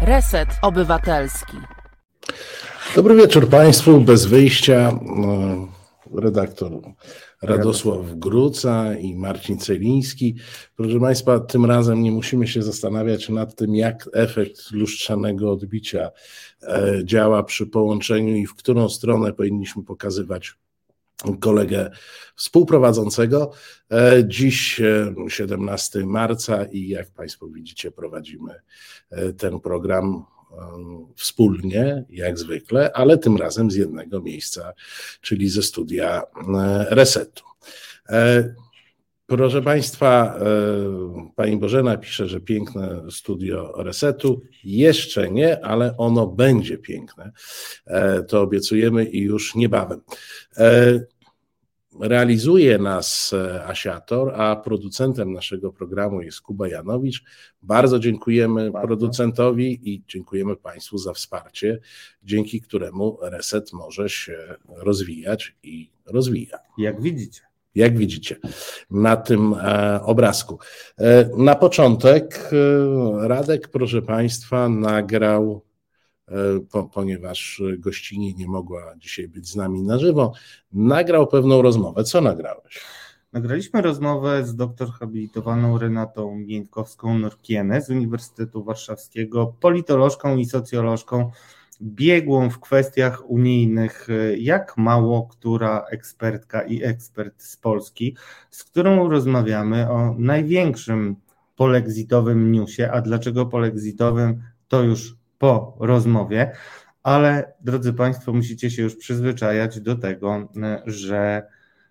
Reset Obywatelski. Dobry wieczór Państwu. Bez wyjścia redaktor Radosław Gruca i Marcin Celiński. Proszę Państwa, tym razem nie musimy się zastanawiać nad tym, jak efekt lustrzanego odbicia działa przy połączeniu i w którą stronę powinniśmy pokazywać kolegę współprowadzącego. Dziś 17 marca i jak Państwo widzicie, prowadzimy ten program wspólnie, jak zwykle, ale tym razem z jednego miejsca, czyli ze studia Resetu. Proszę Państwa, pani Bożena pisze, że piękne studio Resetu. Jeszcze nie, ale ono będzie piękne. To obiecujemy i już niebawem. Realizuje nas Asiator, a producentem naszego programu jest Kuba Janowicz. Bardzo dziękujemy producentowi i dziękujemy Państwu za wsparcie, dzięki któremu Reset może się rozwijać i rozwija. Jak widzicie na tym obrazku. Na początek Radek, proszę Państwa, nagrał, ponieważ gościni nie mogła dzisiaj być z nami na żywo, nagrał pewną rozmowę. Co nagrałeś? Nagraliśmy rozmowę z doktor habilitowaną Renatą Mieńkowską-Norkienę z Uniwersytetu Warszawskiego, politolożką i socjolożką, biegłą w kwestiach unijnych, jak mało która ekspertka i ekspert z Polski, z którą rozmawiamy o największym polexitowym newsie. A dlaczego polexitowym, to już po rozmowie, ale drodzy Państwo, musicie się już przyzwyczajać do tego, że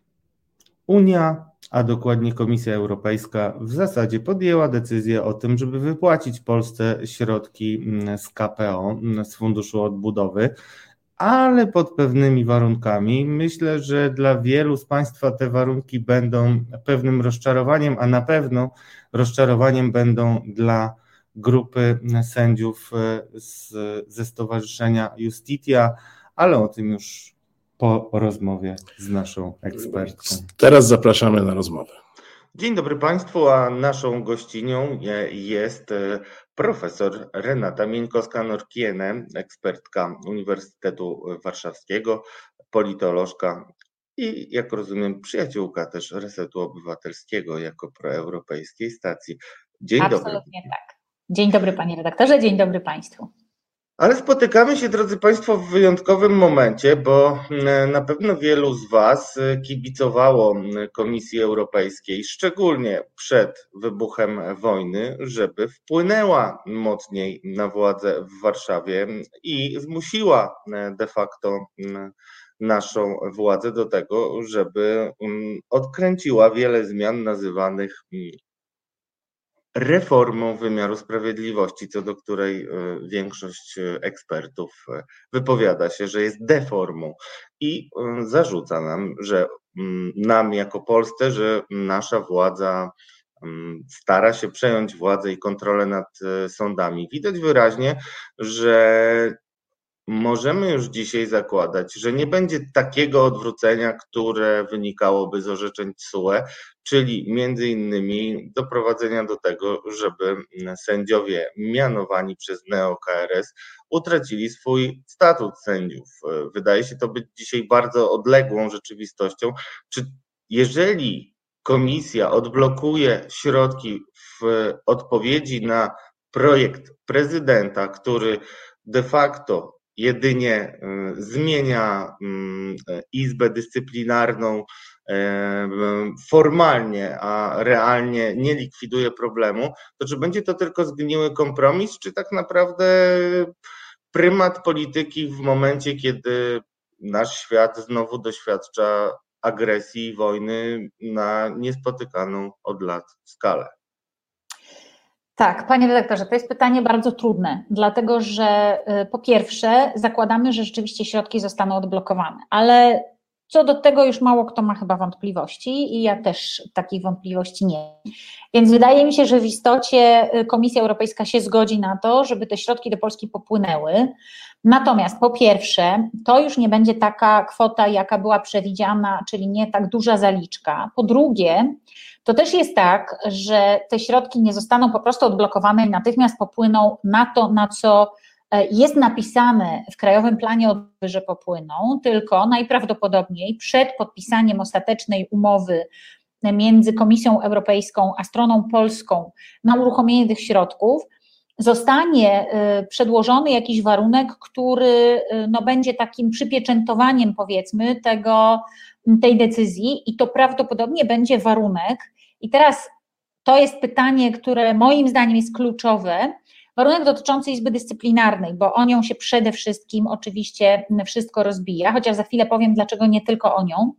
Unia, a dokładnie Komisja Europejska w zasadzie podjęła decyzję o tym, żeby wypłacić Polsce środki z KPO, z Funduszu Odbudowy, ale pod pewnymi warunkami. Myślę, że dla wielu z Państwa te warunki będą pewnym rozczarowaniem, a na pewno rozczarowaniem będą dla grupy sędziów ze Stowarzyszenia Justitia, ale o tym już po rozmowie z naszą ekspertką. Teraz zapraszamy na rozmowę. Dzień dobry Państwu, a naszą gościnią jest profesor Renata Mieńkowska-Norkienę, ekspertka Uniwersytetu Warszawskiego, politolożka i, jak rozumiem, przyjaciółka też Resetu Obywatelskiego jako proeuropejskiej stacji. Dzień dobry. Absolutnie tak. Dzień dobry panie redaktorze, dzień dobry Państwu. Ale spotykamy się, drodzy Państwo, w wyjątkowym momencie, bo na pewno wielu z Was kibicowało Komisji Europejskiej, szczególnie przed wybuchem wojny, żeby wpłynęła mocniej na władzę w Warszawie i zmusiła de facto naszą władzę do tego, żeby odkręciła wiele zmian nazywanych reformą wymiaru sprawiedliwości, co do której większość ekspertów wypowiada się, że jest deformą i zarzuca nam, że nam jako Polsce, że nasza władza stara się przejąć władzę i kontrolę nad sądami. Widać wyraźnie, że możemy już dzisiaj zakładać, że nie będzie takiego odwrócenia, które wynikałoby z orzeczeń TSUE, czyli między innymi doprowadzenia do tego, żeby sędziowie mianowani przez neo-KRS utracili swój statut sędziów. Wydaje się to być dzisiaj bardzo odległą rzeczywistością. Czy jeżeli komisja odblokuje środki w odpowiedzi na projekt prezydenta, który de facto jedynie zmienia Izbę Dyscyplinarną formalnie, a realnie nie likwiduje problemu, to czy będzie to tylko zgniły kompromis, czy tak naprawdę prymat polityki w momencie, kiedy nasz świat znowu doświadcza agresji i wojny na niespotykaną od lat skalę? Tak, panie redaktorze, to jest pytanie bardzo trudne, dlatego że po pierwsze zakładamy, że rzeczywiście środki zostaną odblokowane, ale Co do tego już mało kto ma chyba wątpliwości i ja też takich wątpliwości nie mam. Więc wydaje mi się, że w istocie Komisja Europejska się zgodzi na to, żeby te środki do Polski popłynęły. Natomiast po pierwsze, to już nie będzie taka kwota, jaka była przewidziana, czyli nie tak duża zaliczka. Po drugie, to też jest tak, że te środki nie zostaną po prostu odblokowane i natychmiast popłyną na to, na co jest napisane w Krajowym Planie Odbudowy, że popłyną, tylko najprawdopodobniej przed podpisaniem ostatecznej umowy między Komisją Europejską a stroną polską na uruchomienie tych środków zostanie przedłożony jakiś warunek, który będzie takim przypieczętowaniem, powiedzmy, tej decyzji i to prawdopodobnie będzie warunek. I teraz to jest pytanie, które moim zdaniem jest kluczowe, warunek dotyczący Izby Dyscyplinarnej, bo o nią się przede wszystkim oczywiście wszystko rozbija, chociaż za chwilę powiem, dlaczego nie tylko o nią.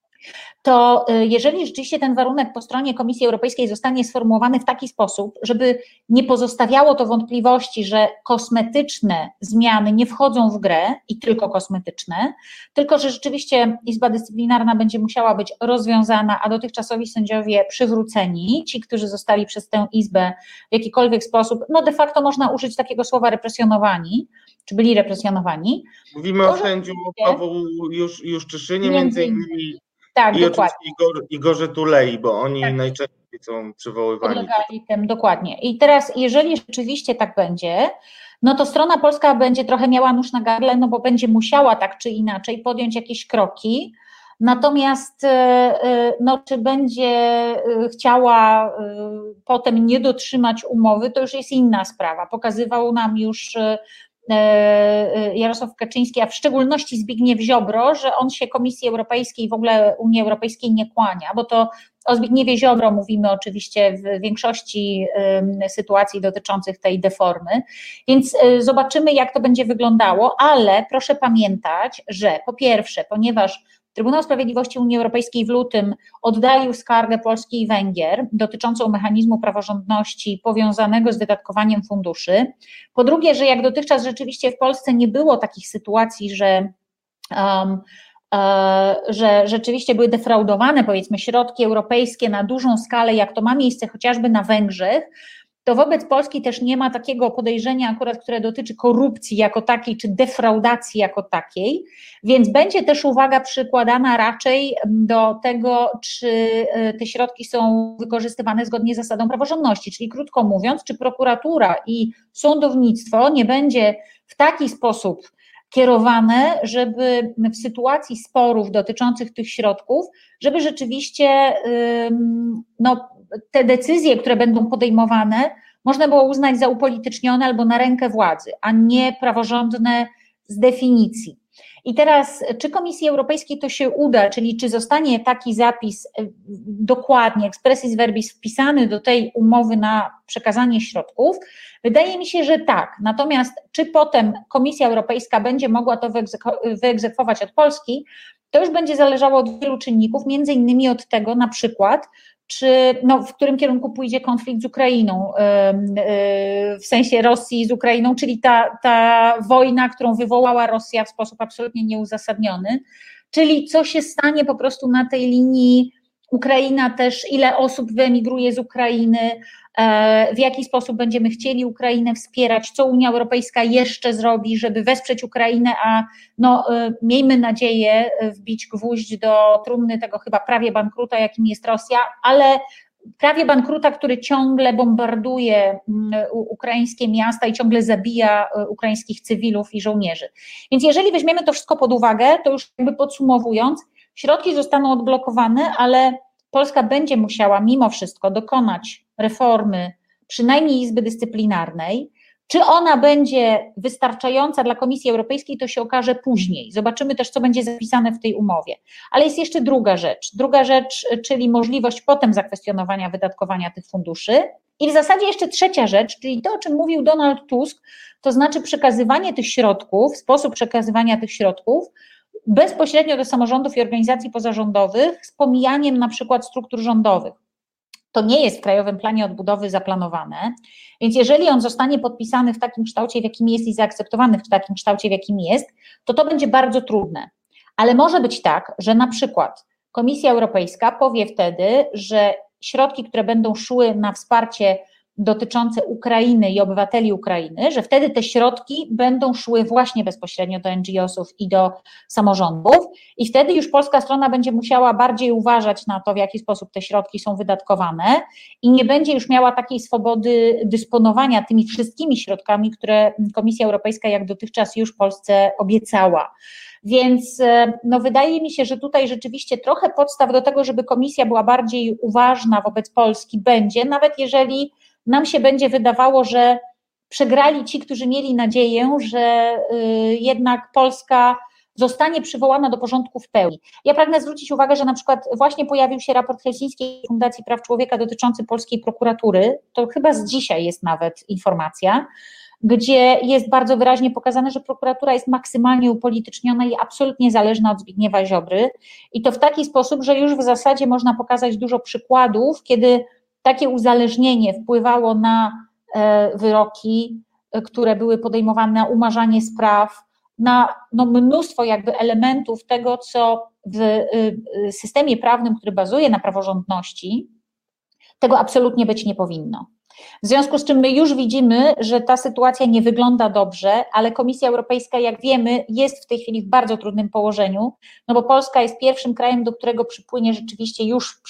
To jeżeli rzeczywiście ten warunek po stronie Komisji Europejskiej zostanie sformułowany w taki sposób, żeby nie pozostawiało to wątpliwości, że kosmetyczne zmiany nie wchodzą w grę i tylko kosmetyczne, tylko że rzeczywiście Izba Dyscyplinarna będzie musiała być rozwiązana, a dotychczasowi sędziowie przywróceni, ci, którzy zostali przez tę Izbę w jakikolwiek sposób, de facto można użyć takiego słowa represjonowani, czy byli represjonowani. Mówimy o sędziu Pawłu Juszczyszynie, między innymi. Tak, i dokładnie. oczywiście Igorze Tulei, bo oni najczęściej są przywoływani. Podlegali tym, dokładnie. I teraz, jeżeli rzeczywiście tak będzie, to strona polska będzie trochę miała nóż na gardle, bo będzie musiała tak czy inaczej podjąć jakieś kroki, natomiast czy będzie chciała potem nie dotrzymać umowy, to już jest inna sprawa. Pokazywał nam już Jarosław Kaczyński, a w szczególności Zbigniew Ziobro, że on się Komisji Europejskiej i w ogóle Unii Europejskiej nie kłania, bo to o Zbigniewie Ziobro mówimy oczywiście w większości sytuacji dotyczących tej deformy, więc zobaczymy, jak to będzie wyglądało, ale proszę pamiętać, że po pierwsze, ponieważ Trybunał Sprawiedliwości Unii Europejskiej w lutym oddalił skargę Polski i Węgier dotyczącą mechanizmu praworządności powiązanego z wydatkowaniem funduszy. Po drugie, że jak dotychczas rzeczywiście w Polsce nie było takich sytuacji, że rzeczywiście były defraudowane, powiedzmy, środki europejskie na dużą skalę, jak to ma miejsce chociażby na Węgrzech, to wobec Polski też nie ma takiego podejrzenia akurat, które dotyczy korupcji jako takiej, czy defraudacji jako takiej, więc będzie też uwaga przykładana raczej do tego, czy te środki są wykorzystywane zgodnie z zasadą praworządności, czyli krótko mówiąc, czy prokuratura i sądownictwo nie będzie w taki sposób kierowane, żeby w sytuacji sporów dotyczących tych środków, żeby rzeczywiście te decyzje, które będą podejmowane, można było uznać za upolitycznione albo na rękę władzy, a nie praworządne z definicji. I teraz, czy Komisji Europejskiej to się uda, czyli czy zostanie taki zapis dokładnie, expressis verbis wpisany do tej umowy na przekazanie środków? Wydaje mi się, że tak. Natomiast czy potem Komisja Europejska będzie mogła to wyegzekwować od Polski, to już będzie zależało od wielu czynników, między innymi od tego na przykład, w którym kierunku pójdzie konflikt z Ukrainą, w sensie Rosji z Ukrainą, czyli ta wojna, którą wywołała Rosja w sposób absolutnie nieuzasadniony, czyli co się stanie po prostu na tej linii Ukraina też, ile osób wyemigruje z Ukrainy, w jaki sposób będziemy chcieli Ukrainę wspierać, co Unia Europejska jeszcze zrobi, żeby wesprzeć Ukrainę, a miejmy nadzieję wbić gwóźdź do trumny tego chyba prawie bankruta, jakim jest Rosja, ale prawie bankruta, który ciągle bombarduje ukraińskie miasta i ciągle zabija ukraińskich cywilów i żołnierzy. Więc jeżeli weźmiemy to wszystko pod uwagę, to już jakby podsumowując, środki zostaną odblokowane, ale Polska będzie musiała mimo wszystko dokonać reformy przynajmniej Izby Dyscyplinarnej. Czy ona będzie wystarczająca dla Komisji Europejskiej, to się okaże później. Zobaczymy też, co będzie zapisane w tej umowie. Ale jest jeszcze druga rzecz, czyli możliwość potem zakwestionowania wydatkowania tych funduszy. I w zasadzie jeszcze trzecia rzecz, czyli to, o czym mówił Donald Tusk, to znaczy przekazywanie tych środków, sposób przekazywania tych środków bezpośrednio do samorządów i organizacji pozarządowych z pomijaniem na przykład struktur rządowych. To nie jest w Krajowym Planie Odbudowy zaplanowane, więc jeżeli on zostanie podpisany w takim kształcie, w jakim jest i zaakceptowany w takim kształcie, w jakim jest, to będzie bardzo trudne. Ale może być tak, że na przykład Komisja Europejska powie wtedy, że środki, które będą szły na wsparcie dotyczące Ukrainy i obywateli Ukrainy, że wtedy te środki będą szły właśnie bezpośrednio do NGO-sów i do samorządów i wtedy już polska strona będzie musiała bardziej uważać na to, w jaki sposób te środki są wydatkowane i nie będzie już miała takiej swobody dysponowania tymi wszystkimi środkami, które Komisja Europejska jak dotychczas już Polsce obiecała. Więc no, wydaje mi się, że tutaj rzeczywiście trochę podstaw do tego, żeby Komisja była bardziej uważna wobec Polski będzie, nawet jeżeli nam się będzie wydawało, że przegrali ci, którzy mieli nadzieję, że jednak Polska zostanie przywołana do porządku w pełni. Ja pragnę zwrócić uwagę, że na przykład właśnie pojawił się raport Helsińskiej Fundacji Praw Człowieka dotyczący polskiej prokuratury, to chyba z dzisiaj jest nawet informacja, gdzie jest bardzo wyraźnie pokazane, że prokuratura jest maksymalnie upolityczniona i absolutnie zależna od Zbigniewa Ziobry i to w taki sposób, że już w zasadzie można pokazać dużo przykładów, kiedy takie uzależnienie wpływało na wyroki, które były podejmowane, na umarzanie spraw, na mnóstwo jakby elementów tego, co w systemie prawnym, który bazuje na praworządności, tego absolutnie być nie powinno. W związku z czym my już widzimy, że ta sytuacja nie wygląda dobrze, ale Komisja Europejska, jak wiemy, jest w tej chwili w bardzo trudnym położeniu, no bo Polska jest pierwszym krajem, do którego przypłynie rzeczywiście już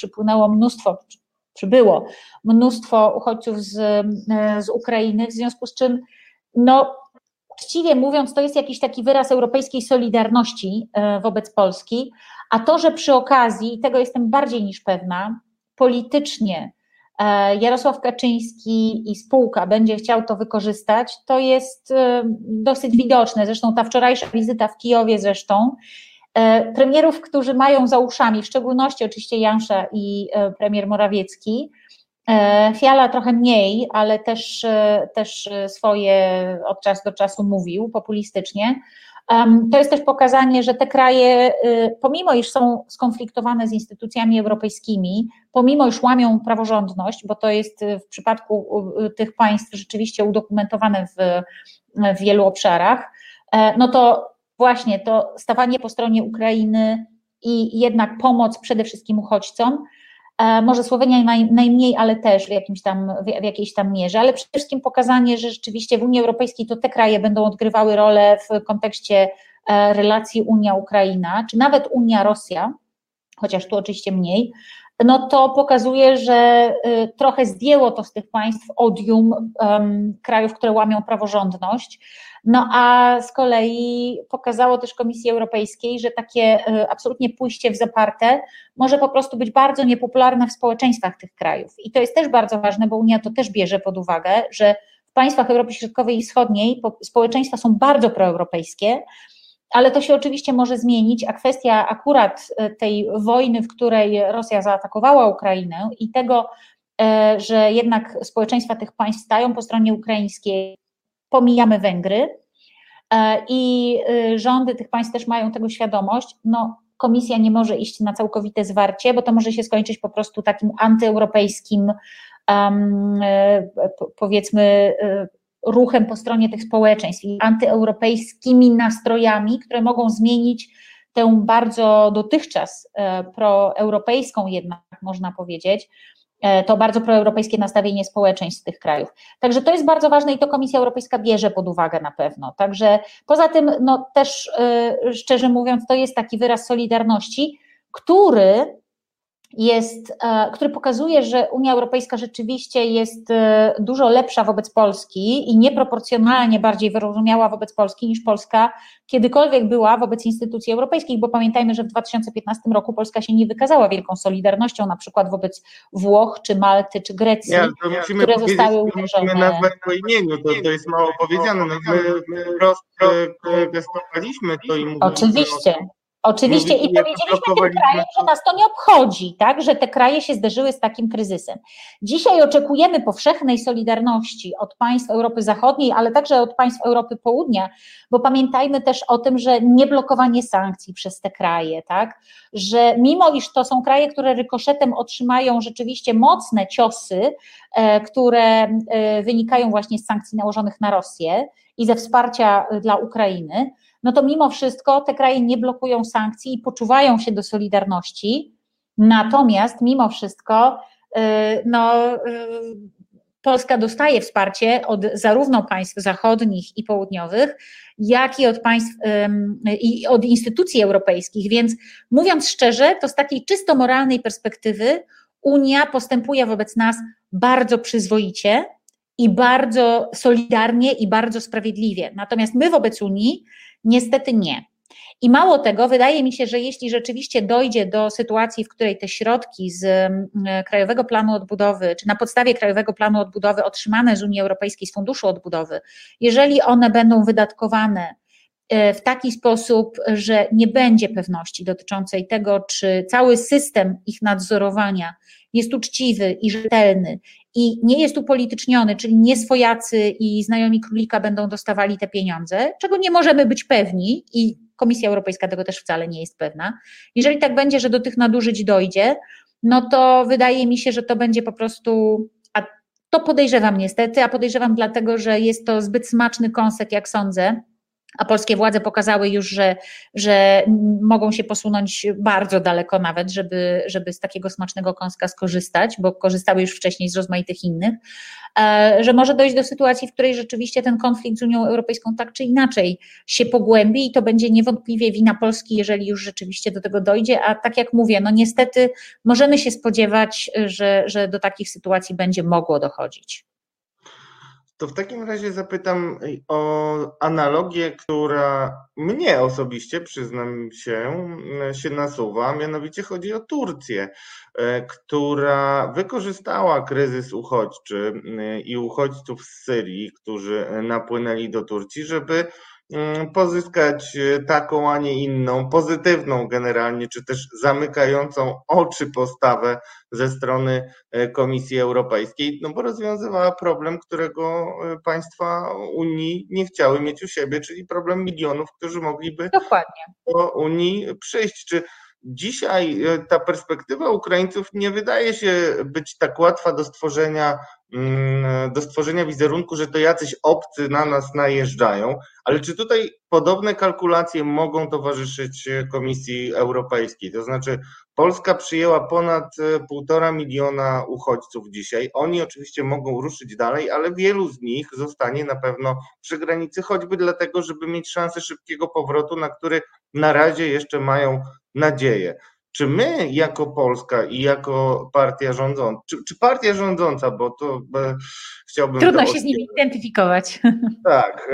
przybyło mnóstwo uchodźców z Ukrainy, w związku z czym, no uczciwie mówiąc, to jest jakiś taki wyraz europejskiej solidarności wobec Polski, a to, że przy okazji, i tego jestem bardziej niż pewna, politycznie Jarosław Kaczyński i spółka będzie chciał to wykorzystać, to jest dosyć widoczne, zresztą ta wczorajsza wizyta w Kijowie premierów, którzy mają za uszami, w szczególności oczywiście Jansza i premier Morawiecki, Fiala trochę mniej, ale też swoje od czasu do czasu mówił populistycznie. To jest też pokazanie, że te kraje, pomimo iż są skonfliktowane z instytucjami europejskimi, pomimo iż łamią praworządność, bo to jest w przypadku tych państw rzeczywiście udokumentowane w wielu obszarach, no to właśnie to stawanie po stronie Ukrainy i jednak pomoc przede wszystkim uchodźcom, może Słowenia najmniej, ale też w jakiejś tam mierze, ale przede wszystkim pokazanie, że rzeczywiście w Unii Europejskiej to te kraje będą odgrywały rolę w kontekście relacji Unia-Ukraina, czy nawet Unia-Rosja, chociaż tu oczywiście mniej, no to pokazuje, że trochę zdjęło to z tych państw odium krajów, które łamią praworządność, no a z kolei pokazało też Komisji Europejskiej, że takie absolutnie pójście w zaparte może po prostu być bardzo niepopularne w społeczeństwach tych krajów i to jest też bardzo ważne, bo Unia to też bierze pod uwagę, że w państwach Europy Środkowej i Wschodniej społeczeństwa są bardzo proeuropejskie, ale to się oczywiście może zmienić, a kwestia akurat tej wojny, w której Rosja zaatakowała Ukrainę i tego, że jednak społeczeństwa tych państw stają po stronie ukraińskiej, pomijamy Węgry i rządy tych państw też mają tego świadomość, no Komisja nie może iść na całkowite zwarcie, bo to może się skończyć po prostu takim antyeuropejskim, powiedzmy, ruchem po stronie tych społeczeństw i antyeuropejskimi nastrojami, które mogą zmienić tę bardzo dotychczas proeuropejską jednak, można powiedzieć, to bardzo proeuropejskie nastawienie społeczeństw tych krajów. Także to jest bardzo ważne i to Komisja Europejska bierze pod uwagę na pewno. Także poza tym, no też szczerze mówiąc, to jest taki wyraz solidarności, który pokazuje, że Unia Europejska rzeczywiście jest dużo lepsza wobec Polski i nieproporcjonalnie bardziej wyrozumiała wobec Polski niż Polska kiedykolwiek była wobec instytucji europejskich, bo pamiętajmy, że w 2015 roku Polska się nie wykazała wielką solidarnością, na przykład wobec Włoch, czy Malty, czy Grecji, które zostały uderzone. Musimy nazwać po imieniu, to jest mało powiedziane, no my wprost gestowaliśmy to i mówiliśmy. Oczywiście i powiedzieliśmy tym krajom, że nas to nie obchodzi, tak, że te kraje się zderzyły z takim kryzysem. Dzisiaj oczekujemy powszechnej solidarności od państw Europy Zachodniej, ale także od państw Europy Południa, bo pamiętajmy też o tym, że nie blokowanie sankcji przez te kraje, tak, że mimo iż to są kraje, które rykoszetem otrzymają rzeczywiście mocne ciosy, które wynikają właśnie z sankcji nałożonych na Rosję i ze wsparcia dla Ukrainy, no to mimo wszystko te kraje nie blokują sankcji i poczuwają się do solidarności, natomiast mimo wszystko Polska dostaje wsparcie od zarówno państw zachodnich i południowych, jak i od państw i od instytucji europejskich, więc mówiąc szczerze, to z takiej czysto moralnej perspektywy Unia postępuje wobec nas bardzo przyzwoicie i bardzo solidarnie i bardzo sprawiedliwie, natomiast my wobec Unii niestety nie. I mało tego, wydaje mi się, że jeśli rzeczywiście dojdzie do sytuacji, w której te środki z Krajowego Planu Odbudowy, czy na podstawie Krajowego Planu Odbudowy otrzymane z Unii Europejskiej, z Funduszu Odbudowy, jeżeli one będą wydatkowane w taki sposób, że nie będzie pewności dotyczącej tego, czy cały system ich nadzorowania jest uczciwy i rzetelny i nie jest upolityczniony, czyli nie swojacy i znajomi królika będą dostawali te pieniądze, czego nie możemy być pewni i Komisja Europejska tego też wcale nie jest pewna. Jeżeli tak będzie, że do tych nadużyć dojdzie, no to wydaje mi się, że to będzie po prostu, a to podejrzewam niestety, a podejrzewam dlatego, że jest to zbyt smaczny kąsek, jak sądzę, a polskie władze pokazały już, że mogą się posunąć bardzo daleko nawet, żeby z takiego smacznego kąska skorzystać, bo korzystały już wcześniej z rozmaitych innych, że może dojść do sytuacji, w której rzeczywiście ten konflikt z Unią Europejską tak czy inaczej się pogłębi i to będzie niewątpliwie wina Polski, jeżeli już rzeczywiście do tego dojdzie, a tak jak mówię, no niestety możemy się spodziewać, że do takich sytuacji będzie mogło dochodzić. To w takim razie zapytam o analogię, która mnie osobiście, przyznam się nasuwa, mianowicie chodzi o Turcję, która wykorzystała kryzys uchodźczy i uchodźców z Syrii, którzy napłynęli do Turcji, żeby pozyskać taką, a nie inną, pozytywną generalnie, czy też zamykającą oczy postawę ze strony Komisji Europejskiej, no bo rozwiązywała problem, którego państwa Unii nie chciały mieć u siebie, czyli problem milionów, którzy mogliby Dokładnie do Unii przyjść. Czy dzisiaj ta perspektywa Ukraińców nie wydaje się być tak łatwa do stworzenia wizerunku, że to jacyś obcy na nas najeżdżają, ale czy tutaj podobne kalkulacje mogą towarzyszyć Komisji Europejskiej? To znaczy Polska przyjęła ponad 1,5 miliona uchodźców dzisiaj. Oni oczywiście mogą ruszyć dalej, ale wielu z nich zostanie na pewno przy granicy, choćby dlatego, żeby mieć szansę szybkiego powrotu, na który na razie jeszcze mają nadzieję. Czy my jako Polska i jako partia rządząca, czy partia rządząca, bo to chciałbym... Trudno się z nimi identyfikować. Tak.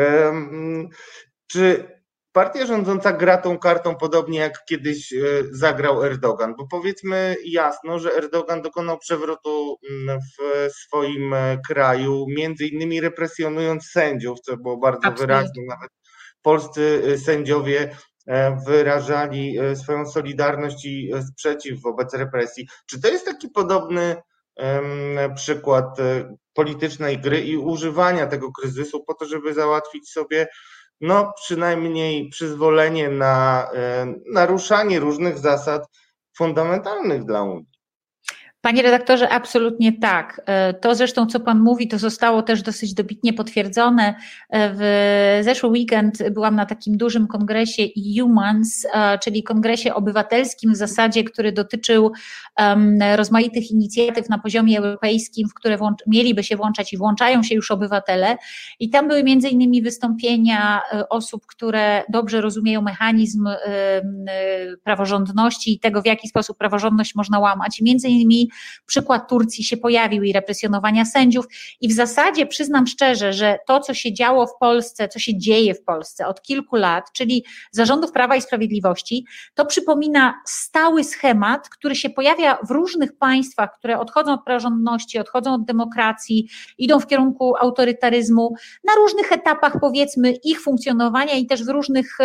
Czy partia rządząca gra tą kartą podobnie jak kiedyś zagrał Erdogan? Bo powiedzmy jasno, że Erdogan dokonał przewrotu w swoim kraju, między innymi represjonując sędziów, co było bardzo wyraźne. Nawet polscy sędziowie wyrażali swoją solidarność i sprzeciw wobec represji. Czy to jest taki podobny przykład politycznej gry i używania tego kryzysu po to, żeby załatwić sobie przynajmniej przyzwolenie na naruszanie różnych zasad fundamentalnych dla Unii? Panie redaktorze, absolutnie tak. To zresztą, co Pan mówi, to zostało też dosyć dobitnie potwierdzone. W zeszły weekend byłam na takim dużym kongresie Humans, czyli kongresie obywatelskim w zasadzie, który dotyczył rozmaitych inicjatyw na poziomie europejskim, w które mieliby się włączać i włączają się już obywatele. I tam były między innymi wystąpienia osób, które dobrze rozumieją mechanizm praworządności i tego, w jaki sposób praworządność można łamać. I między innymi przykład Turcji się pojawił i represjonowania sędziów i w zasadzie przyznam szczerze, że to, co się działo w Polsce, co się dzieje w Polsce od kilku lat, czyli za rządów Prawa i Sprawiedliwości, to przypomina stały schemat, który się pojawia w różnych państwach, które odchodzą od praworządności, odchodzą od demokracji, idą w kierunku autorytaryzmu na różnych etapach, powiedzmy, ich funkcjonowania i też w różnych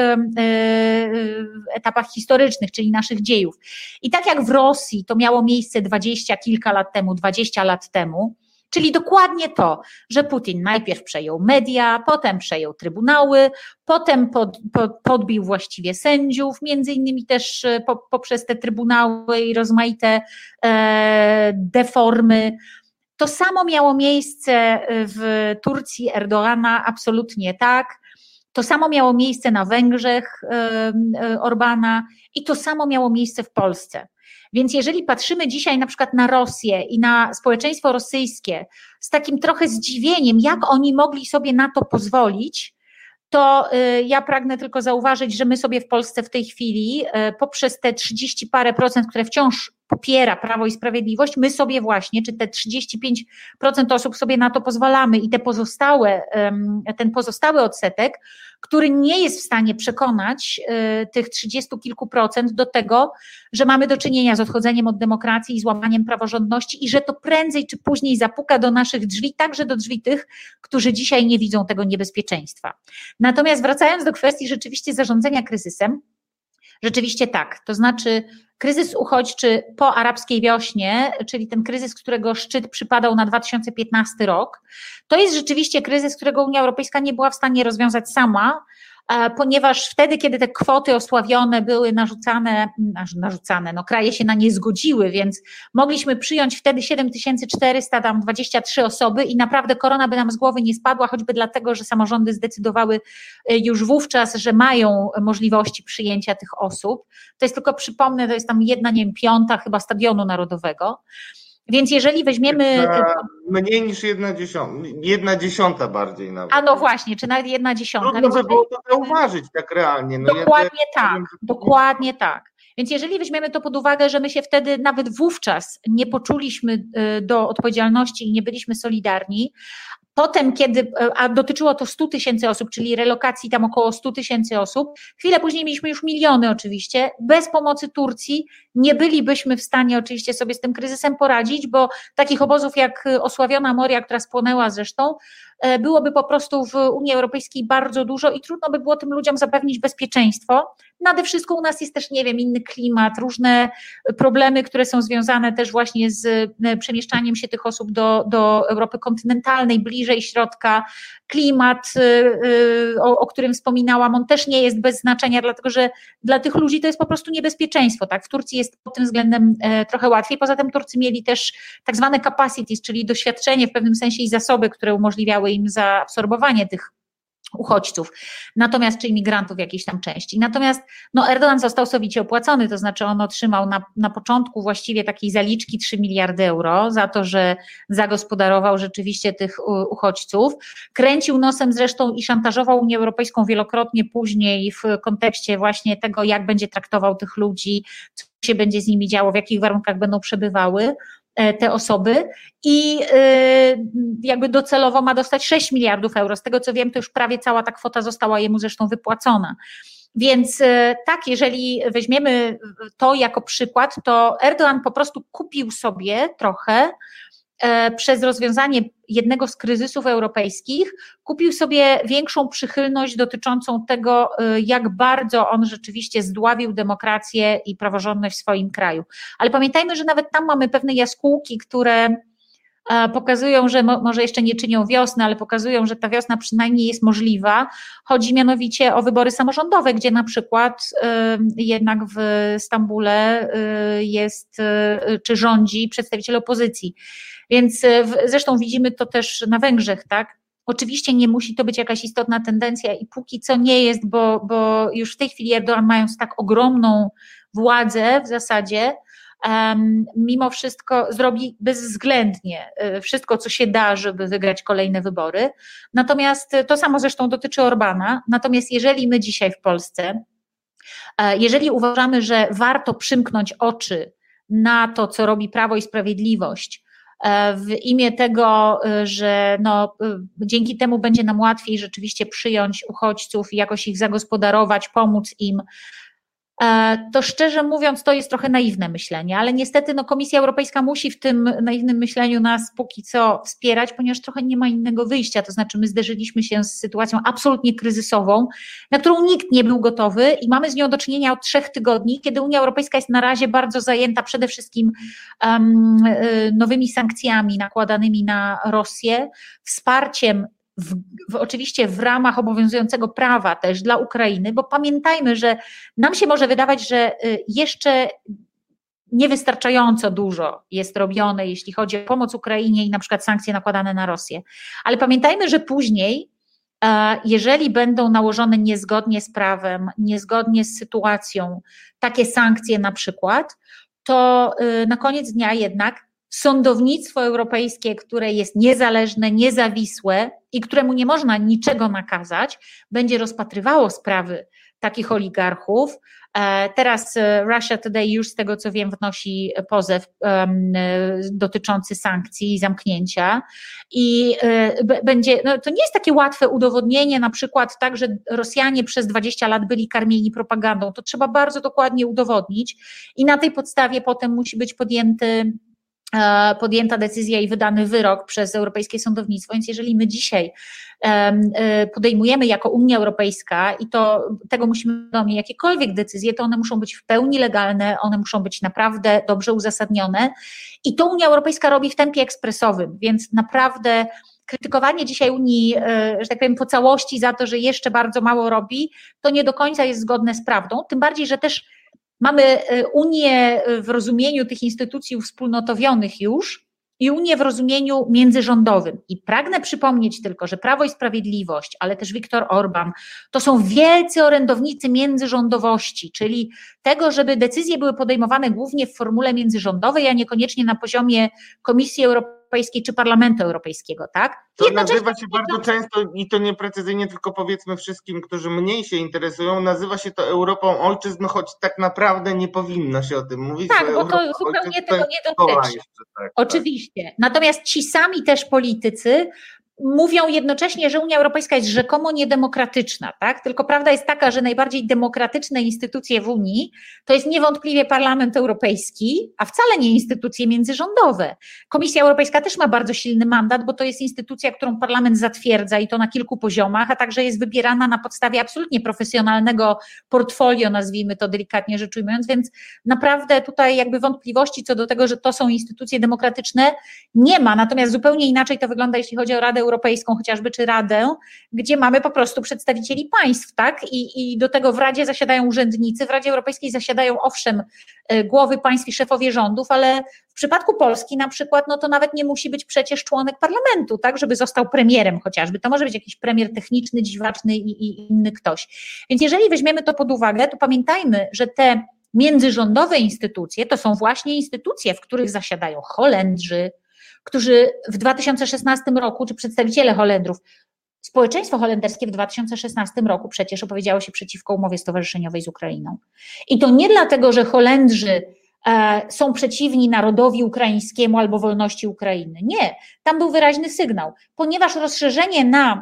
etapach historycznych, czyli naszych dziejów. I tak jak w Rosji to miało miejsce 20 lat temu, czyli dokładnie to, że Putin najpierw przejął media, potem przejął trybunały, potem podbił właściwie sędziów, między innymi też poprzez te trybunały i rozmaite deformy. To samo miało miejsce w Turcji Erdogana, absolutnie tak. To samo miało miejsce na Węgrzech Orbana i to samo miało miejsce w Polsce. Więc jeżeli patrzymy dzisiaj na przykład na Rosję i na społeczeństwo rosyjskie z takim trochę zdziwieniem, jak oni mogli sobie na to pozwolić, to ja pragnę tylko zauważyć, że my sobie w Polsce w tej chwili poprzez te 30 parę procent, które wciąż popiera Prawo i Sprawiedliwość, my sobie właśnie, czy te 35% osób sobie na to pozwalamy i ten pozostały odsetek, który nie jest w stanie przekonać tych 30 kilku procent do tego, że mamy do czynienia z odchodzeniem od demokracji i złamaniem praworządności i że to prędzej czy później zapuka do naszych drzwi, także do drzwi tych, którzy dzisiaj nie widzą tego niebezpieczeństwa. Natomiast wracając do kwestii rzeczywiście zarządzania kryzysem, rzeczywiście tak, to znaczy kryzys uchodźczy po arabskiej wiośnie, czyli ten kryzys, którego szczyt przypadał na 2015 rok, to jest rzeczywiście kryzys, którego Unia Europejska nie była w stanie rozwiązać sama, ponieważ wtedy, kiedy te kwoty osławione były narzucane, kraje się na nie zgodziły, więc mogliśmy przyjąć wtedy 7423 osoby i naprawdę korona by nam z głowy nie spadła, choćby dlatego, że samorządy zdecydowały już wówczas, że mają możliwości przyjęcia tych osób. To jest tylko, przypomnę, to jest tam 1/5 chyba Stadionu Narodowego. Więc jeżeli weźmiemy... Mniej niż 1/10 bardziej nawet. A no właśnie, czy nawet 1/10. Trudno by było to zauważyć tak realnie. No dokładnie tak, dokładnie tak. Więc jeżeli weźmiemy to pod uwagę, że my się wtedy nawet wówczas nie poczuliśmy do odpowiedzialności i nie byliśmy solidarni, potem, a dotyczyło to 100 000 osób, czyli relokacji tam około 100 000 osób, chwilę później mieliśmy już miliony oczywiście, bez pomocy Turcji nie bylibyśmy w stanie oczywiście sobie z tym kryzysem poradzić, bo takich obozów jak osławiona Moria, która spłonęła zresztą, byłoby po prostu w Unii Europejskiej bardzo dużo i trudno by było tym ludziom zapewnić bezpieczeństwo. Nade wszystko u nas jest też, nie wiem, inny klimat, różne problemy, które są związane też właśnie z przemieszczaniem się tych osób do Europy kontynentalnej, bliżej środka. Klimat, o którym wspominałam, on też nie jest bez znaczenia, dlatego że dla tych ludzi to jest po prostu niebezpieczeństwo. Tak? W Turcji jest pod tym względem trochę łatwiej. Poza tym Turcy mieli też tak zwane capacities, czyli doświadczenie w pewnym sensie i zasoby, które umożliwiały im zaabsorbowanie tych uchodźców, natomiast czy imigrantów w jakiejś tam części. Natomiast Erdogan został sowicie opłacony, to znaczy on otrzymał na początku właściwie takiej zaliczki 3 miliardy euro za to, że zagospodarował rzeczywiście tych uchodźców. Kręcił nosem zresztą i szantażował Unię Europejską wielokrotnie później w kontekście właśnie tego, jak będzie traktował tych ludzi, co się będzie z nimi działo, w jakich warunkach będą przebywały te osoby i jakby docelowo ma dostać 6 miliardów euro. Z tego co wiem, to już prawie cała ta kwota została jemu zresztą wypłacona. Więc tak, jeżeli weźmiemy to jako przykład, to Erdogan po prostu kupił sobie trochę przez rozwiązanie jednego z kryzysów europejskich, kupił sobie większą przychylność dotyczącą tego, jak bardzo on rzeczywiście zdławił demokrację i praworządność w swoim kraju. Ale pamiętajmy, że nawet tam mamy pewne jaskółki, które pokazują, że może jeszcze nie czynią wiosny, ale pokazują, że ta wiosna przynajmniej jest możliwa. Chodzi mianowicie o wybory samorządowe, gdzie na przykład jednak w Stambule jest czy rządzi przedstawiciel opozycji. Więc zresztą widzimy to też na Węgrzech, tak? Oczywiście nie musi to być jakaś istotna tendencja i póki co nie jest, bo już w tej chwili Erdogan, mając tak ogromną władzę w zasadzie, mimo wszystko zrobi bezwzględnie wszystko, co się da, żeby wygrać kolejne wybory. Natomiast to samo zresztą dotyczy Orbana. Natomiast jeżeli my dzisiaj w Polsce, jeżeli uważamy, że warto przymknąć oczy na to, co robi Prawo i Sprawiedliwość, w imię tego, że dzięki temu będzie nam łatwiej rzeczywiście przyjąć uchodźców i jakoś ich zagospodarować, pomóc im, to szczerze mówiąc to jest trochę naiwne myślenie, ale niestety Komisja Europejska musi w tym naiwnym myśleniu nas póki co wspierać, ponieważ trochę nie ma innego wyjścia, to znaczy my zderzyliśmy się z sytuacją absolutnie kryzysową, na którą nikt nie był gotowy i mamy z nią do czynienia od 3 tygodni, kiedy Unia Europejska jest na razie bardzo zajęta przede wszystkim nowymi sankcjami nakładanymi na Rosję, wsparciem oczywiście w ramach obowiązującego prawa też dla Ukrainy, bo pamiętajmy, że nam się może wydawać, że jeszcze niewystarczająco dużo jest robione, jeśli chodzi o pomoc Ukrainie i na przykład sankcje nakładane na Rosję. Ale pamiętajmy, że później jeżeli będą nałożone niezgodnie z prawem, niezgodnie z sytuacją takie sankcje na przykład, to na koniec dnia jednak sądownictwo europejskie, które jest niezależne, niezawisłe i któremu nie można niczego nakazać, będzie rozpatrywało sprawy takich oligarchów. Teraz Russia Today już z tego co wiem wnosi pozew dotyczący sankcji i zamknięcia i będzie, no to nie jest takie łatwe udowodnienie na przykład tak, że Rosjanie przez 20 lat byli karmieni propagandą, to trzeba bardzo dokładnie udowodnić i na tej podstawie potem musi być podjęta decyzja i wydany wyrok przez europejskie sądownictwo, więc jeżeli my dzisiaj podejmujemy jako Unia Europejska i tego musimy świadomie jakiekolwiek decyzje, to one muszą być w pełni legalne, one muszą być naprawdę dobrze uzasadnione i to Unia Europejska robi w tempie ekspresowym, więc naprawdę krytykowanie dzisiaj Unii, że tak powiem, po całości za to, że jeszcze bardzo mało robi, to nie do końca jest zgodne z prawdą, tym bardziej, że też mamy Unię w rozumieniu tych instytucji uwspólnotowionych już i Unię w rozumieniu międzyrządowym. I pragnę przypomnieć tylko, że Prawo i Sprawiedliwość, ale też Viktor Orban, to są wielcy orędownicy międzyrządowości, czyli tego, żeby decyzje były podejmowane głównie w formule międzyrządowej, a niekoniecznie na poziomie Komisji Europejskiej czy Parlamentu Europejskiego, tak? To nazywa się bardzo często, i to nieprecyzyjnie, tylko powiedzmy wszystkim, którzy mniej się interesują, nazywa się to Europą ojczyzn, choć tak naprawdę nie powinno się o tym mówić. Tak, bo to zupełnie tego nie dotyczy. Tak, oczywiście. Tak. Natomiast ci sami też politycy mówią jednocześnie, że Unia Europejska jest rzekomo niedemokratyczna, tak? Tylko prawda jest taka, że najbardziej demokratyczne instytucje w Unii to jest niewątpliwie Parlament Europejski, a wcale nie instytucje międzyrządowe. Komisja Europejska też ma bardzo silny mandat, bo to jest instytucja, którą Parlament zatwierdza i to na kilku poziomach, a także jest wybierana na podstawie absolutnie profesjonalnego portfolio, nazwijmy to delikatnie rzecz ujmując, więc naprawdę tutaj jakby wątpliwości co do tego, że to są instytucje demokratyczne nie ma, natomiast zupełnie inaczej to wygląda, jeśli chodzi o Radę Europejską chociażby, czy Radę, gdzie mamy po prostu przedstawicieli państw, tak? I do tego w Radzie zasiadają urzędnicy, w Radzie Europejskiej zasiadają owszem głowy państw i szefowie rządów, ale w przypadku Polski na przykład, no to nawet nie musi być przecież członek parlamentu, tak? Żeby został premierem chociażby, to może być jakiś premier techniczny, dziwaczny i inny ktoś. Więc jeżeli weźmiemy to pod uwagę, to pamiętajmy, że te międzyrządowe instytucje to są właśnie instytucje, w których zasiadają Holendrzy, którzy w 2016 roku, czy przedstawiciele Holendrów, społeczeństwo holenderskie w 2016 roku przecież opowiedziało się przeciwko umowie stowarzyszeniowej z Ukrainą. I to nie dlatego, że Holendrzy są przeciwni narodowi ukraińskiemu albo wolności Ukrainy. Nie, tam był wyraźny sygnał, ponieważ rozszerzenie na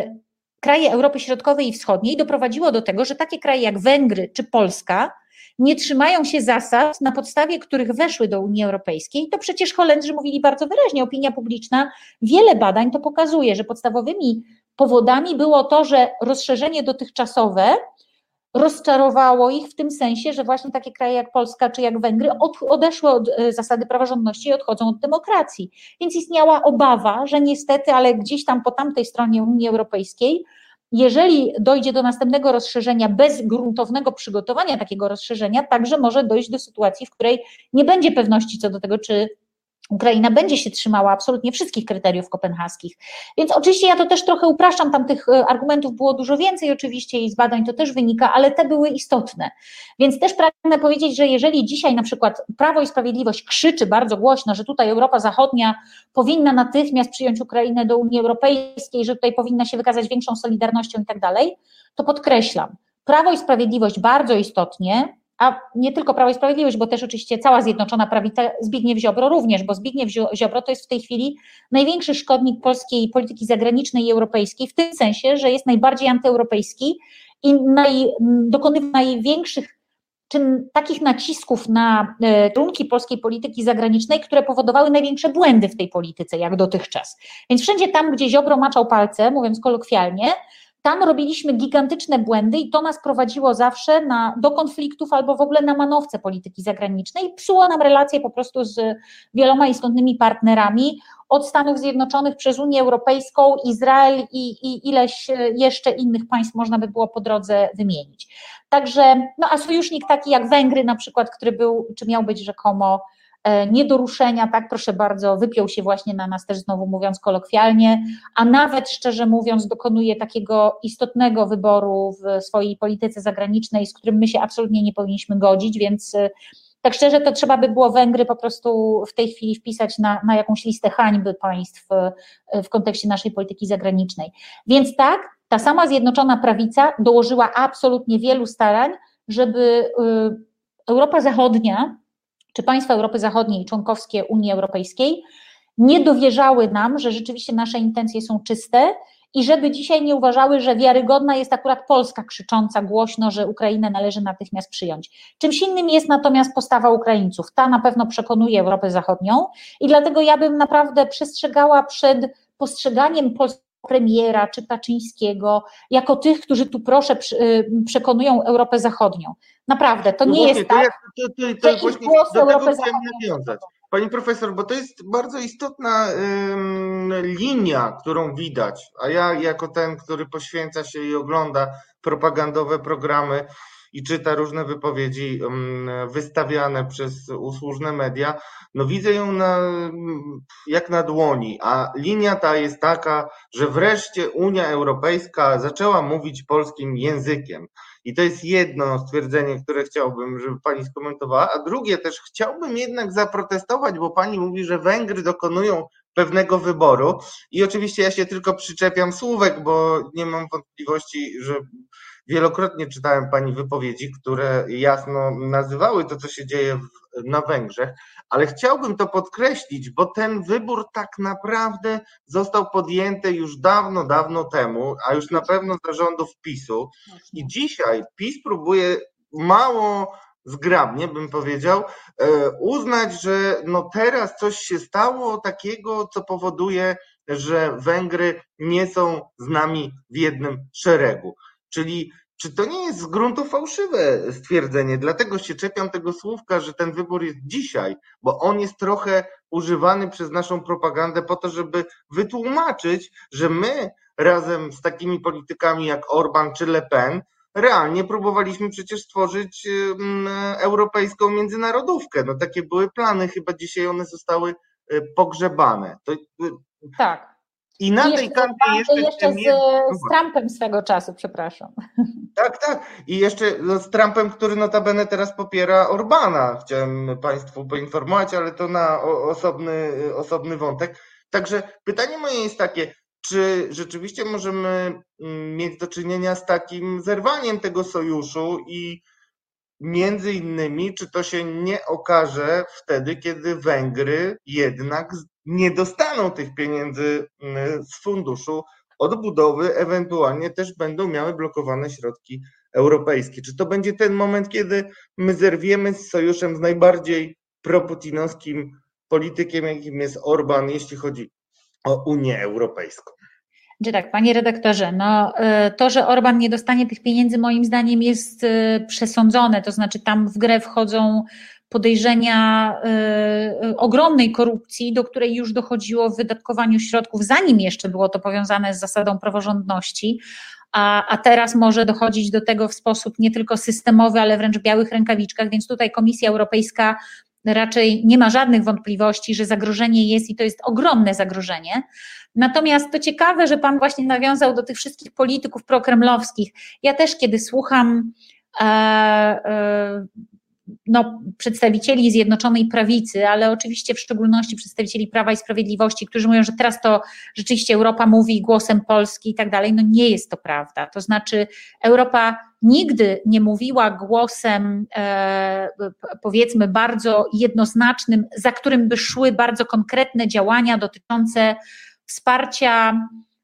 kraje Europy Środkowej i Wschodniej doprowadziło do tego, że takie kraje jak Węgry czy Polska nie trzymają się zasad, na podstawie których weszły do Unii Europejskiej. To przecież Holendrzy mówili bardzo wyraźnie, opinia publiczna, wiele badań to pokazuje, że podstawowymi powodami było to, że rozszerzenie dotychczasowe rozczarowało ich w tym sensie, że właśnie takie kraje jak Polska czy jak Węgry odeszły od zasady praworządności i odchodzą od demokracji. Więc istniała obawa, że niestety, ale gdzieś tam po tamtej stronie Unii Europejskiej, jeżeli dojdzie do następnego rozszerzenia bez gruntownego przygotowania takiego rozszerzenia, także może dojść do sytuacji, w której nie będzie pewności co do tego, czy Ukraina będzie się trzymała absolutnie wszystkich kryteriów kopenhaskich. Więc oczywiście ja to też trochę upraszczam, tam tych argumentów było dużo więcej oczywiście i z badań to też wynika, ale te były istotne. Więc też pragnę powiedzieć, że jeżeli dzisiaj na przykład Prawo i Sprawiedliwość krzyczy bardzo głośno, że tutaj Europa Zachodnia powinna natychmiast przyjąć Ukrainę do Unii Europejskiej, że tutaj powinna się wykazać większą solidarnością i tak dalej, to podkreślam, Prawo i Sprawiedliwość bardzo istotnie, a nie tylko Prawo i Sprawiedliwość, bo też oczywiście cała Zjednoczona Prawica, Zbigniew Ziobro również, bo Zbigniew Ziobro to jest w tej chwili największy szkodnik polskiej polityki zagranicznej i europejskiej, w tym sensie, że jest najbardziej antyeuropejski i dokonywa największych takich nacisków na kierunki polskiej polityki zagranicznej, które powodowały największe błędy w tej polityce, jak dotychczas. Więc wszędzie tam, gdzie Ziobro maczał palce, mówiąc kolokwialnie, tam robiliśmy gigantyczne błędy i to nas prowadziło zawsze do konfliktów albo w ogóle na manowce polityki zagranicznej. Psuło nam relacje po prostu z wieloma istotnymi partnerami, od Stanów Zjednoczonych przez Unię Europejską, Izrael i ileś jeszcze innych państw można by było po drodze wymienić. Także, no a sojusznik taki jak Węgry na przykład, który był, czy miał być rzekomo nie do ruszenia, tak, proszę bardzo, wypiął się właśnie na nas też, znowu mówiąc kolokwialnie, a nawet szczerze mówiąc dokonuje takiego istotnego wyboru w swojej polityce zagranicznej, z którym my się absolutnie nie powinniśmy godzić, więc tak szczerze to trzeba by było Węgry po prostu w tej chwili wpisać na jakąś listę hańby państw w kontekście naszej polityki zagranicznej. Więc tak, ta sama Zjednoczona Prawica dołożyła absolutnie wielu starań, żeby Europa Zachodnia, czy państwa Europy Zachodniej członkowskie Unii Europejskiej nie dowierzały nam, że rzeczywiście nasze intencje są czyste i żeby dzisiaj nie uważały, że wiarygodna jest akurat Polska krzycząca głośno, że Ukrainę należy natychmiast przyjąć. Czymś innym jest natomiast postawa Ukraińców. Ta na pewno przekonuje Europę Zachodnią i dlatego ja bym naprawdę przestrzegała przed postrzeganiem polskiego premiera czy Kaczyńskiego jako tych, którzy tu proszę przekonują Europę Zachodnią. Naprawdę, to nie jest tak, że właśnie głos Europy Zachodniej. Pani profesor, bo to jest bardzo istotna linia, którą widać, a ja jako ten, który poświęca się i ogląda propagandowe programy i czyta różne wypowiedzi wystawiane przez usłużne media, no widzę ją jak na dłoni, a linia ta jest taka, że wreszcie Unia Europejska zaczęła mówić polskim językiem. I to jest jedno stwierdzenie, które chciałbym, żeby pani skomentowała, a drugie też chciałbym jednak zaprotestować, bo pani mówi, że Węgry dokonują pewnego wyboru i oczywiście ja się tylko przyczepiam słówek, bo nie mam wątpliwości, że wielokrotnie czytałem pani wypowiedzi, które jasno nazywały to, co się dzieje na Węgrzech, ale chciałbym to podkreślić, bo ten wybór tak naprawdę został podjęty już dawno, dawno temu, a już na pewno za rządów PiS-u i dzisiaj PiS próbuje mało zgrabnie, bym powiedział, uznać, że no teraz coś się stało takiego, co powoduje, że Węgry nie są z nami w jednym szeregu. Czyli czy to nie jest z gruntu fałszywe stwierdzenie? Dlatego się czepiam tego słówka, że ten wybór jest dzisiaj, bo on jest trochę używany przez naszą propagandę po to, żeby wytłumaczyć, że my razem z takimi politykami jak Orban czy Le Pen realnie próbowaliśmy przecież stworzyć europejską międzynarodówkę. No takie były plany, chyba dzisiaj one zostały pogrzebane. Tak. I na tej kanwie jeszcze z Trumpem swego czasu, przepraszam. Tak. I jeszcze z Trumpem, który notabene teraz popiera Orbana. Chciałem państwu poinformować, ale to na osobny wątek. Także pytanie moje jest takie, czy rzeczywiście możemy mieć do czynienia z takim zerwaniem tego sojuszu i między innymi, czy to się nie okaże wtedy, kiedy Węgry jednak nie dostaną tych pieniędzy z funduszu odbudowy, ewentualnie też będą miały blokowane środki europejskie. Czy to będzie ten moment, kiedy my zerwiemy z sojuszem z najbardziej proputinowskim politykiem, jakim jest Orban, jeśli chodzi o Unię Europejską? Czy tak, panie redaktorze, no to, że Orban nie dostanie tych pieniędzy, moim zdaniem jest przesądzone, to znaczy tam w grę wchodzą podejrzenia ogromnej korupcji, do której już dochodziło w wydatkowaniu środków, zanim jeszcze było to powiązane z zasadą praworządności, a teraz może dochodzić do tego w sposób nie tylko systemowy, ale wręcz w białych rękawiczkach, więc tutaj Komisja Europejska raczej nie ma żadnych wątpliwości, że zagrożenie jest i to jest ogromne zagrożenie. Natomiast to ciekawe, że pan właśnie nawiązał do tych wszystkich polityków prokremlowskich. Ja też, kiedy słucham przedstawicieli Zjednoczonej Prawicy, ale oczywiście w szczególności przedstawicieli Prawa i Sprawiedliwości, którzy mówią, że teraz to rzeczywiście Europa mówi głosem Polski i tak dalej, no nie jest to prawda. To znaczy Europa nigdy nie mówiła głosem powiedzmy bardzo jednoznacznym, za którym by szły bardzo konkretne działania dotyczące wsparcia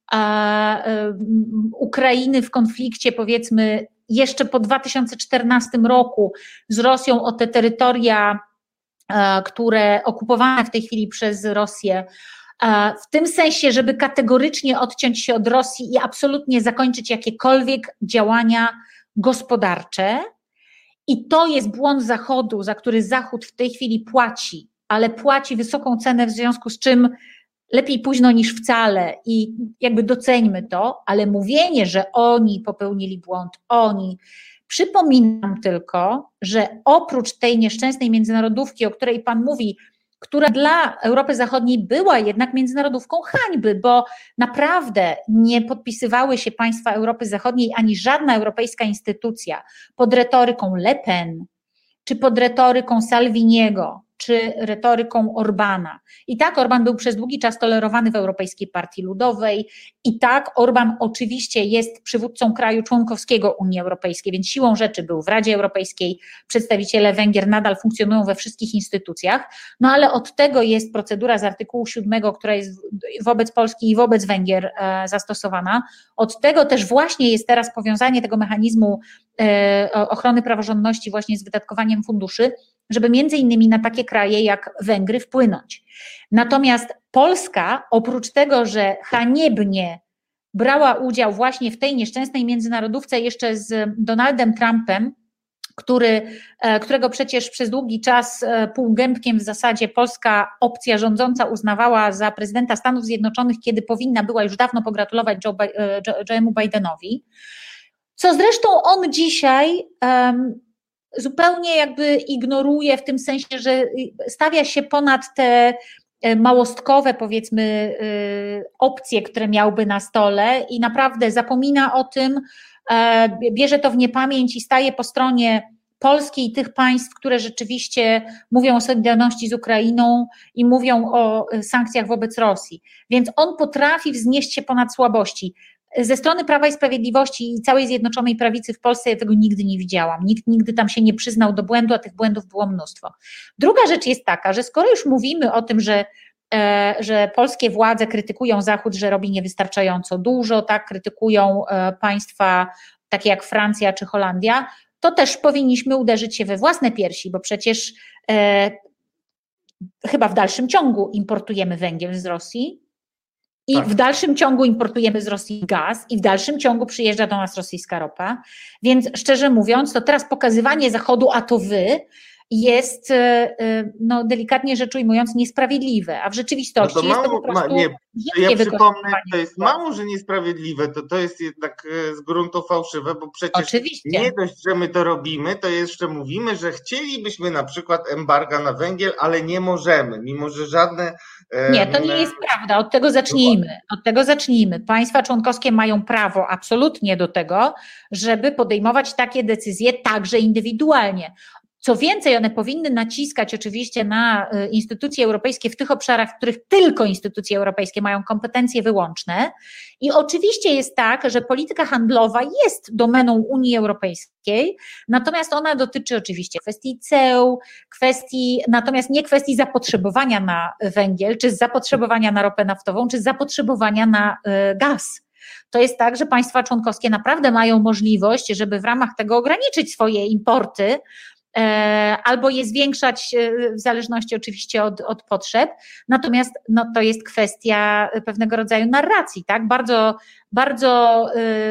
Ukrainy w konflikcie, powiedzmy jeszcze po 2014 roku z Rosją o te terytoria, które okupowane w tej chwili przez Rosję, w tym sensie, żeby kategorycznie odciąć się od Rosji i absolutnie zakończyć jakiekolwiek działania gospodarcze. I to jest błąd Zachodu, za który Zachód w tej chwili płaci, ale płaci wysoką cenę, w związku z czym lepiej późno niż wcale i jakby doceńmy to, ale mówienie, że oni popełnili błąd, oni Przypominam tylko, że oprócz tej nieszczęsnej międzynarodówki, o której Pan mówi, która dla Europy Zachodniej była jednak międzynarodówką hańby, bo naprawdę nie podpisywały się państwa Europy Zachodniej ani żadna europejska instytucja pod retoryką Le Pen, czy pod retoryką Salviniego, czy retoryką Orbana. I tak Orban był przez długi czas tolerowany w Europejskiej Partii Ludowej i tak Orban oczywiście jest przywódcą kraju członkowskiego Unii Europejskiej, więc siłą rzeczy był w Radzie Europejskiej, przedstawiciele Węgier nadal funkcjonują we wszystkich instytucjach, no ale od tego jest procedura z artykułu 7, która jest wobec Polski i wobec Węgier zastosowana. Od tego też właśnie jest teraz powiązanie tego mechanizmu ochrony praworządności właśnie z wydatkowaniem funduszy, żeby między innymi na takie kraje jak Węgry wpłynąć. Natomiast Polska, oprócz tego, że haniebnie brała udział właśnie w tej nieszczęsnej międzynarodówce jeszcze z Donaldem Trumpem, którego przecież przez długi czas półgębkiem w zasadzie polska opcja rządząca uznawała za prezydenta Stanów Zjednoczonych, kiedy powinna była już dawno pogratulować Joe'emu Bidenowi, co zresztą on dzisiaj zupełnie jakby ignoruje w tym sensie, że stawia się ponad te małostkowe, powiedzmy, opcje, które miałby na stole i naprawdę zapomina o tym, bierze to w niepamięć i staje po stronie Polski i tych państw, które rzeczywiście mówią o solidarności z Ukrainą i mówią o sankcjach wobec Rosji. Więc on potrafi wznieść się ponad słabości. Ze strony Prawa i Sprawiedliwości i całej Zjednoczonej Prawicy w Polsce ja tego nigdy nie widziałam. Nikt nigdy tam się nie przyznał do błędu, a tych błędów było mnóstwo. Druga rzecz jest taka, że skoro już mówimy o tym, że polskie władze krytykują Zachód, że robi niewystarczająco dużo, tak, krytykują państwa takie jak Francja czy Holandia, to też powinniśmy uderzyć się we własne piersi, bo przecież chyba w dalszym ciągu importujemy węgiel z Rosji, i tak. W dalszym ciągu importujemy z Rosji gaz i w dalszym ciągu przyjeżdża do nas rosyjska ropa, więc szczerze mówiąc, to teraz pokazywanie Zachodu, a to wy, jest, no delikatnie rzecz ujmując, niesprawiedliwe, a w rzeczywistości no to jest to po prostu ja przypomnę, to jest mało, że niesprawiedliwe, to jest jednak z gruntu fałszywe, bo przecież oczywiście. Nie dość, że my to robimy, to jeszcze mówimy, że chcielibyśmy na przykład embarga na węgiel, ale nie możemy, mimo że żadne... Nie, to nie jest prawda, od tego zacznijmy. Państwa członkowskie mają prawo absolutnie do tego, żeby podejmować takie decyzje także indywidualnie. Co więcej, one powinny naciskać oczywiście na instytucje europejskie w tych obszarach, w których tylko instytucje europejskie mają kompetencje wyłączne. I oczywiście jest tak, że polityka handlowa jest domeną Unii Europejskiej, natomiast ona dotyczy oczywiście kwestii ceł, natomiast nie kwestii zapotrzebowania na węgiel, czy zapotrzebowania na ropę naftową, czy zapotrzebowania na gaz. To jest tak, że państwa członkowskie naprawdę mają możliwość, żeby w ramach tego ograniczyć swoje importy, albo je zwiększać w zależności oczywiście od potrzeb, natomiast no, to jest kwestia pewnego rodzaju narracji, tak? Bardzo, bardzo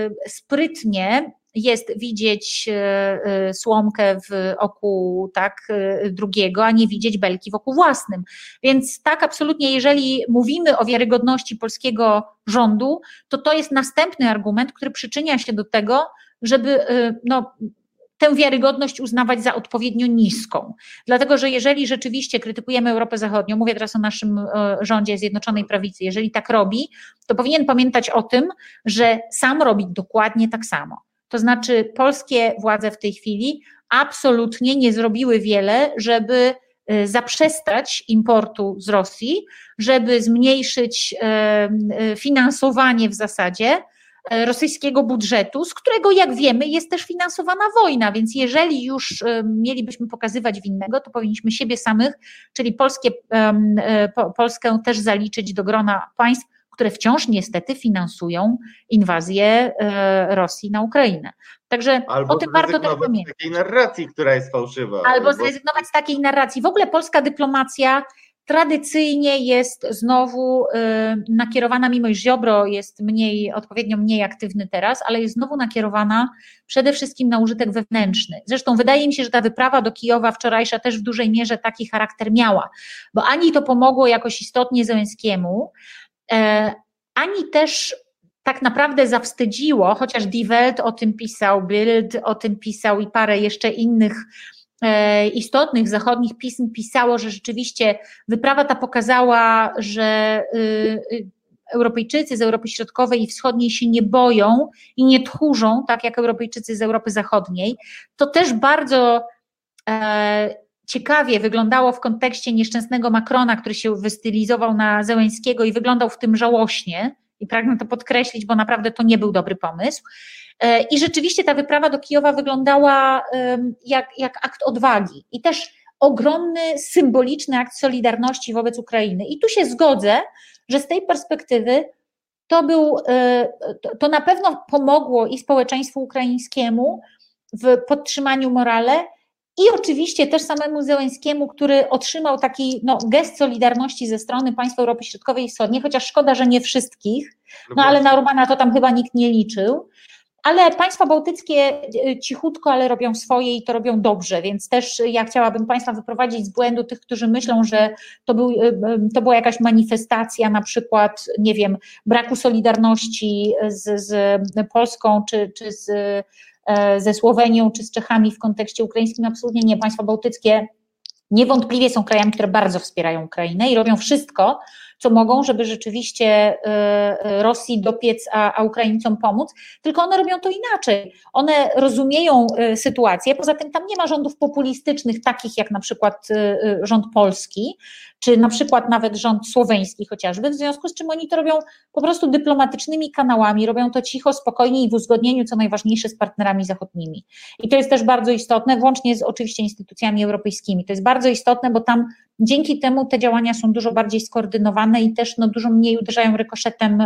sprytnie jest widzieć słomkę w oku tak, drugiego, a nie widzieć belki w oku własnym. Więc tak absolutnie, jeżeli mówimy o wiarygodności polskiego rządu, to jest następny argument, który przyczynia się do tego, żeby no, tę wiarygodność uznawać za odpowiednio niską. Dlatego, że jeżeli rzeczywiście krytykujemy Europę Zachodnią, mówię teraz o naszym rządzie Zjednoczonej Prawicy, jeżeli tak robi, to powinien pamiętać o tym, że sam robi dokładnie tak samo. To znaczy polskie władze w tej chwili absolutnie nie zrobiły wiele, żeby zaprzestać importu z Rosji, żeby zmniejszyć finansowanie w zasadzie rosyjskiego budżetu, z którego, jak wiemy, jest też finansowana wojna, więc jeżeli już mielibyśmy pokazywać winnego, to powinniśmy siebie samych, czyli Polskę też zaliczyć do grona państw, które wciąż niestety finansują inwazję Rosji na Ukrainę. Także albo o tym warto też pamiętać. Z takiej narracji, która jest fałszywa. Albo zrezygnować z takiej narracji. W ogóle polska dyplomacja tradycyjnie jest znowu nakierowana, mimo iż Ziobro jest odpowiednio mniej aktywny teraz, ale jest znowu nakierowana przede wszystkim na użytek wewnętrzny. Zresztą wydaje mi się, że ta wyprawa do Kijowa wczorajsza też w dużej mierze taki charakter miała, bo ani to pomogło jakoś istotnie Zełenskiemu, ani też tak naprawdę zawstydziło, chociaż Die Welt o tym pisał, Bild o tym pisał i parę jeszcze innych istotnych zachodnich pism pisało, że rzeczywiście wyprawa ta pokazała, że Europejczycy z Europy Środkowej i Wschodniej się nie boją i nie tchórzą, tak jak Europejczycy z Europy Zachodniej. To też bardzo ciekawie wyglądało w kontekście nieszczęsnego Macrona, który się wystylizował na Zełenskiego i wyglądał w tym żałośnie i pragnę to podkreślić, bo naprawdę to nie był dobry pomysł. I rzeczywiście ta wyprawa do Kijowa wyglądała jak akt odwagi i też ogromny, symboliczny akt solidarności wobec Ukrainy. I tu się zgodzę, że z tej perspektywy to na pewno pomogło i społeczeństwu ukraińskiemu w podtrzymaniu morale i oczywiście też samemu Zełenskiemu, który otrzymał taki gest solidarności ze strony państw Europy Środkowej i Wschodniej, chociaż szkoda, że nie wszystkich, ale na Orbana to tam chyba nikt nie liczył. Ale państwa bałtyckie cichutko, ale robią swoje i to robią dobrze, więc też ja chciałabym państwa wyprowadzić z błędu tych, którzy myślą, że to była jakaś manifestacja na przykład, nie wiem, braku solidarności z Polską czy ze Słowenią czy z Czechami w kontekście ukraińskim. Absolutnie nie. Państwa bałtyckie niewątpliwie są krajami, które bardzo wspierają Ukrainę i robią wszystko, co mogą, żeby rzeczywiście Rosji dopiec, a Ukraińcom pomóc, tylko one robią to inaczej. One rozumieją sytuację, poza tym tam nie ma rządów populistycznych, takich jak na przykład rząd polski, czy na przykład nawet rząd słoweński chociażby, w związku z czym oni to robią po prostu dyplomatycznymi kanałami, robią to cicho, spokojnie i w uzgodnieniu, co najważniejsze, z partnerami zachodnimi. I to jest też bardzo istotne, włącznie z oczywiście instytucjami europejskimi. To jest bardzo istotne, bo tam dzięki temu te działania są dużo bardziej skoordynowane i też dużo mniej uderzają rykoszetem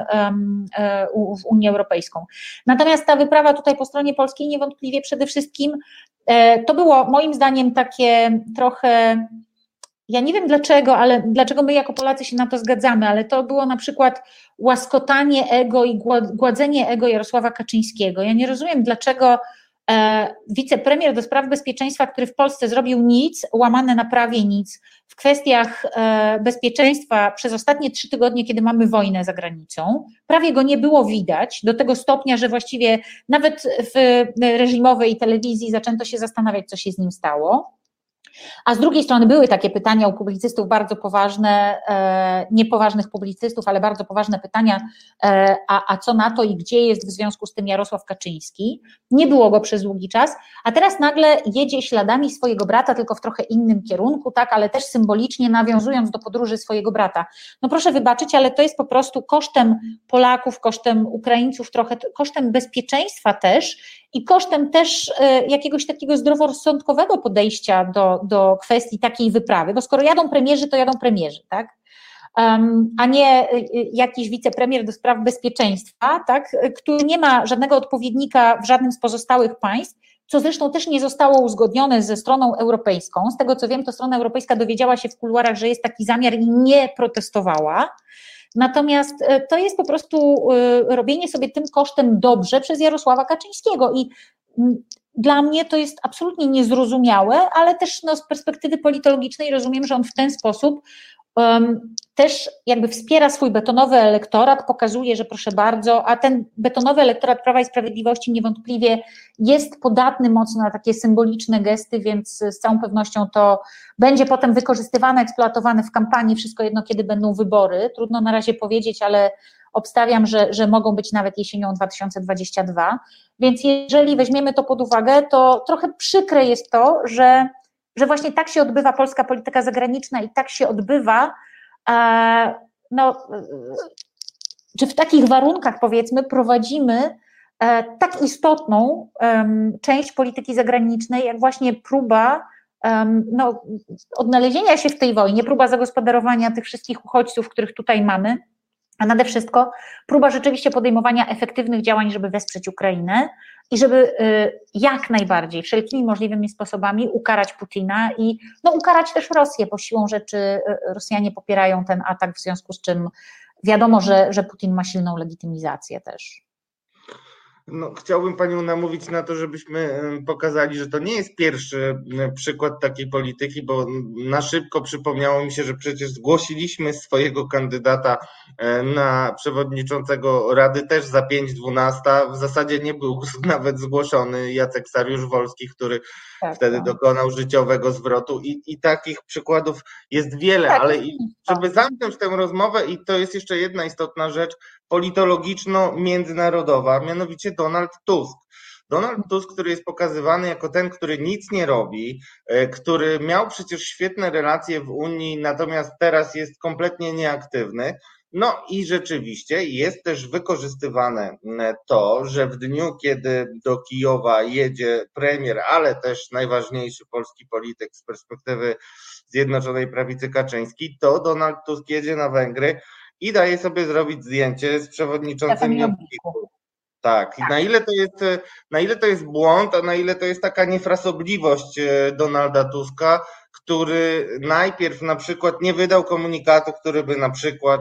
w Unię Europejską. Natomiast ta wyprawa tutaj po stronie polskiej niewątpliwie przede wszystkim to było moim zdaniem takie trochę, ja nie wiem dlaczego my jako Polacy się na to zgadzamy, ale to było na przykład łaskotanie ego i gładzenie ego Jarosława Kaczyńskiego. Ja nie rozumiem, dlaczego wicepremier do spraw bezpieczeństwa, który w Polsce zrobił nic, łamane na prawie nic, w kwestiach bezpieczeństwa przez ostatnie 3 tygodnie, kiedy mamy wojnę za granicą, prawie go nie było widać, do tego stopnia, że właściwie nawet w reżimowej telewizji zaczęto się zastanawiać, co się z nim stało. A z drugiej strony były takie pytania u publicystów bardzo poważne, niepoważnych publicystów, ale bardzo poważne pytania, a co na to i gdzie jest w związku z tym Jarosław Kaczyński? Nie było go przez długi czas, a teraz nagle jedzie śladami swojego brata, tylko w trochę innym kierunku, tak, ale też symbolicznie nawiązując do podróży swojego brata. No proszę wybaczyć, ale to jest po prostu kosztem Polaków, kosztem Ukraińców, trochę kosztem bezpieczeństwa też i kosztem też jakiegoś takiego zdroworozsądkowego podejścia do kwestii takiej wyprawy, bo skoro jadą premierzy, to jadą premierzy, tak? A nie jakiś wicepremier do spraw bezpieczeństwa, tak? Który nie ma żadnego odpowiednika w żadnym z pozostałych państw, co zresztą też nie zostało uzgodnione ze stroną europejską. Z tego co wiem, to strona europejska dowiedziała się w kuluarach, że jest taki zamiar i nie protestowała. Natomiast to jest po prostu robienie sobie tym kosztem dobrze przez Jarosława Kaczyńskiego i dla mnie to jest absolutnie niezrozumiałe, ale też z perspektywy politologicznej rozumiem, że on w ten sposób też jakby wspiera swój betonowy elektorat, pokazuje, że proszę bardzo, a ten betonowy elektorat Prawa i Sprawiedliwości niewątpliwie jest podatny mocno na takie symboliczne gesty, więc z całą pewnością to będzie potem wykorzystywane, eksploatowane w kampanii, wszystko jedno kiedy będą wybory, trudno na razie powiedzieć, ale obstawiam, że mogą być nawet jesienią 2022, więc jeżeli weźmiemy to pod uwagę, to trochę przykre jest to, że właśnie tak się odbywa polska polityka zagraniczna i tak się odbywa, czy w takich warunkach powiedzmy prowadzimy tak istotną część polityki zagranicznej, jak właśnie próba odnalezienia się w tej wojnie, próba zagospodarowania tych wszystkich uchodźców, których tutaj mamy, a nade wszystko próba rzeczywiście podejmowania efektywnych działań, żeby wesprzeć Ukrainę i żeby jak najbardziej, wszelkimi możliwymi sposobami ukarać Putina i ukarać też Rosję, bo siłą rzeczy Rosjanie popierają ten atak, w związku z czym wiadomo, że Putin ma silną legitymizację też. No, chciałbym Panią namówić na to, żebyśmy pokazali, że to nie jest pierwszy przykład takiej polityki, bo na szybko przypomniało mi się, że przecież zgłosiliśmy swojego kandydata na przewodniczącego Rady też za 5/12. W zasadzie nie był nawet zgłoszony Jacek Sariusz-Wolski, który wtedy dokonał życiowego zwrotu i takich przykładów jest wiele, ale żeby zamknąć tę rozmowę, i to jest jeszcze jedna istotna rzecz politologiczno-międzynarodowa, mianowicie Donald Tusk. Donald Tusk, który jest pokazywany jako ten, który nic nie robi, który miał przecież świetne relacje w Unii, natomiast teraz jest kompletnie nieaktywny. No i rzeczywiście jest też wykorzystywane to, że w dniu, kiedy do Kijowa jedzie premier, ale też najważniejszy polski polityk z perspektywy Zjednoczonej Prawicy Kaczyński, to Donald Tusk jedzie na Węgry i daje sobie zrobić zdjęcie z przewodniczącym Jobbiku. Tak, i na ile to jest błąd, a na ile to jest taka niefrasobliwość Donalda Tuska, który najpierw na przykład nie wydał komunikatu, który by na przykład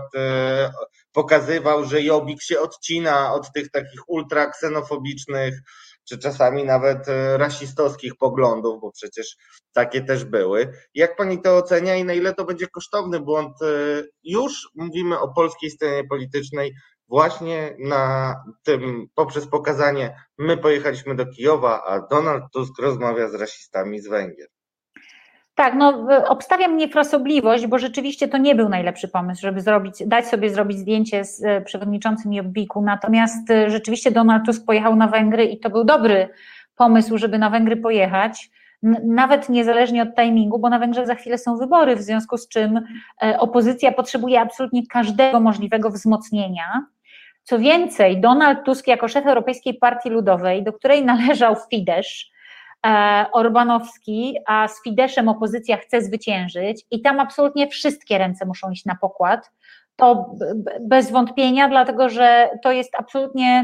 pokazywał, że Jobbik się odcina od tych takich ultraksenofobicznych, czy czasami nawet rasistowskich poglądów, bo przecież takie też były. Jak Pani to ocenia i na ile to będzie kosztowny błąd? Już mówimy o polskiej scenie politycznej właśnie na tym, poprzez pokazanie, my pojechaliśmy do Kijowa, a Donald Tusk rozmawia z rasistami z Węgier. Tak, no obstawiam niefrasobliwość, bo rzeczywiście to nie był najlepszy pomysł, żeby dać sobie zrobić zdjęcie z przewodniczącym Jobbiku, natomiast rzeczywiście Donald Tusk pojechał na Węgry i to był dobry pomysł, żeby na Węgry pojechać, nawet niezależnie od timingu, bo na Węgrzech za chwilę są wybory, w związku z czym opozycja potrzebuje absolutnie każdego możliwego wzmocnienia. Co więcej, Donald Tusk jako szef Europejskiej Partii Ludowej, do której należał Fidesz, Orbanowski, a z Fideszem opozycja chce zwyciężyć i tam absolutnie wszystkie ręce muszą iść na pokład, to bez wątpienia, dlatego że to jest absolutnie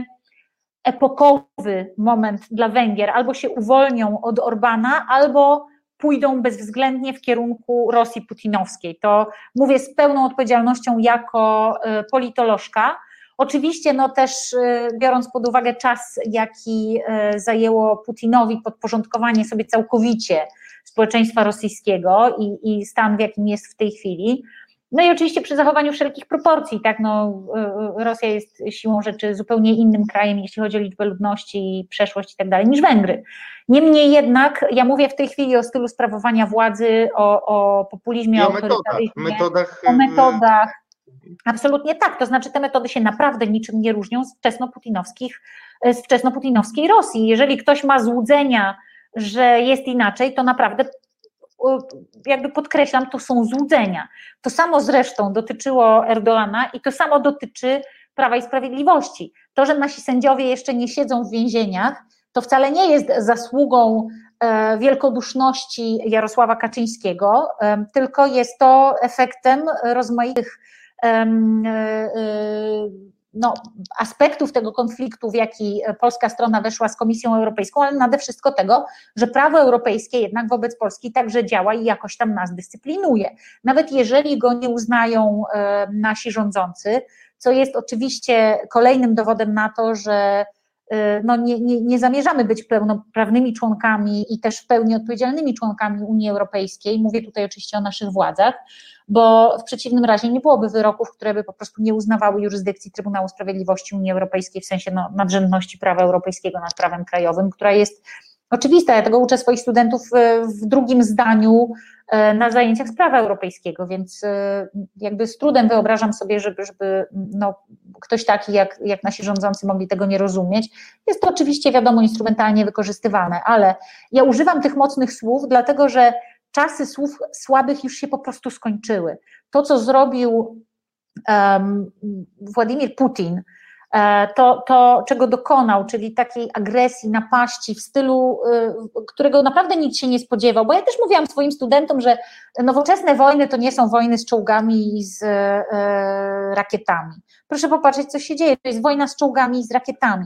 epokowy moment dla Węgier, albo się uwolnią od Orbana, albo pójdą bezwzględnie w kierunku Rosji putinowskiej. To mówię z pełną odpowiedzialnością jako politolożka. Oczywiście no też biorąc pod uwagę czas, jaki zajęło Putinowi podporządkowanie sobie całkowicie społeczeństwa rosyjskiego i stan, w jakim jest w tej chwili, no i oczywiście przy zachowaniu wszelkich proporcji, tak, no Rosja jest siłą rzeczy zupełnie innym krajem, jeśli chodzi o liczbę ludności, przeszłość i tak dalej, niż Węgry. Niemniej jednak, ja mówię w tej chwili o stylu sprawowania władzy, o populizmie, autorytaryzmie, o metodach. Absolutnie tak, to znaczy te metody się naprawdę niczym nie różnią z wczesnoputinowskiej Rosji. Jeżeli ktoś ma złudzenia, że jest inaczej, to naprawdę jakby podkreślam, to są złudzenia. To samo zresztą dotyczyło Erdoana i to samo dotyczy Prawa i Sprawiedliwości. To, że nasi sędziowie jeszcze nie siedzą w więzieniach, to wcale nie jest zasługą wielkoduszności Jarosława Kaczyńskiego, tylko jest to efektem rozmaitych aspektów tego konfliktu, w jaki polska strona weszła z Komisją Europejską, ale nade wszystko tego, że prawo europejskie jednak wobec Polski także działa i jakoś tam nas dyscyplinuje. Nawet jeżeli go nie uznają nasi rządzący, co jest oczywiście kolejnym dowodem na to, że nie zamierzamy być pełnoprawnymi członkami i też w pełni odpowiedzialnymi członkami Unii Europejskiej, mówię tutaj oczywiście o naszych władzach, bo w przeciwnym razie nie byłoby wyroków, które by po prostu nie uznawały jurysdykcji Trybunału Sprawiedliwości Unii Europejskiej w sensie nadrzędności prawa europejskiego nad prawem krajowym, która jest oczywista. Ja tego uczę swoich studentów w drugim zdaniu na zajęciach z prawa europejskiego, więc jakby z trudem wyobrażam sobie, żeby ktoś taki jak nasi rządzący mogli tego nie rozumieć. Jest to oczywiście wiadomo instrumentalnie wykorzystywane, ale ja używam tych mocnych słów, dlatego że czasy słów słabych już się po prostu skończyły. To, co zrobił Władimir Putin, to, czego dokonał, czyli takiej agresji, napaści w stylu, którego naprawdę nikt się nie spodziewał, bo ja też mówiłam swoim studentom, że nowoczesne wojny to nie są wojny z czołgami i z rakietami. Proszę popatrzeć, co się dzieje, to jest wojna z czołgami i z rakietami.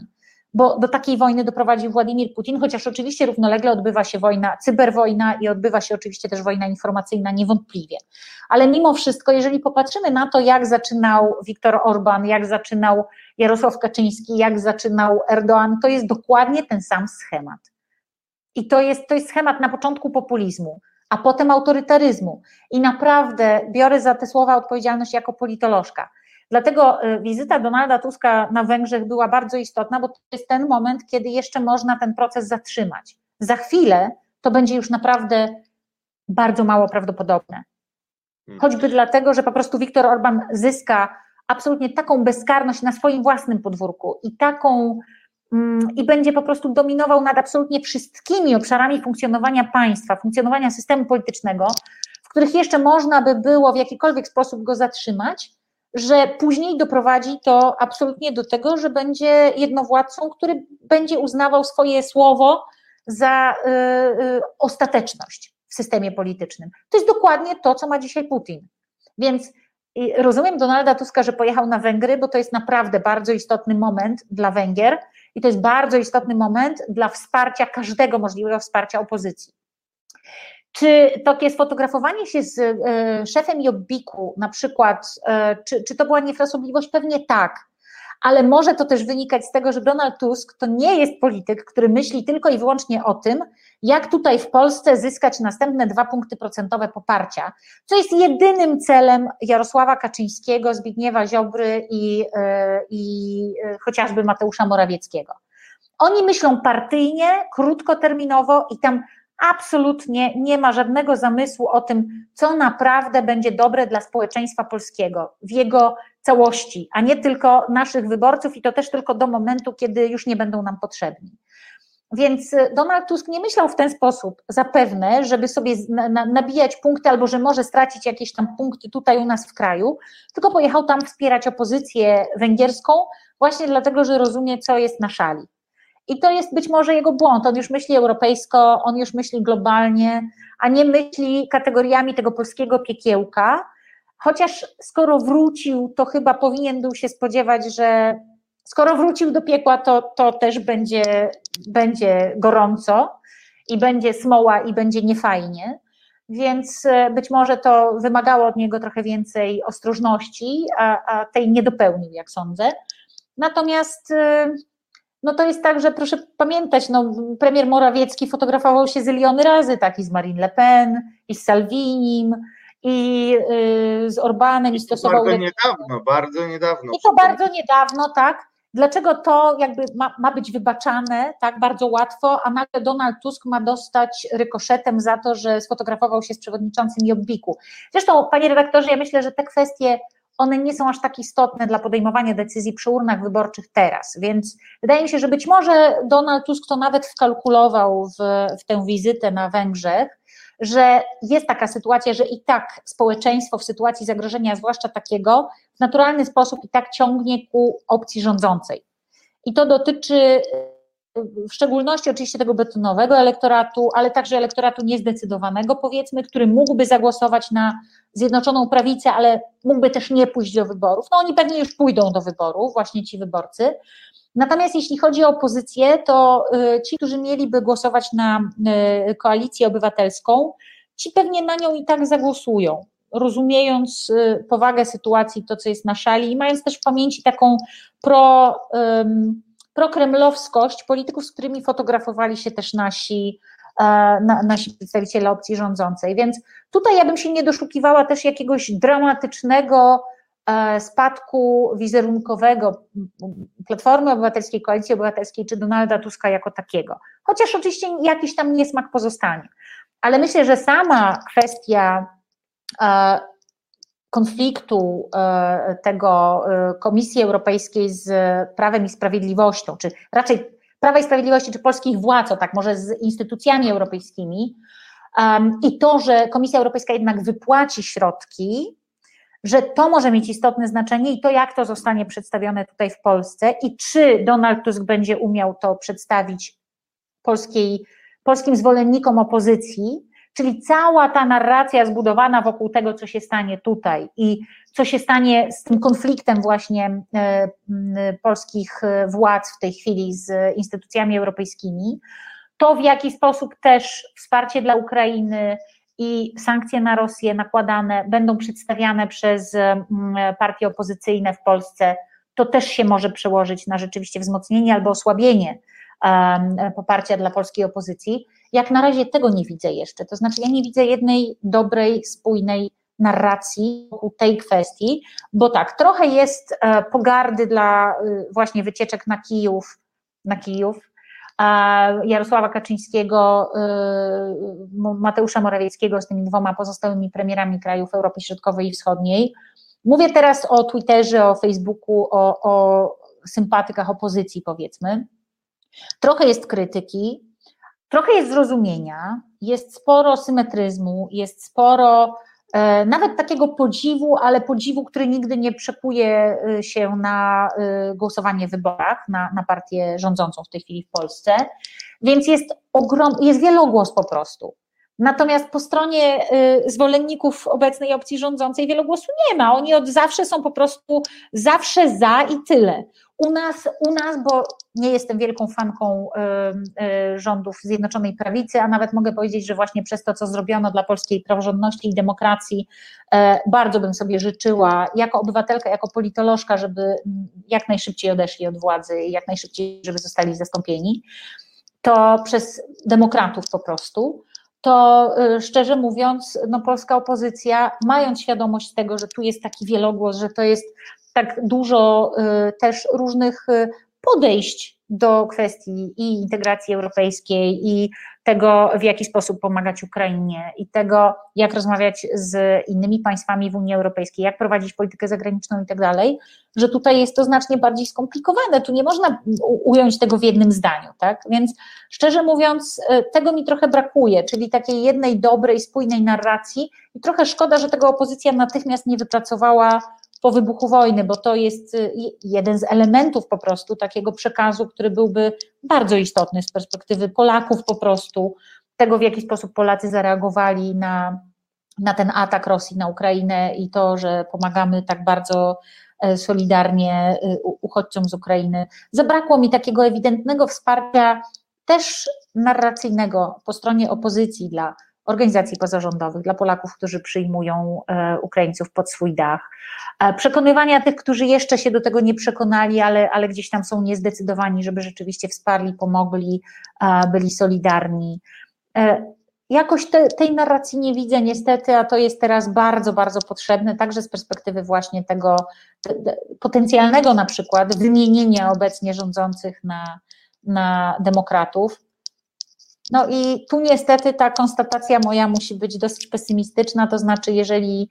bo do takiej wojny doprowadził Władimir Putin, chociaż oczywiście równolegle odbywa się wojna, cyberwojna i odbywa się oczywiście też wojna informacyjna niewątpliwie. Ale mimo wszystko, jeżeli popatrzymy na to, jak zaczynał Viktor Orban, jak zaczynał Jarosław Kaczyński, jak zaczynał Erdoğan, to jest dokładnie ten sam schemat. I to jest schemat na początku populizmu, a potem autorytaryzmu. I naprawdę biorę za te słowa odpowiedzialność jako politolożka. Dlatego wizyta Donalda Tuska na Węgrzech była bardzo istotna, bo to jest ten moment, kiedy jeszcze można ten proces zatrzymać. Za chwilę to będzie już naprawdę bardzo mało prawdopodobne. Choćby dlatego, że po prostu Viktor Orban zyska absolutnie taką bezkarność na swoim własnym podwórku i będzie po prostu dominował nad absolutnie wszystkimi obszarami funkcjonowania państwa, funkcjonowania systemu politycznego, w których jeszcze można by było w jakikolwiek sposób go zatrzymać, że później doprowadzi to absolutnie do tego, że będzie jednowładcą, który będzie uznawał swoje słowo za ostateczność w systemie politycznym. To jest dokładnie to, co ma dzisiaj Putin. Więc rozumiem Donalda Tuska, że pojechał na Węgry, bo to jest naprawdę bardzo istotny moment dla Węgier i to jest bardzo istotny moment dla wsparcia, każdego możliwego wsparcia opozycji. Czy takie sfotografowanie się z szefem Jobbiku na przykład, czy to była niefrasobliwość? Pewnie tak, ale może to też wynikać z tego, że Donald Tusk to nie jest polityk, który myśli tylko i wyłącznie o tym, jak tutaj w Polsce zyskać następne 2 punkty procentowe poparcia, co jest jedynym celem Jarosława Kaczyńskiego, Zbigniewa Ziobry i chociażby Mateusza Morawieckiego. Oni myślą partyjnie, krótkoterminowo i tam absolutnie nie ma żadnego zamysłu o tym, co naprawdę będzie dobre dla społeczeństwa polskiego w jego całości, a nie tylko naszych wyborców i to też tylko do momentu, kiedy już nie będą nam potrzebni. Więc Donald Tusk nie myślał w ten sposób zapewne, żeby sobie nabijać punkty albo że może stracić jakieś tam punkty tutaj u nas w kraju, tylko pojechał tam wspierać opozycję węgierską właśnie dlatego, że rozumie, co jest na szali. I to jest być może jego błąd, on już myśli europejsko, on już myśli globalnie, a nie myśli kategoriami tego polskiego piekiełka, chociaż skoro wrócił, to chyba powinien był się spodziewać, że skoro wrócił do piekła, to też będzie gorąco i będzie smoła i będzie niefajnie, więc być może to wymagało od niego trochę więcej ostrożności, a tej nie dopełnił, jak sądzę. Natomiast no to jest tak, że proszę pamiętać, no, premier Morawiecki fotografował się zyliony razy, tak, i z Marine Le Pen, i z Salvinim, i z Orbanem, i stosował... Bardzo niedawno. I to bardzo niedawno, tak. Dlaczego to jakby ma być wybaczane tak bardzo łatwo, a nagle Donald Tusk ma dostać rykoszetem za to, że sfotografował się z przewodniczącym Jobbiku. Zresztą, panie redaktorze, ja myślę, że te kwestie one nie są aż tak istotne dla podejmowania decyzji przy urnach wyborczych teraz, więc wydaje mi się, że być może Donald Tusk to nawet wkalkulował w tę wizytę na Węgrzech, że jest taka sytuacja, że i tak społeczeństwo w sytuacji zagrożenia, zwłaszcza takiego, w naturalny sposób i tak ciągnie ku opcji rządzącej. I to dotyczy w szczególności oczywiście tego betonowego elektoratu, ale także elektoratu niezdecydowanego, powiedzmy, który mógłby zagłosować na Zjednoczoną Prawicę, ale mógłby też nie pójść do wyborów. No oni pewnie już pójdą do wyborów, właśnie ci wyborcy. Natomiast jeśli chodzi o opozycję, to ci, którzy mieliby głosować na Koalicję Obywatelską, ci pewnie na nią i tak zagłosują, rozumiejąc powagę sytuacji, to co jest na szali i mając też w pamięci taką prokremlowskość polityków, z którymi fotografowali się też nasi przedstawiciele opcji rządzącej. Więc tutaj ja bym się nie doszukiwała też jakiegoś dramatycznego spadku wizerunkowego Platformy Obywatelskiej, Koalicji Obywatelskiej czy Donalda Tuska jako takiego. Chociaż oczywiście jakiś tam niesmak pozostanie. Ale myślę, że sama kwestia konfliktu tego Komisji Europejskiej z Prawem i Sprawiedliwością, czy raczej Prawa i Sprawiedliwości, czy polskich władz, tak może z instytucjami europejskimi i to, że Komisja Europejska jednak wypłaci środki, że to może mieć istotne znaczenie i to, jak to zostanie przedstawione tutaj w Polsce i czy Donald Tusk będzie umiał to przedstawić polskim zwolennikom opozycji, Czyli cała ta narracja zbudowana wokół tego, co się stanie tutaj i co się stanie z tym konfliktem właśnie polskich władz w tej chwili z instytucjami europejskimi, to w jaki sposób też wsparcie dla Ukrainy i sankcje na Rosję nakładane będą przedstawiane przez partie opozycyjne w Polsce, to też się może przełożyć na rzeczywiście wzmocnienie albo osłabienie poparcia dla polskiej opozycji. Jak na razie tego nie widzę jeszcze, to znaczy ja nie widzę jednej dobrej, spójnej narracji wokół tej kwestii, bo tak, trochę jest pogardy dla właśnie wycieczek na Kijów, Jarosława Kaczyńskiego, Mateusza Morawieckiego z tymi 2 pozostałymi premierami krajów Europy Środkowej i Wschodniej. Mówię teraz o Twitterze, o Facebooku, o sympatykach opozycji, powiedzmy. Trochę jest krytyki, trochę jest zrozumienia, jest sporo symetryzmu, jest sporo nawet takiego podziwu, ale podziwu, który nigdy nie przekuje się na głosowanie w wyborach, na partię rządzącą w tej chwili w Polsce, więc jest wielogłos po prostu. Natomiast po stronie zwolenników obecnej opcji rządzącej wielogłosu nie ma, oni od zawsze są po prostu zawsze za i tyle. U nas, bo nie jestem wielką fanką rządów Zjednoczonej Prawicy, a nawet mogę powiedzieć, że właśnie przez to, co zrobiono dla polskiej praworządności i demokracji, bardzo bym sobie życzyła, jako obywatelka, jako politolożka, żeby jak najszybciej odeszli od władzy i jak najszybciej, żeby zostali zastąpieni, to przez demokratów po prostu, to szczerze mówiąc, no polska opozycja, mając świadomość tego, że tu jest taki wielogłos, że to jest tak dużo też różnych podejść do kwestii i integracji europejskiej i tego, w jaki sposób pomagać Ukrainie i tego, jak rozmawiać z innymi państwami w Unii Europejskiej, jak prowadzić politykę zagraniczną i tak dalej, że tutaj jest to znacznie bardziej skomplikowane, tu nie można ująć tego w jednym zdaniu, tak? Więc szczerze mówiąc, tego mi trochę brakuje, czyli takiej jednej dobrej, spójnej narracji i trochę szkoda, że tego opozycja natychmiast nie wypracowała po wybuchu wojny, bo to jest jeden z elementów po prostu takiego przekazu, który byłby bardzo istotny z perspektywy Polaków po prostu, tego w jaki sposób Polacy zareagowali na ten atak Rosji na Ukrainę i to, że pomagamy tak bardzo solidarnie uchodźcom z Ukrainy. Zabrakło mi takiego ewidentnego wsparcia też narracyjnego po stronie opozycji dla organizacji pozarządowych, dla Polaków, którzy przyjmują Ukraińców pod swój dach, przekonywania tych, którzy jeszcze się do tego nie przekonali, ale gdzieś tam są niezdecydowani, żeby rzeczywiście wsparli, pomogli, byli solidarni. Jakoś tej narracji nie widzę niestety, a to jest teraz bardzo, bardzo potrzebne, także z perspektywy właśnie tego potencjalnego na przykład wymienienia obecnie rządzących na demokratów. No i tu niestety ta konstatacja moja musi być dosyć pesymistyczna, to znaczy jeżeli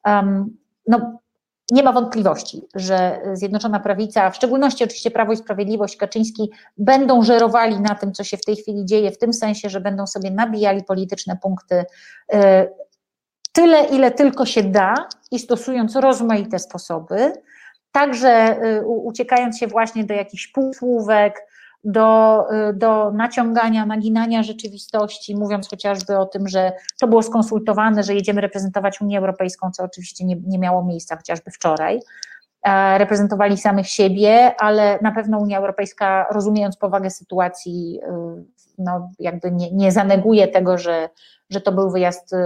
nie ma wątpliwości, że Zjednoczona Prawica, a w szczególności oczywiście Prawo i Sprawiedliwość, Kaczyński będą żerowali na tym, co się w tej chwili dzieje, w tym sensie, że będą sobie nabijali polityczne punkty tyle, ile tylko się da i stosując rozmaite sposoby, także uciekając się właśnie do jakichś półsłówek, do naciągania, naginania rzeczywistości, mówiąc chociażby o tym, że to było skonsultowane, że jedziemy reprezentować Unię Europejską, co oczywiście nie miało miejsca chociażby wczoraj. Reprezentowali samych siebie, ale na pewno Unia Europejska, rozumiejąc powagę sytuacji, no jakby nie zaneguje tego, że to był wyjazd,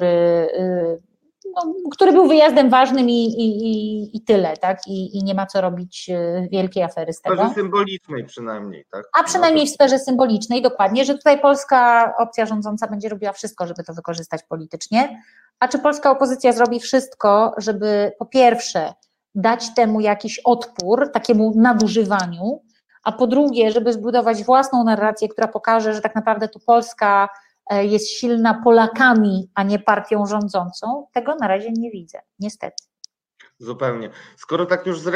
który był wyjazdem ważnym i tyle, tak? I nie ma co robić wielkiej afery z tego. W sferze symbolicznej przynajmniej, tak? A przynajmniej w sferze symbolicznej, dokładnie, że tutaj polska opcja rządząca będzie robiła wszystko, żeby to wykorzystać politycznie. A czy polska opozycja zrobi wszystko, żeby po pierwsze dać temu jakiś odpór, takiemu nadużywaniu, a po drugie, żeby zbudować własną narrację, która pokaże, że tak naprawdę to Polska jest silna Polakami, a nie partią rządzącą, tego na razie nie widzę, niestety. Zupełnie. Skoro tak już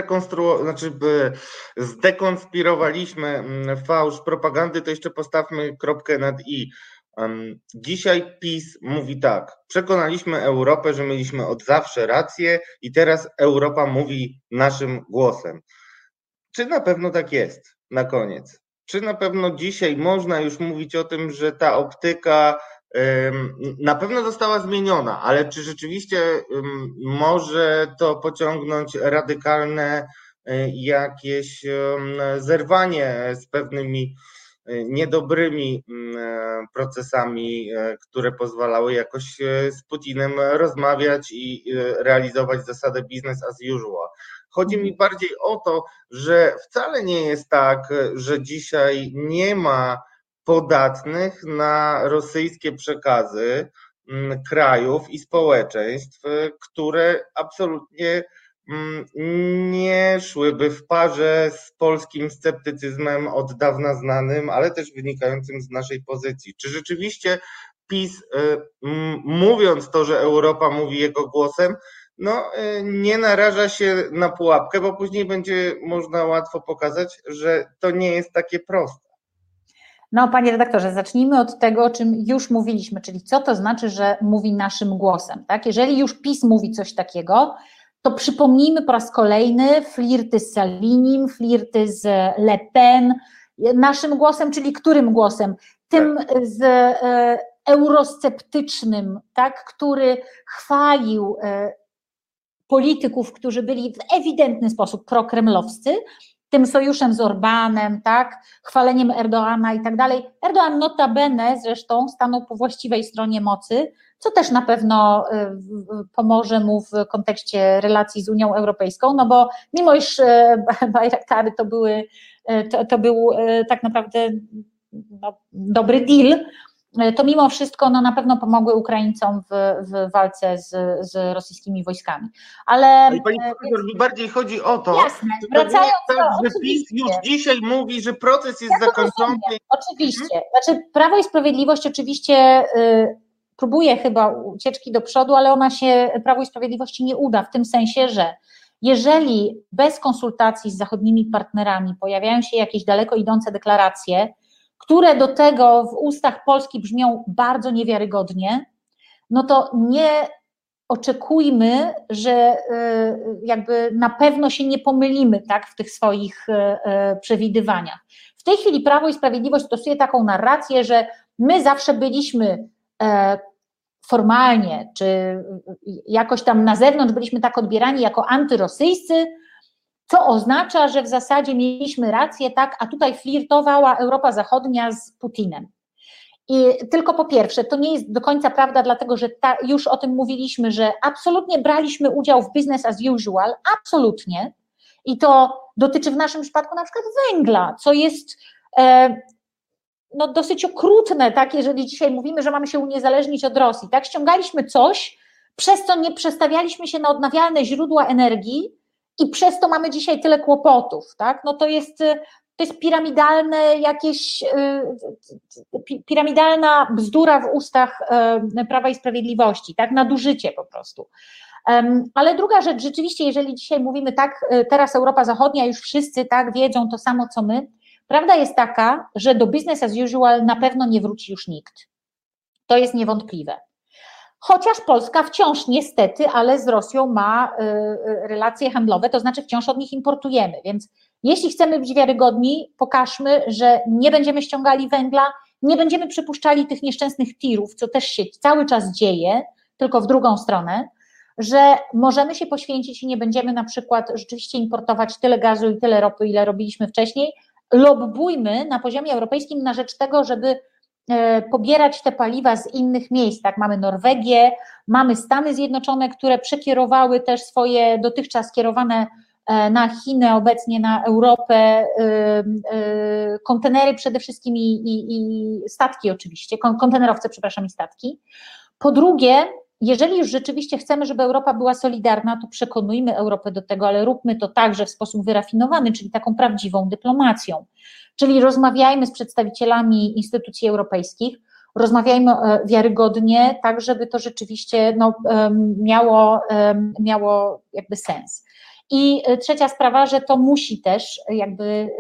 zdekonspirowaliśmy fałsz propagandy, to jeszcze postawmy kropkę nad i. Dzisiaj PiS mówi tak, przekonaliśmy Europę, że mieliśmy od zawsze rację i teraz Europa mówi naszym głosem. Czy na pewno tak jest na koniec? Czy na pewno dzisiaj można już mówić o tym, że ta optyka Na pewno została zmieniona, ale czy rzeczywiście może to pociągnąć radykalne jakieś zerwanie z pewnymi niedobrymi procesami, które pozwalały jakoś z Putinem rozmawiać i realizować zasadę business as usual. Chodzi mi bardziej o to, że wcale nie jest tak, że dzisiaj nie ma podatnych na rosyjskie przekazy krajów i społeczeństw, które absolutnie nie szłyby w parze z polskim sceptycyzmem od dawna znanym, ale też wynikającym z naszej pozycji. Czy rzeczywiście PiS, mówiąc to, że Europa mówi jego głosem, nie naraża się na pułapkę, bo później będzie można łatwo pokazać, że to nie jest takie proste. No, panie redaktorze, zacznijmy od tego, o czym już mówiliśmy, czyli co to znaczy, że mówi naszym głosem, tak? Jeżeli już PiS mówi coś takiego, to przypomnijmy po raz kolejny flirty z Salinim, flirty z Le Pen, naszym głosem, czyli którym głosem? Tym z eurosceptycznym, tak? Który chwalił polityków, którzy byli w ewidentny sposób prokremlowscy, tym sojuszem z Orbánem, tak, chwaleniem Erdoğana i tak dalej. Erdoğan notabene zresztą stanął po właściwej stronie mocy, co też na pewno pomoże mu w kontekście relacji z Unią Europejską, no bo mimo iż Bajraktary to był tak naprawdę dobry deal, to mimo wszystko na pewno pomogły Ukraińcom w walce z rosyjskimi wojskami. Ale pani profesor, mi bardziej chodzi o to, jasne, wracając że PiS już dzisiaj mówi, że proces jest zakończony. Oczywiście. Znaczy Prawo i Sprawiedliwość oczywiście próbuje chyba ucieczki do przodu, ale ona się Prawu i Sprawiedliwości nie uda, w tym sensie, że jeżeli bez konsultacji z zachodnimi partnerami pojawiają się jakieś daleko idące deklaracje, które do tego w ustach Polski brzmią bardzo niewiarygodnie, no to nie oczekujmy, że jakby na pewno się nie pomylimy, tak, w tych swoich przewidywaniach. W tej chwili Prawo i Sprawiedliwość stosuje taką narrację, że my zawsze byliśmy formalnie, czy jakoś tam na zewnątrz byliśmy tak odbierani jako antyrosyjscy, co oznacza, że w zasadzie mieliśmy rację, tak, a tutaj flirtowała Europa Zachodnia z Putinem. I tylko po pierwsze, to nie jest do końca prawda, dlatego że już o tym mówiliśmy, że absolutnie braliśmy udział w business as usual, absolutnie, i to dotyczy w naszym przypadku na przykład węgla, co jest dosyć okrutne, tak, jeżeli dzisiaj mówimy, że mamy się uniezależnić od Rosji, tak, ściągaliśmy coś, przez co nie przestawialiśmy się na odnawialne źródła energii i przez to mamy dzisiaj tyle kłopotów, tak, no to jest piramidalne piramidalna bzdura w ustach Prawa i Sprawiedliwości, tak, nadużycie po prostu. Ale druga rzecz, rzeczywiście, jeżeli dzisiaj mówimy tak, teraz Europa Zachodnia, już wszyscy tak wiedzą to samo co my, prawda jest taka, że do business as usual na pewno nie wróci już nikt. To jest niewątpliwe. Chociaż Polska wciąż niestety, ale z Rosją ma relacje handlowe, to znaczy wciąż od nich importujemy, więc jeśli chcemy być wiarygodni, pokażmy, że nie będziemy ściągali węgla, nie będziemy przypuszczali tych nieszczęsnych tirów, co też się cały czas dzieje, tylko w drugą stronę, że możemy się poświęcić i nie będziemy na przykład rzeczywiście importować tyle gazu i tyle ropy, ile robiliśmy wcześniej. Lobbujmy na poziomie europejskim na rzecz tego, żeby pobierać te paliwa z innych miejsc, tak, mamy Norwegię, mamy Stany Zjednoczone, które przekierowały też swoje dotychczas kierowane na Chiny, obecnie na Europę, kontenery przede wszystkim i statki oczywiście, kontenerowce, przepraszam, i statki. Po drugie, jeżeli już rzeczywiście chcemy, żeby Europa była solidarna, to przekonujmy Europę do tego, ale róbmy to także w sposób wyrafinowany, czyli taką prawdziwą dyplomacją. Czyli rozmawiajmy z przedstawicielami instytucji europejskich, rozmawiajmy wiarygodnie, tak żeby to rzeczywiście miało jakby sens. I trzecia sprawa, że to musi też jakby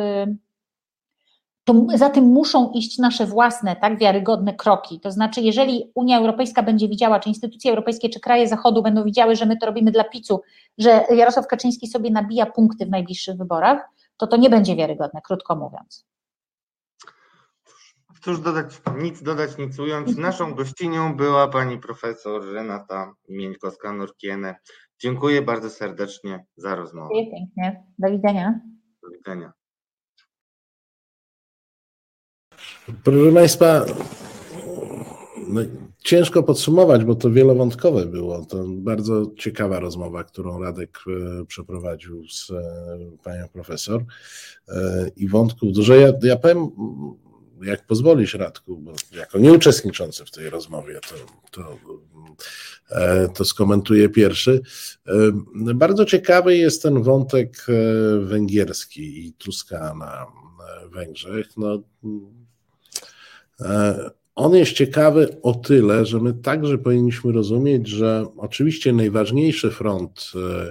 za tym muszą iść nasze własne, tak, wiarygodne kroki. To znaczy, jeżeli Unia Europejska będzie widziała, czy instytucje europejskie, czy kraje Zachodu będą widziały, że my to robimy dla PiS-u, że Jarosław Kaczyński sobie nabija punkty w najbliższych wyborach, to nie będzie wiarygodne, krótko mówiąc. Cóż dodać, nic ująć. Naszą gościnią była pani profesor Renata Mieńkowska-Nurkiene. Dziękuję bardzo serdecznie za rozmowę. Dziękuję pięknie. Do widzenia. Do widzenia. Proszę Państwa, no, ciężko podsumować, bo to wielowątkowe było. To bardzo ciekawa rozmowa, którą Radek przeprowadził z panią profesor i wątków dużo. Ja powiem, jak pozwolisz, Radku, bo jako nieuczestniczący w tej rozmowie, to skomentuję pierwszy. Bardzo ciekawy jest ten wątek węgierski i Tuska na Węgrzech. No, on jest ciekawy o tyle, że my także powinniśmy rozumieć, że oczywiście najważniejszy front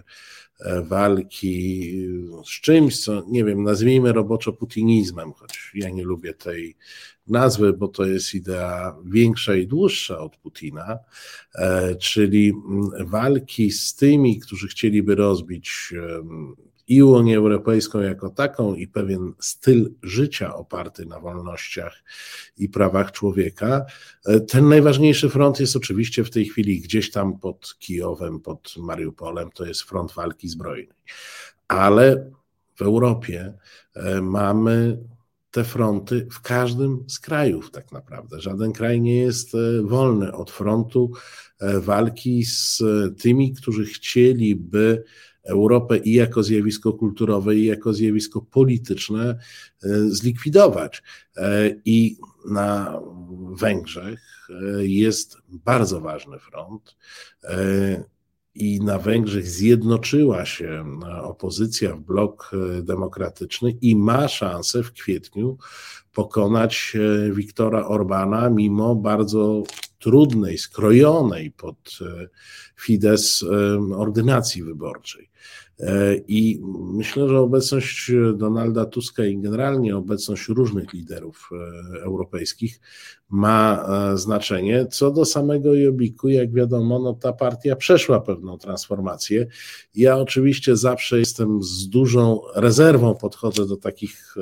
walki z czymś, co nie wiem, nazwijmy roboczo putinizmem, choć ja nie lubię tej nazwy, bo to jest idea większa i dłuższa od Putina, czyli walki z tymi, którzy chcieliby rozbić i Unię Europejską jako taką i pewien styl życia oparty na wolnościach i prawach człowieka. Ten najważniejszy front jest oczywiście w tej chwili gdzieś tam pod Kijowem, pod Mariupolem, to jest front walki zbrojnej. Ale w Europie mamy te fronty w każdym z krajów tak naprawdę. Żaden kraj nie jest wolny od frontu walki z tymi, którzy chcieliby Europę i jako zjawisko kulturowe, i jako zjawisko polityczne zlikwidować. I na Węgrzech jest bardzo ważny front i na Węgrzech zjednoczyła się opozycja w blok demokratyczny i ma szansę w kwietniu pokonać Viktora Orbana mimo bardzo trudnej, skrojonej pod Fidesz ordynacji wyborczej. I myślę, że obecność Donalda Tuska i generalnie obecność różnych liderów europejskich ma znaczenie. Co do samego Jobbiku, jak wiadomo, no ta partia przeszła pewną transformację. Ja oczywiście zawsze jestem z dużą rezerwą, podchodzę do takich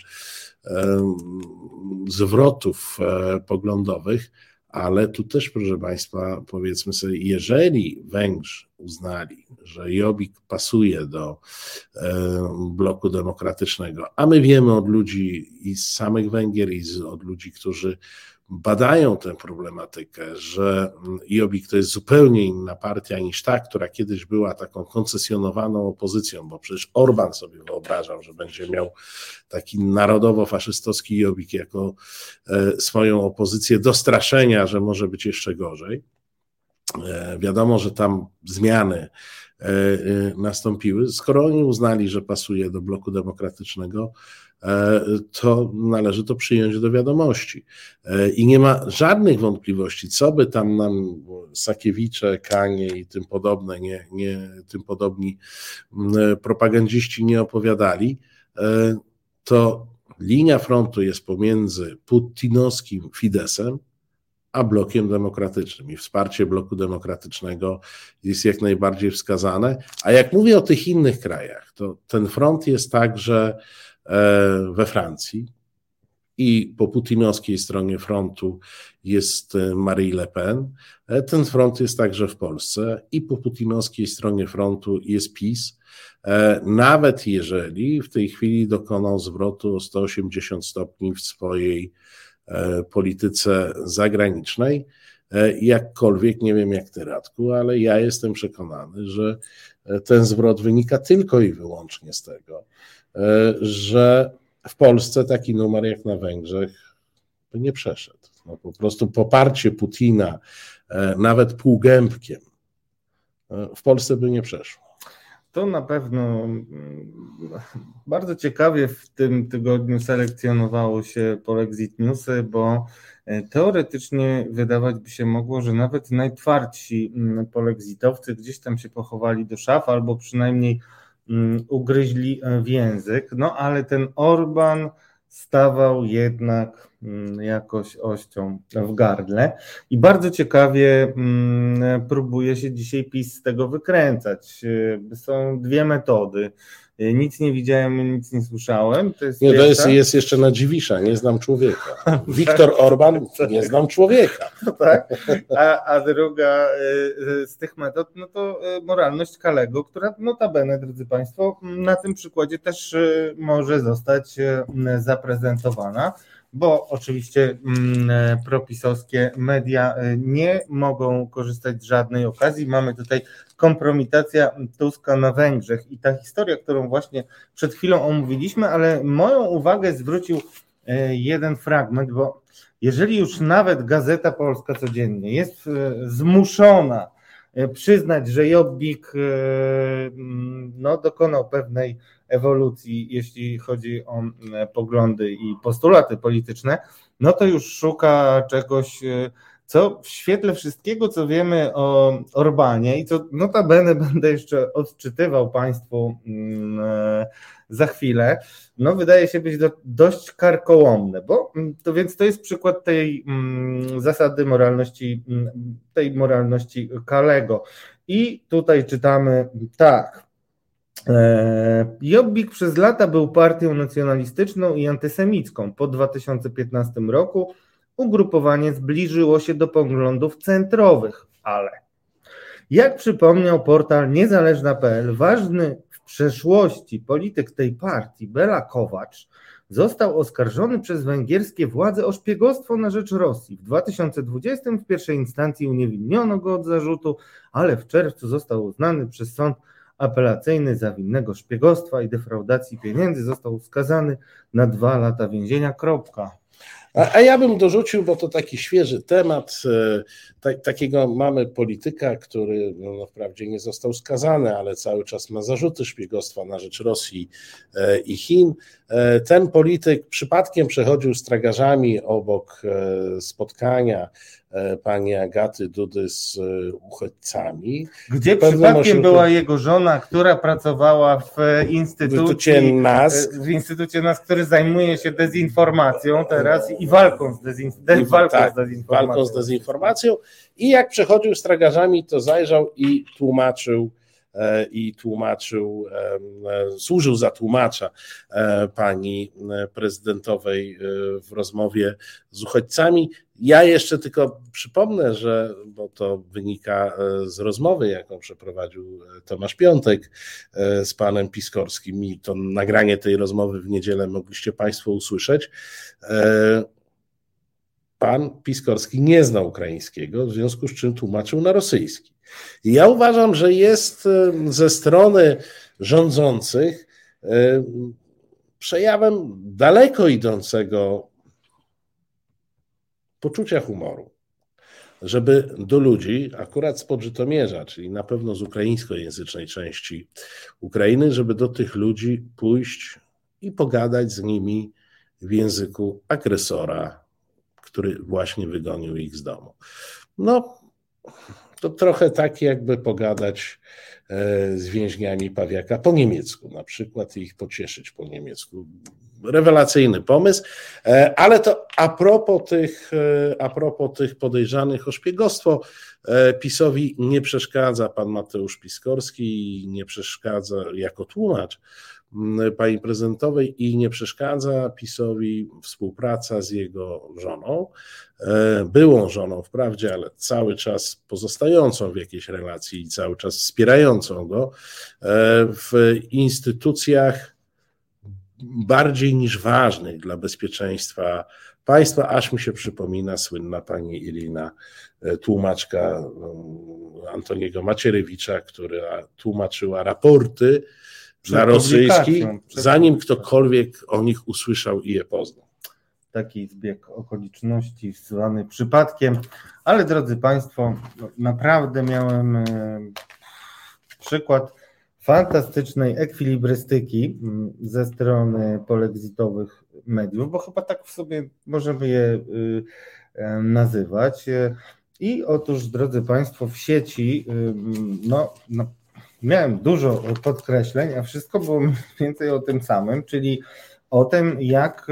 zwrotów poglądowych, ale tu też, proszę Państwa, powiedzmy sobie, jeżeli Węgrzy uznali, że Jobbik pasuje do bloku demokratycznego, a my wiemy od ludzi i z samych Węgier, i od ludzi, którzy badają tę problematykę, że Jobbik to jest zupełnie inna partia niż ta, która kiedyś była taką koncesjonowaną opozycją, bo przecież Orban sobie wyobrażał, że będzie miał taki narodowo-faszystowski Jobbik jako swoją opozycję do straszenia, że może być jeszcze gorzej. Wiadomo, że tam zmiany nastąpiły. Skoro oni uznali, że pasuje do bloku demokratycznego, to należy to przyjąć do wiadomości. I nie ma żadnych wątpliwości, co by tam nam Sakiewicze, Kanie i tym podobne, tym podobni propagandziści nie opowiadali, to linia frontu jest pomiędzy putinowskim Fideszem a blokiem demokratycznym i wsparcie bloku demokratycznego jest jak najbardziej wskazane. A jak mówię o tych innych krajach, to ten front jest także we Francji i po putinowskiej stronie frontu jest Marine Le Pen. Ten front jest także w Polsce i po putinowskiej stronie frontu jest PiS. Nawet jeżeli w tej chwili dokonał zwrotu o 180 stopni w swojej polityce zagranicznej. Jakkolwiek, nie wiem jak ty, Radku, ale ja jestem przekonany, że ten zwrot wynika tylko i wyłącznie z tego, że w Polsce taki numer jak na Węgrzech by nie przeszedł. No, po prostu poparcie Putina nawet półgębkiem w Polsce by nie przeszło. To na pewno bardzo ciekawie w tym tygodniu selekcjonowało się Polexit Newsy, bo teoretycznie wydawać by się mogło, że nawet najtwardsi polexitowcy gdzieś tam się pochowali do szaf albo przynajmniej ugryźli w język, no ale ten Orban stawał jednak jakoś ością w gardle i bardzo ciekawie próbuje się dzisiaj PiS z tego wykręcać. Są dwie metody. Nic nie widziałem, nic nie słyszałem. To jest Nie, pierwsza. jest jeszcze na Dziwisza, nie znam człowieka. Viktor Orban, nie znam człowieka. Tak? A druga z tych metod, no to moralność Kalego, która notabene, drodzy Państwo, na tym przykładzie też może zostać zaprezentowana, bo oczywiście propisowskie media nie mogą korzystać z żadnej okazji. Mamy tutaj kompromitacja Tuska na Węgrzech i ta historia, którą właśnie przed chwilą omówiliśmy, ale moją uwagę zwrócił jeden fragment, bo jeżeli już nawet Gazeta Polska codziennie jest zmuszona przyznać, że Jobbik dokonał pewnej ewolucji, jeśli chodzi o poglądy i postulaty polityczne, no to już szuka czegoś, co w świetle wszystkiego, co wiemy o Orbanie i co notabene będę jeszcze odczytywał Państwu za chwilę, no wydaje się być dość karkołomne, bo to więc to jest przykład tej zasady moralności, tej moralności Kalego. I tutaj czytamy tak. Jobbik przez lata był partią nacjonalistyczną i antysemicką. Po 2015 roku ugrupowanie zbliżyło się do poglądów centrowych, ale jak przypomniał portal niezależna.pl, ważny w przeszłości polityk tej partii, Bela Kowacz, został oskarżony przez węgierskie władze o szpiegostwo na rzecz Rosji. W 2020 w pierwszej instancji uniewinniono go od zarzutu, ale w czerwcu został uznany przez sąd apelacyjny za winnego szpiegostwa i defraudacji pieniędzy. Został skazany na 2 lata więzienia. A ja bym dorzucił, bo to taki świeży temat, takiego mamy polityka, który wprawdzie nie został skazany, ale cały czas ma zarzuty szpiegostwa na rzecz Rosji i Chin. Ten polityk przypadkiem przechodził z tragarzami obok spotkania pani Agaty Dudy z uchodźcami. Gdzie przypadkiem była jego żona, która pracowała w instytucie NASK, który zajmuje się dezinformacją teraz i walką z dezinformacją. I jak przechodził z tragarzami, to zajrzał i służył za tłumacza pani prezydentowej w rozmowie z uchodźcami. Ja jeszcze tylko przypomnę, bo to wynika z rozmowy, jaką przeprowadził Tomasz Piątek z panem Piskorskim i to nagranie tej rozmowy w niedzielę mogliście Państwo usłyszeć. Pan Piskorski nie zna ukraińskiego, w związku z czym tłumaczył na rosyjski. I ja uważam, że jest ze strony rządzących przejawem daleko idącego poczucia humoru, żeby do ludzi, akurat spod Żytomierza, czyli na pewno z ukraińskojęzycznej części Ukrainy, żeby do tych ludzi pójść i pogadać z nimi w języku agresora, który właśnie wygonił ich z domu. No, to trochę tak jakby pogadać z więźniami Pawiaka po niemiecku na przykład i ich pocieszyć po niemiecku. Rewelacyjny pomysł, ale to a propos tych podejrzanych o szpiegostwo, PiS-owi nie przeszkadza pan Mateusz Piskorski, nie przeszkadza jako tłumacz pani prezydentowej i nie przeszkadza PiS-owi współpraca z jego żoną, byłą żoną wprawdzie, ale cały czas pozostającą w jakiejś relacji i cały czas wspierającą go w instytucjach bardziej niż ważnych dla bezpieczeństwa państwa, aż mi się przypomina słynna pani Irina, tłumaczka Antoniego Macierewicza, która tłumaczyła raporty na rosyjski, zanim ktokolwiek o nich usłyszał i je poznał. Taki zbieg okoliczności zwany przypadkiem, ale drodzy Państwo, naprawdę miałem przykład fantastycznej ekwilibrystyki ze strony polexitowych mediów, bo chyba tak w sobie możemy je nazywać. I otóż, drodzy Państwo, w sieci miałem dużo podkreśleń, a wszystko było mniej więcej o tym samym, czyli o tym, jak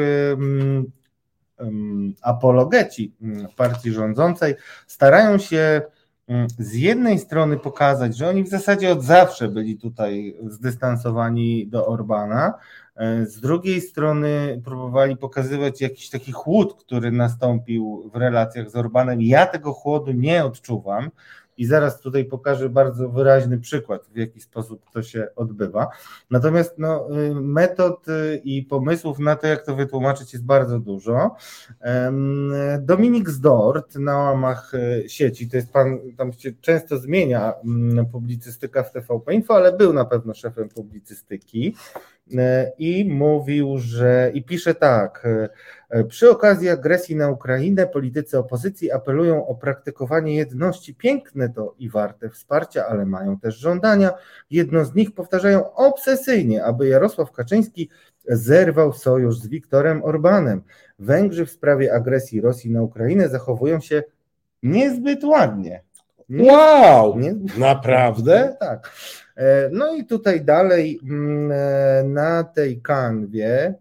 apologeci partii rządzącej starają się z jednej strony pokazać, że oni w zasadzie od zawsze byli tutaj zdystansowani do Orbana, z drugiej strony próbowali pokazywać jakiś taki chłód, który nastąpił w relacjach z Orbanem. Ja tego chłodu nie odczuwam i zaraz tutaj pokażę bardzo wyraźny przykład, w jaki sposób to się odbywa. Natomiast metod i pomysłów na to, jak to wytłumaczyć, jest bardzo dużo. Dominik Zdort na łamach sieci, to jest pan, tam się często zmienia publicystyka w TVP Info, ale był na pewno szefem publicystyki i mówił, i pisze tak: przy okazji agresji na Ukrainę politycy opozycji apelują o praktykowanie jedności. Piękne to i warte wsparcia, ale mają też żądania. Jedno z nich powtarzają obsesyjnie, aby Jarosław Kaczyński zerwał sojusz z Viktorem Orbanem. Węgrzy w sprawie agresji Rosji na Ukrainę zachowują się niezbyt ładnie. Wow! Naprawdę? Tak. No i tutaj dalej na tej kanwie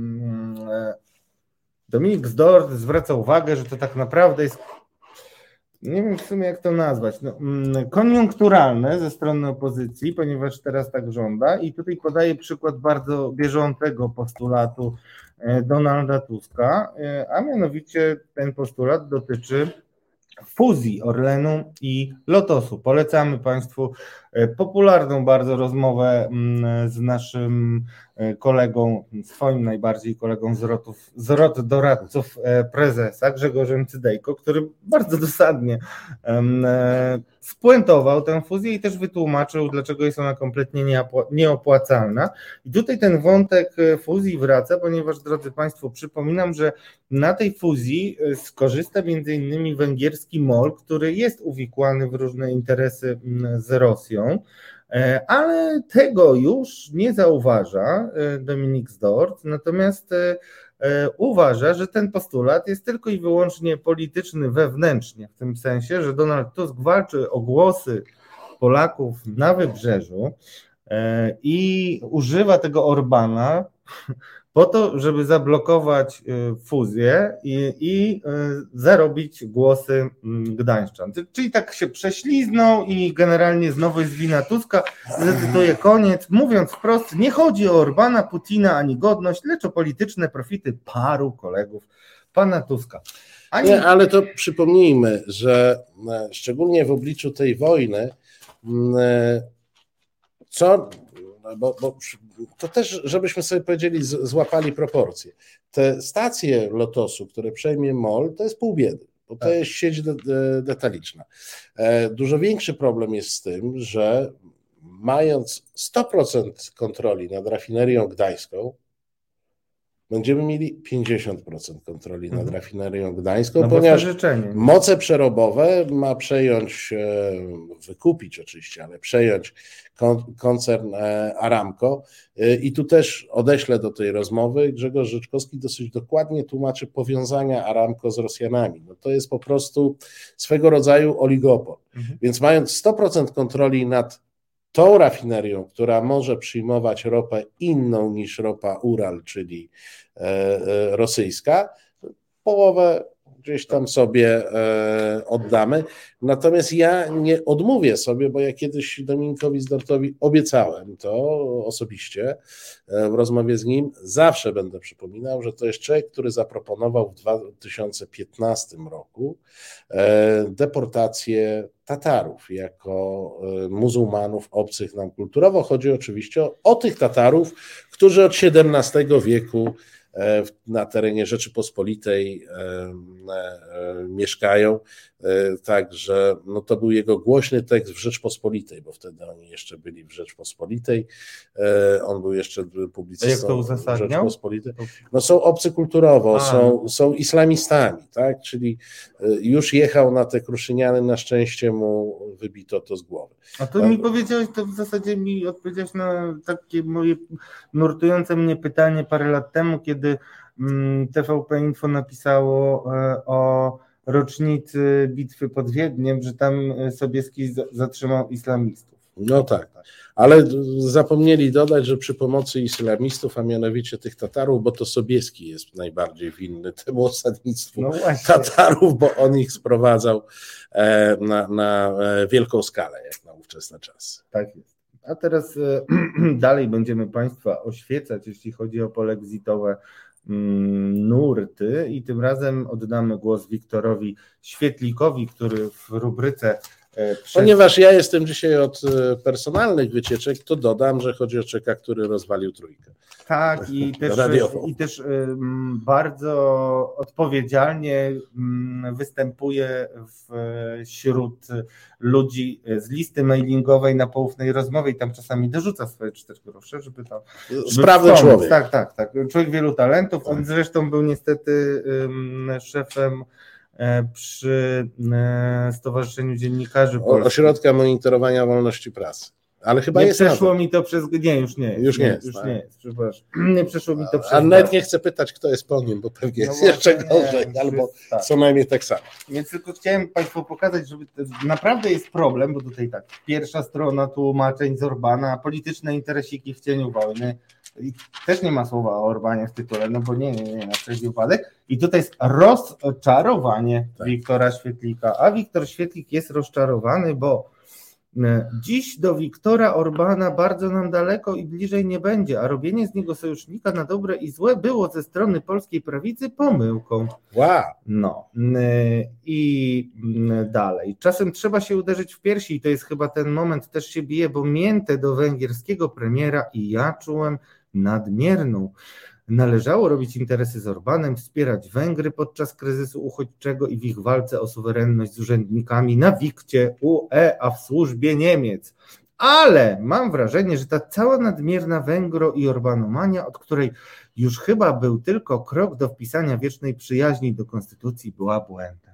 Dominik Zdort zwraca uwagę, że to tak naprawdę jest, nie wiem w sumie jak to nazwać, koniunkturalne ze strony opozycji, ponieważ teraz tak żąda, i tutaj podaje przykład bardzo bieżącego postulatu Donalda Tuska, a mianowicie ten postulat dotyczy fuzji Orlenu i Lotosu. Polecamy Państwu popularną bardzo rozmowę z naszym kolegą, swoim najbardziej kolegą z rot doradców prezesa, Grzegorzem Cydejko, który bardzo dosadnie spuentował tę fuzję i też wytłumaczył, dlaczego jest ona kompletnie nieopłacalna. I tutaj ten wątek fuzji wraca, ponieważ, drodzy Państwo, przypominam, że na tej fuzji skorzysta m.in. węgierski MOL, który jest uwikłany w różne interesy z Rosją, ale tego już nie zauważa Dominik Zdort, natomiast uważa, że ten postulat jest tylko i wyłącznie polityczny wewnętrznie, w tym sensie, że Donald Tusk walczy o głosy Polaków na Wybrzeżu i używa tego Orbana po to, żeby zablokować fuzję i zarobić głosy gdańszczan. Czyli tak się prześliznął i generalnie znowu jest wina Tuska. Zacytuję koniec. Mówiąc wprost, nie chodzi o Orbana, Putina ani godność, lecz o polityczne profity paru kolegów pana Tuska. Nie, ale to przypomnijmy, że szczególnie w obliczu tej wojny, bo to też, żebyśmy sobie powiedzieli, złapali proporcje. Te stacje Lotosu, które przejmie MOL, to jest pół biedy, bo to jest sieć detaliczna. Dużo większy problem jest z tym, że mając 100% kontroli nad rafinerią gdańską, będziemy mieli 50% kontroli nad rafinerią gdańską, ponieważ moce przerobowe ma przejąć, wykupić oczywiście, ale przejąć koncern Aramco. I tu też odeślę do tej rozmowy. Grzegorz Rzeczkowski dosyć dokładnie tłumaczy powiązania Aramco z Rosjanami. No to jest po prostu swego rodzaju oligopol. Więc mając 100% kontroli nad tą rafinerią, która może przyjmować ropę inną niż ropa Ural, czyli rosyjska, połowę gdzieś tam sobie oddamy. Natomiast ja nie odmówię sobie, bo ja kiedyś Dominikowi Zdortowi obiecałem to osobiście w rozmowie z nim. Zawsze będę przypominał, że to jest człowiek, który zaproponował w 2015 roku deportację Tatarów jako muzułmanów obcych nam kulturowo. Chodzi oczywiście o tych Tatarów, którzy od XVII wieku na terenie Rzeczypospolitej mieszkają, także no to był jego głośny tekst w Rzeczpospolitej, bo wtedy oni jeszcze byli w Rzeczpospolitej, on był jeszcze publicystą w Rzeczpospolitej. No są obcy kulturowo, są islamistami, tak? Czyli już jechał na te Kruszyniany, na szczęście mu wybito to z głowy. A to mi powiedziałeś, to w zasadzie mi odpowiedziałeś na takie moje nurtujące mnie pytanie parę lat temu, kiedy TVP Info napisało o rocznicy bitwy pod Wiedniem, że tam Sobieski zatrzymał islamistów. No tak, ale zapomnieli dodać, że przy pomocy islamistów, a mianowicie tych Tatarów, bo to Sobieski jest najbardziej winny temu osadnictwu Tatarów, bo on ich sprowadzał na wielką skalę, jak na ówczesne czasy. Tak jest. A teraz dalej będziemy Państwa oświecać, jeśli chodzi o polexitowe nurty i tym razem oddamy głos Wiktorowi Świetlikowi, który w rubryce Ponieważ ja jestem dzisiaj od personalnych wycieczek, to dodam, że chodzi o Czeka, który rozwalił Trójkę. Tak, i też bardzo odpowiedzialnie występuje wśród ludzi z listy mailingowej na poufnej rozmowie i tam czasami dorzuca swoje 4 grosze, żeby tam... Sprawny człowiek. Tak. Człowiek wielu talentów. On zresztą był niestety szefem przy Stowarzyszeniu Dziennikarzy Polskich. Ośrodka Monitorowania Wolności Prasy. Ale chyba nie przeszło mi to przez... Nie, już nie jest. Już nie jest. Przepraszam. Nie przeszło mi to przez... A nawet nie chcę pytać, kto jest po nim, bo pewnie jest jeszcze gorzej, albo co najmniej tak samo. Więc tylko chciałem Państwu pokazać, że naprawdę jest problem, bo tutaj tak, pierwsza strona tłumaczeń z Orbana, polityczne interesiki w cieniu wojny. I też nie ma słowa o Orbanie w tytule, no bo nie, na wszelki wypadek. I tutaj jest rozczarowanie Wiktora Świetlika, a Wiktor Świetlik jest rozczarowany, bo dziś do Wiktora Orbana bardzo nam daleko i bliżej nie będzie, a robienie z niego sojusznika na dobre i złe było ze strony polskiej prawicy pomyłką. Wow. No i dalej. Czasem trzeba się uderzyć w piersi i to jest chyba ten moment, też się bije, bo miętę do węgierskiego premiera i ja czułem nadmierną. Należało robić interesy z Orbanem, wspierać Węgry podczas kryzysu uchodźczego i w ich walce o suwerenność z urzędnikami na wikcie UE, a w służbie Niemiec. Ale mam wrażenie, że ta cała nadmierna Węgro- i Orbanomania, od której już chyba był tylko krok do wpisania wiecznej przyjaźni do konstytucji, była błędem.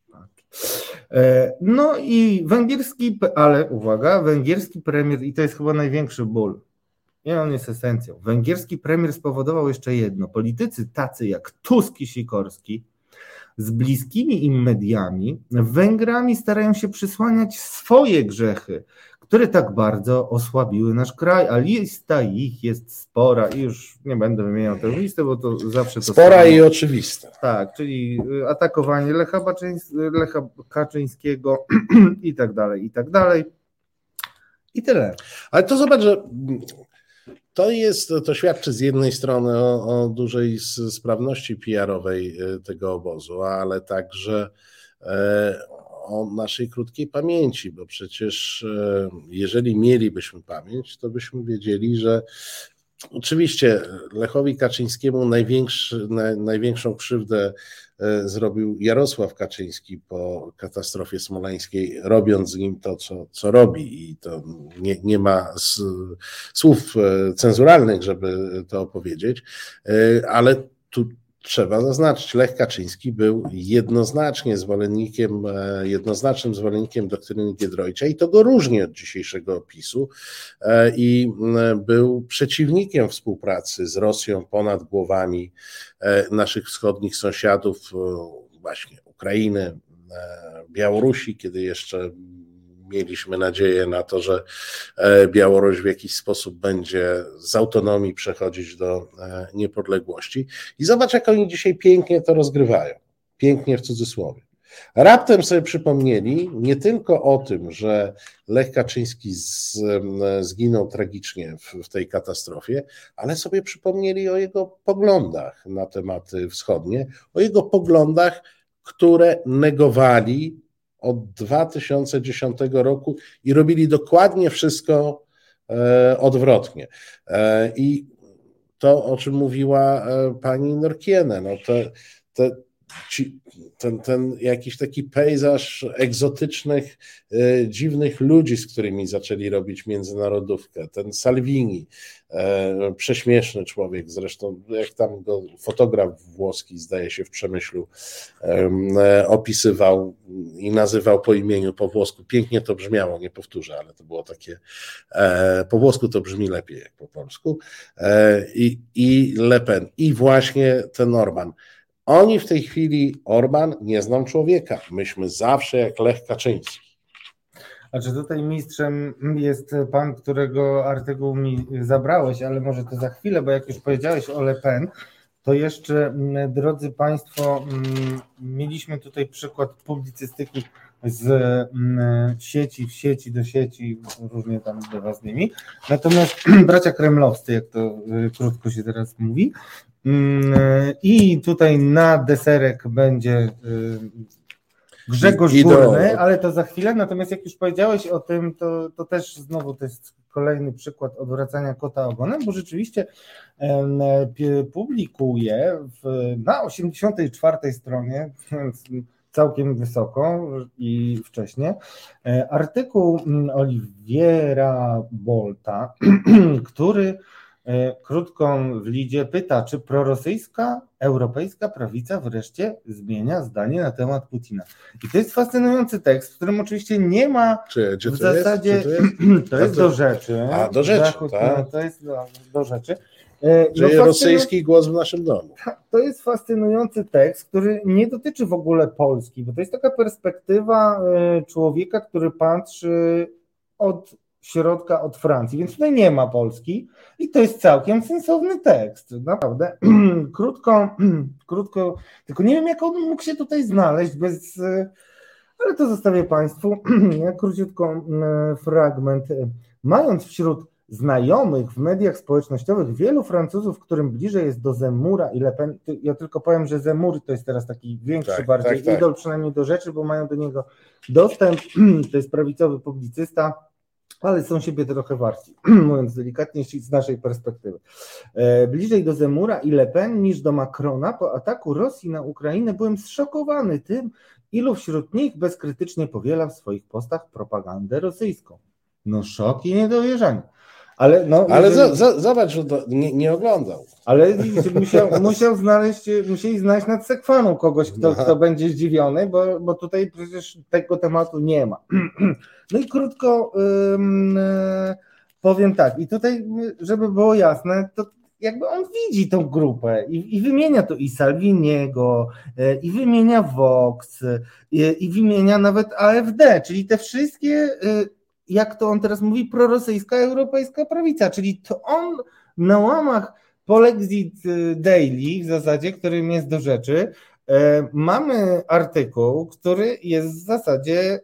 No i węgierski premier, i to jest chyba największy ból, i on jest esencją. Węgierski premier spowodował jeszcze jedno. Politycy tacy jak Tusk i Sikorski z bliskimi im mediami Węgrami starają się przysłaniać swoje grzechy, które tak bardzo osłabiły nasz kraj, a lista ich jest spora i już nie będę wymieniał tej listy, bo to zawsze to spora samo. I oczywista. Tak, czyli atakowanie Lecha Kaczyńskiego i tak dalej. I tyle. Ale to zobacz, że to świadczy z jednej strony o dużej sprawności PR-owej tego obozu, ale także o naszej krótkiej pamięci, bo przecież jeżeli mielibyśmy pamięć, to byśmy wiedzieli, że oczywiście Lechowi Kaczyńskiemu największą krzywdę zrobił Jarosław Kaczyński po katastrofie smoleńskiej, robiąc z nim to, co robi, i to nie ma słów cenzuralnych, tym to opowiedzieć, ale tu trzeba zaznaczyć, Lech Kaczyński był jednoznacznym zwolennikiem doktryny Giedroycia i to go różni od dzisiejszego opisu, i był przeciwnikiem współpracy z Rosją ponad głowami naszych wschodnich sąsiadów, właśnie Ukrainy, Białorusi, kiedy jeszcze mieliśmy nadzieję na to, że Białoruś w jakiś sposób będzie z autonomii przechodzić do niepodległości. I zobacz, jak oni dzisiaj pięknie to rozgrywają. Pięknie w cudzysłowie. Raptem sobie przypomnieli nie tylko o tym, że Lech Kaczyński zginął tragicznie w tej katastrofie, ale sobie przypomnieli o jego poglądach na tematy wschodnie, o jego poglądach, które negowali od 2010 roku i robili dokładnie wszystko odwrotnie. I to, o czym mówiła pani Norkiene, no ten jakiś taki pejzaż egzotycznych, dziwnych ludzi, z którymi zaczęli robić międzynarodówkę, ten Salvini, prześmieszny człowiek, zresztą jak tam go fotograf włoski, zdaje się, w Przemyślu opisywał i nazywał po imieniu, po włosku. Pięknie to brzmiało, nie powtórzę, ale to było takie, po włosku to brzmi lepiej jak po polsku, i Le Pen, i właśnie ten Orban. Oni w tej chwili, Orban, nie znam człowieka. Myśmy zawsze jak Lech Kaczyński. Znaczy tutaj mistrzem jest pan, którego artykuł mi zabrałeś, ale może to za chwilę, bo jak już powiedziałeś o Le Pen, to jeszcze, drodzy Państwo, mieliśmy tutaj przykład publicystyki z sieci w sieci do sieci, różnie tam bywa z nimi. Natomiast bracia kremlowscy, jak to krótko się teraz mówi, i tutaj na deserek będzie Grzegorz Górny, ale to za chwilę. Natomiast jak już powiedziałeś o tym, to też znowu to jest kolejny przykład odwracania kota ogonem, bo rzeczywiście publikuje na 84 stronie, całkiem wysoko i wcześnie, artykuł Oliviera Bolta, który krótką w lidzie pyta, czy prorosyjska, europejska prawica wreszcie zmienia zdanie na temat Putina. I to jest fascynujący tekst, w którym oczywiście nie ma w zasadzie... To jest do rzeczy. A, do rzeczy, Zachód, tak? No, to jest do rzeczy. Czyli rosyjski głos w naszym domu. To jest fascynujący tekst, który nie dotyczy w ogóle Polski, bo to jest taka perspektywa człowieka, który patrzy od środka, od Francji, więc tutaj nie ma Polski i to jest całkiem sensowny tekst, naprawdę. Krótko, tylko nie wiem, jak on mógł się tutaj znaleźć ale to zostawię Państwu. Króciutko fragment. Mając wśród znajomych w mediach społecznościowych wielu Francuzów, którym bliżej jest do Zemmura i Le Pen, ja tylko powiem, że Zemmour to jest teraz taki większy bardziej idol, przynajmniej do rzeczy, bo mają do niego dostęp, to jest prawicowy publicysta, ale są siebie trochę warci, mówiąc delikatnie, z naszej perspektywy. Bliżej do Zemmura i Le Pen niż do Macrona po ataku Rosji na Ukrainę byłem zszokowany tym, ilu wśród nich bezkrytycznie powiela w swoich postach propagandę rosyjską. No szok i niedowierzanie. Ale zobacz, że nie oglądał. Ale musieli znaleźć nad sekwaną kogoś, kto będzie zdziwiony, bo tutaj przecież tego tematu nie ma. No i krótko powiem tak, i tutaj, żeby było jasne, to jakby on widzi tą grupę i wymienia to i Salviniego, i wymienia Vox, i wymienia nawet AfD, czyli te wszystkie, jak to on teraz mówi, prorosyjska, europejska prawica, czyli to on na łamach Polexit Daily w zasadzie, którym jest do rzeczy, mamy artykuł, który jest w zasadzie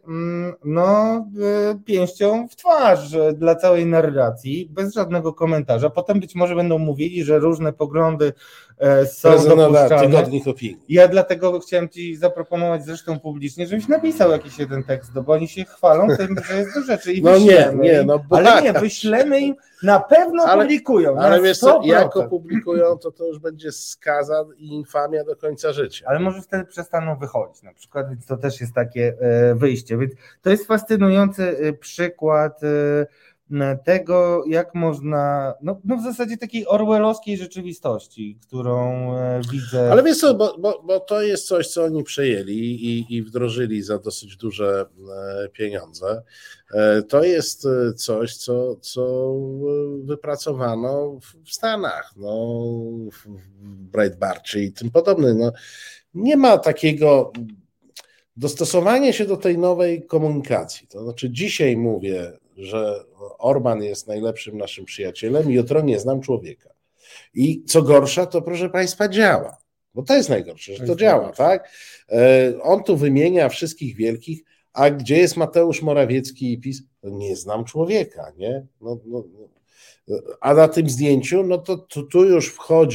pięścią w twarz dla całej narracji, bez żadnego komentarza. Potem być może będą mówili, że różne poglądy są dopuszczalne. Ja dlatego chciałem Ci zaproponować zresztą publicznie, żebyś napisał jakiś jeden tekst, bo oni się chwalą tym, że jest do rzeczy i wyślemy wyślemy im, na pewno publikują. Ale wiesz co, jak opublikują, to już będzie skazan i infamia do końca życia. Ale może wtedy przestaną wychodzić na przykład, więc to też jest takie wyjście. Więc to jest fascynujący przykład tego, jak można, w zasadzie takiej orwellowskiej rzeczywistości, którą widzę. Ale wiesz co, bo to jest coś, co oni przejęli i wdrożyli za dosyć duże pieniądze. To jest coś, co wypracowano w Stanach, w Breitbarcie i tym podobne. Nie ma takiego dostosowania się do tej nowej komunikacji. To znaczy dzisiaj mówię, że Orban jest najlepszym naszym przyjacielem, jutro nie znam człowieka. I co gorsza, to proszę Państwa działa, bo to jest najgorsze, że to działa, tak? On tu wymienia wszystkich wielkich, a gdzie jest Mateusz Morawiecki i PiS? Nie znam człowieka, nie? A na tym zdjęciu, tu już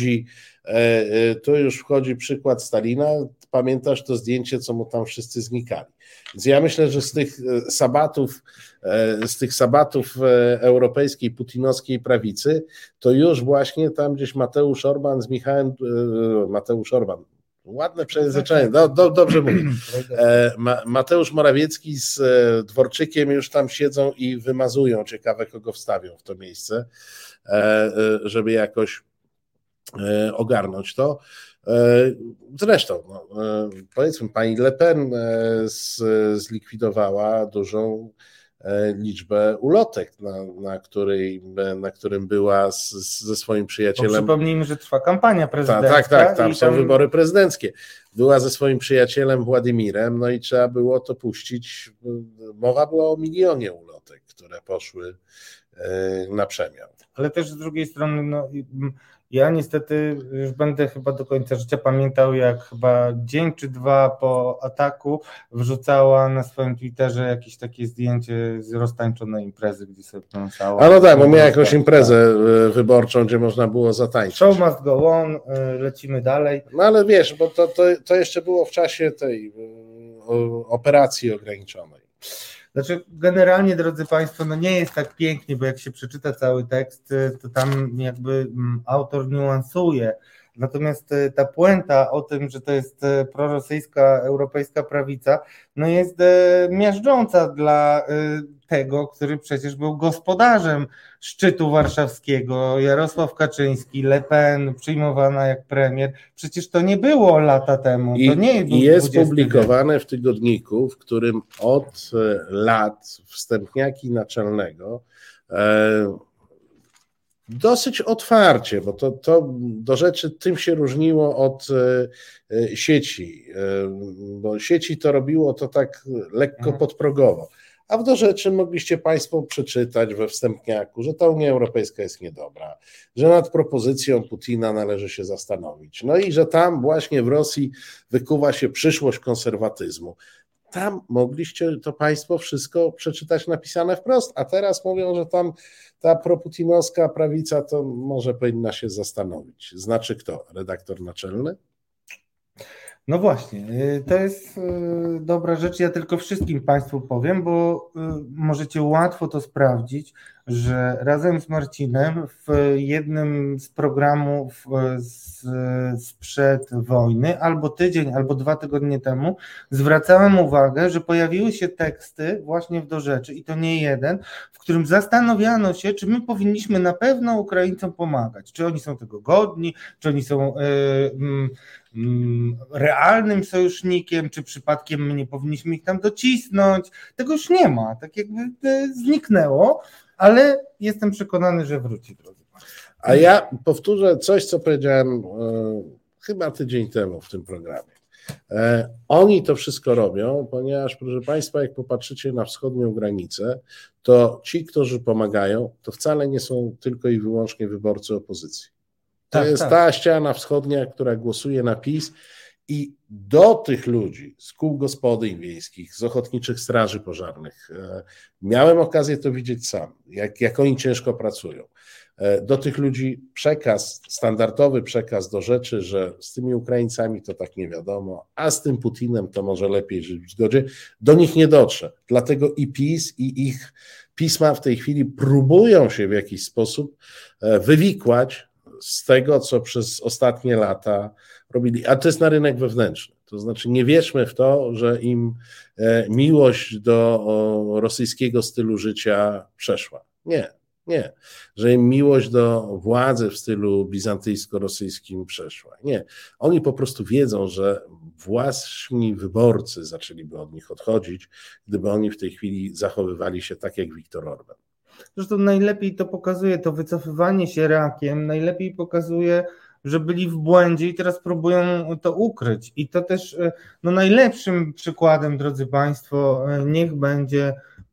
wchodzi przykład Stalina. Pamiętasz to zdjęcie, co mu tam wszyscy znikali. Więc ja myślę, że z tych sabatów europejskiej, putinowskiej prawicy, to już właśnie tam gdzieś Mateusz Orban z Michałem, ładne przejęzyczenie, dobrze mówię. Mateusz Morawiecki z Dworczykiem już tam siedzą i wymazują, ciekawe kogo wstawią w to miejsce, żeby jakoś ogarnąć to. Zresztą, powiedzmy, pani Le Pen zlikwidowała dużą liczbę ulotek, na którym była ze swoim przyjacielem. Bo przypomnijmy, że trwa kampania prezydencka. Tak, tam są wybory prezydenckie. Była ze swoim przyjacielem Władimirem, no i trzeba było to puścić. Mowa była o 1 milionie ulotek, które poszły na przemian. Ale też z drugiej strony, no, ja niestety już będę chyba do końca życia pamiętał, jak chyba dzień czy dwa po ataku wrzucała na swoim Twitterze jakieś takie zdjęcie z roztańczonej imprezy, gdzie sobie pląsała. A no tak, bo miała jakąś imprezę wyborczą, gdzie można było zatańczyć. Show must go on, lecimy dalej. No ale wiesz, bo to jeszcze było w czasie tej operacji ograniczonej. Znaczy, generalnie, drodzy Państwo, no nie jest tak pięknie, bo jak się przeczyta cały tekst, to tam jakby autor niuansuje. Natomiast ta puenta o tym, że to jest prorosyjska, europejska prawica, no jest miażdżąca dla tego, który przecież był gospodarzem szczytu warszawskiego, Jarosław Kaczyński, Le Pen przyjmowana jak premier. Przecież to nie było lata temu. To nie był jest publikowane w tygodniku, w którym od lat wstępniaki Naczelnego dosyć otwarcie, bo to do rzeczy tym się różniło od sieci, bo sieci to robiło to tak lekko podprogowo, a w do rzeczy mogliście Państwo przeczytać we wstępniaku, że ta Unia Europejska jest niedobra, że nad propozycją Putina należy się zastanowić, no i że tam właśnie w Rosji wykuwa się przyszłość konserwatyzmu. Tam mogliście to Państwo wszystko przeczytać napisane wprost, a teraz mówią, że tam ta proputinowska prawica to może powinna się zastanowić. Znaczy kto? Redaktor naczelny? No właśnie, to jest dobra rzecz. Ja tylko wszystkim Państwu powiem, bo możecie łatwo to sprawdzić, że razem z Marcinem w jednym z programów sprzed wojny, albo tydzień, albo 2 tygodnie temu, zwracałem uwagę, że pojawiły się teksty właśnie w Do Rzeczy, i to nie jeden, w którym zastanawiano się, czy my powinniśmy na pewno Ukraińcom pomagać, czy oni są tego godni, czy oni są realnym sojusznikiem, czy przypadkiem my nie powinniśmy ich tam docisnąć. Tego już nie ma, tak jakby zniknęło, ale jestem przekonany, że wróci, drodzy Państwo. A ja powtórzę coś, co powiedziałem chyba tydzień temu w tym programie. Oni to wszystko robią, ponieważ, proszę Państwa, jak popatrzycie na wschodnią granicę, to ci, którzy pomagają, to wcale nie są tylko i wyłącznie wyborcy opozycji. To jest ta ściana wschodnia, która głosuje na PiS, i do tych ludzi z kół gospodyń wiejskich, z ochotniczych straży pożarnych, miałem okazję to widzieć sam, jak oni ciężko pracują. Do tych ludzi standardowy przekaz Do Rzeczy, że z tymi Ukraińcami to tak nie wiadomo, a z tym Putinem to może lepiej żyć w zgodzie, do nich nie dotrze. Dlatego i PiS, i ich pisma w tej chwili próbują się w jakiś sposób wywikłać z tego, co przez ostatnie lata robili, a to jest na rynek wewnętrzny. To znaczy nie wierzmy w to, że im miłość do rosyjskiego stylu życia przeszła. Nie. Że im miłość do władzy w stylu bizantyjsko-rosyjskim przeszła. Nie. Oni po prostu wiedzą, że własni wyborcy zaczęliby od nich odchodzić, gdyby oni w tej chwili zachowywali się tak jak Viktor Orban. Zresztą najlepiej to pokazuje, to wycofywanie się rakiem, najlepiej pokazuje, że byli w błędzie i teraz próbują to ukryć. I to też najlepszym przykładem, drodzy Państwo, niech będzie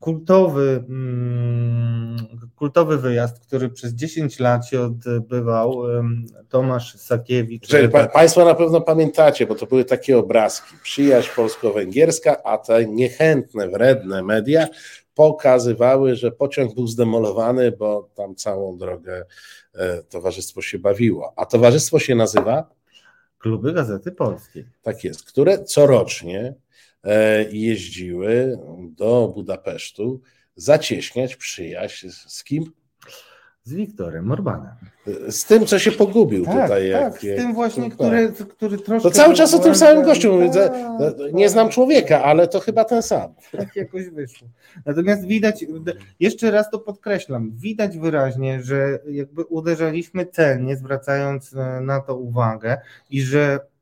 kultowy wyjazd, który przez 10 lat się odbywał, Tomasz Sakiewicz. Państwo na pewno pamiętacie, bo to były takie obrazki, przyjaźń polsko-węgierska, a te niechętne, wredne media pokazywały, że pociąg był zdemolowany, bo tam całą drogę towarzystwo się bawiło. A towarzystwo się nazywa? Kluby Gazety Polskiej. Tak jest, które corocznie jeździły do Budapesztu zacieśniać przyjaźń z kim? Z Wiktorem Orbanem. Z tym, co się pogubił tutaj. Z tym właśnie, który troszkę... To cały czas o tym samym gościu mówię. Nie znam człowieka, ale to chyba ten sam. Tak jakoś wyszło. Natomiast widać, jeszcze raz to podkreślam, widać wyraźnie, że jakby uderzaliśmy celnie, zwracając na to uwagę, i że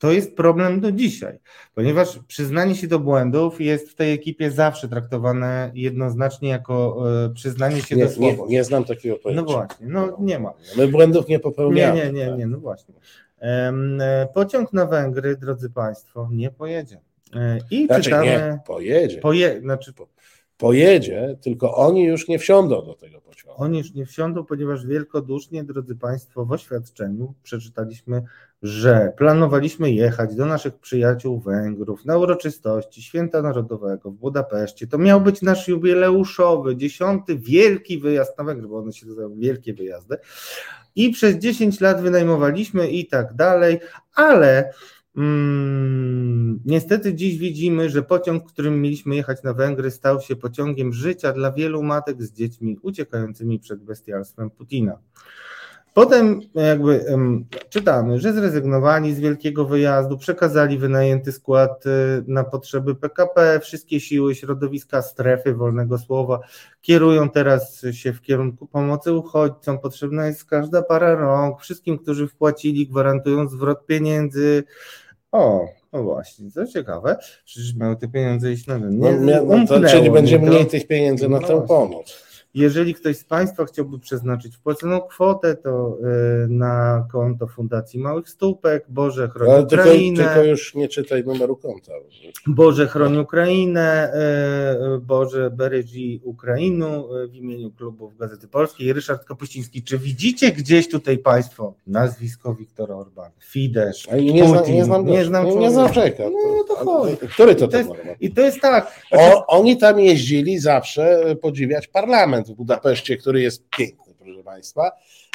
To jest problem do dzisiaj, ponieważ przyznanie się do błędów jest w tej ekipie zawsze traktowane jednoznacznie jako przyznanie się do słabości. Nie znam takiego pojęcia. No właśnie, nie ma. My błędów nie popełniamy. Nie, no właśnie. Pociąg na Węgry, drodzy Państwo, nie pojedzie. I czytamy... Nie, pojedzie. Pojedzie, tylko oni już nie wsiądą do tego pociągu. Oni już nie wsiądą, ponieważ wielkodusznie, drodzy Państwo, w oświadczeniu przeczytaliśmy, że planowaliśmy jechać do naszych przyjaciół Węgrów na uroczystości Święta Narodowego w Budapeszcie. To miał być nasz jubileuszowy, 10. wielki wyjazd na Węgry, bo one się nazywają wielkie wyjazdy. I przez 10 lat wynajmowaliśmy i tak dalej, ale niestety dziś widzimy, że pociąg, którym mieliśmy jechać na Węgry, stał się pociągiem życia dla wielu matek z dziećmi uciekającymi przed bestialstwem Putina. Potem czytamy, że zrezygnowali z wielkiego wyjazdu, przekazali wynajęty skład na potrzeby PKP, wszystkie siły środowiska strefy wolnego słowa kierują teraz się w kierunku pomocy uchodźcom, potrzebna jest każda para rąk, wszystkim, którzy wpłacili, gwarantują zwrot pieniędzy. No właśnie, co ciekawe, przecież mają te pieniądze iść na czyli będzie mniej tych pieniędzy na tę pomoc. Jeżeli ktoś z Państwa chciałby przeznaczyć wpłaconą kwotę, to na konto Fundacji Małych Stópek, Boże chroń Ukrainę. Tylko już nie czytaj numeru konta. Boże chroń Ukrainę, Boże bereży Ukrainu w imieniu klubów Gazety Polskiej. Ryszard Kapuściński. Czy widzicie gdzieś tutaj Państwo nazwisko Viktor Orban, Fidesz, Putin? Nie znam człowieka. No to chodzi. Który to I to jest tak. Oni tam jeździli zawsze podziwiać parlament w Budapeszcie, który jest piękny, proszę Państwa.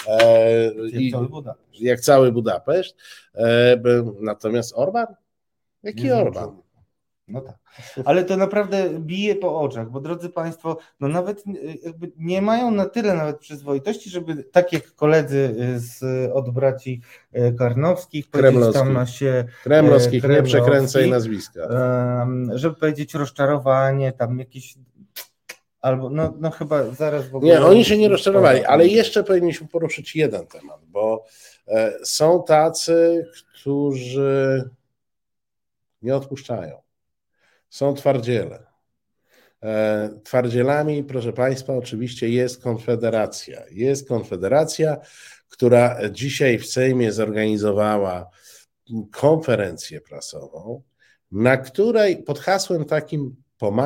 Jak cały Budapeszt. Natomiast Orban? Jaki Orban? No tak, ale to naprawdę bije po oczach, bo drodzy Państwo, no nawet jakby nie mają na tyle nawet przyzwoitości, żeby tak jak koledzy od braci Karnowskich powiedzieć tam na się Kremlowskich, nie przekręcaj nazwiska. Żeby powiedzieć rozczarowanie, tam jakieś albo no chyba zaraz w ogóle... Nie, oni się nie rozczarowali, ale jeszcze powinniśmy poruszyć jeden temat, bo są tacy, którzy nie odpuszczają. Są twardziele. Twardzielami, proszę Państwa, oczywiście jest Konfederacja. Jest Konfederacja, która dzisiaj w Sejmie zorganizowała konferencję prasową, na której pod hasłem takim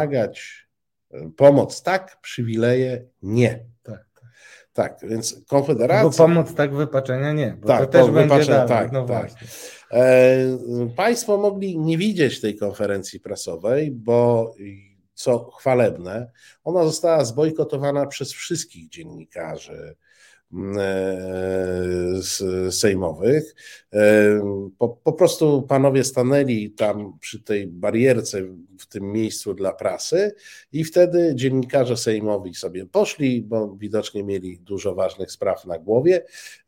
pomoc tak, przywileje nie. Tak, więc Konfederacja... Bo pomoc tak, wypaczenia nie. Bo tak, to też będzie dalej. Tak, no tak. Właśnie. Państwo mogli nie widzieć tej konferencji prasowej, bo co chwalebne, ona została zbojkotowana przez wszystkich dziennikarzy sejmowych. Po prostu panowie stanęli tam przy tej barierce w tym miejscu dla prasy i wtedy dziennikarze sejmowi sobie poszli, bo widocznie mieli dużo ważnych spraw na głowie.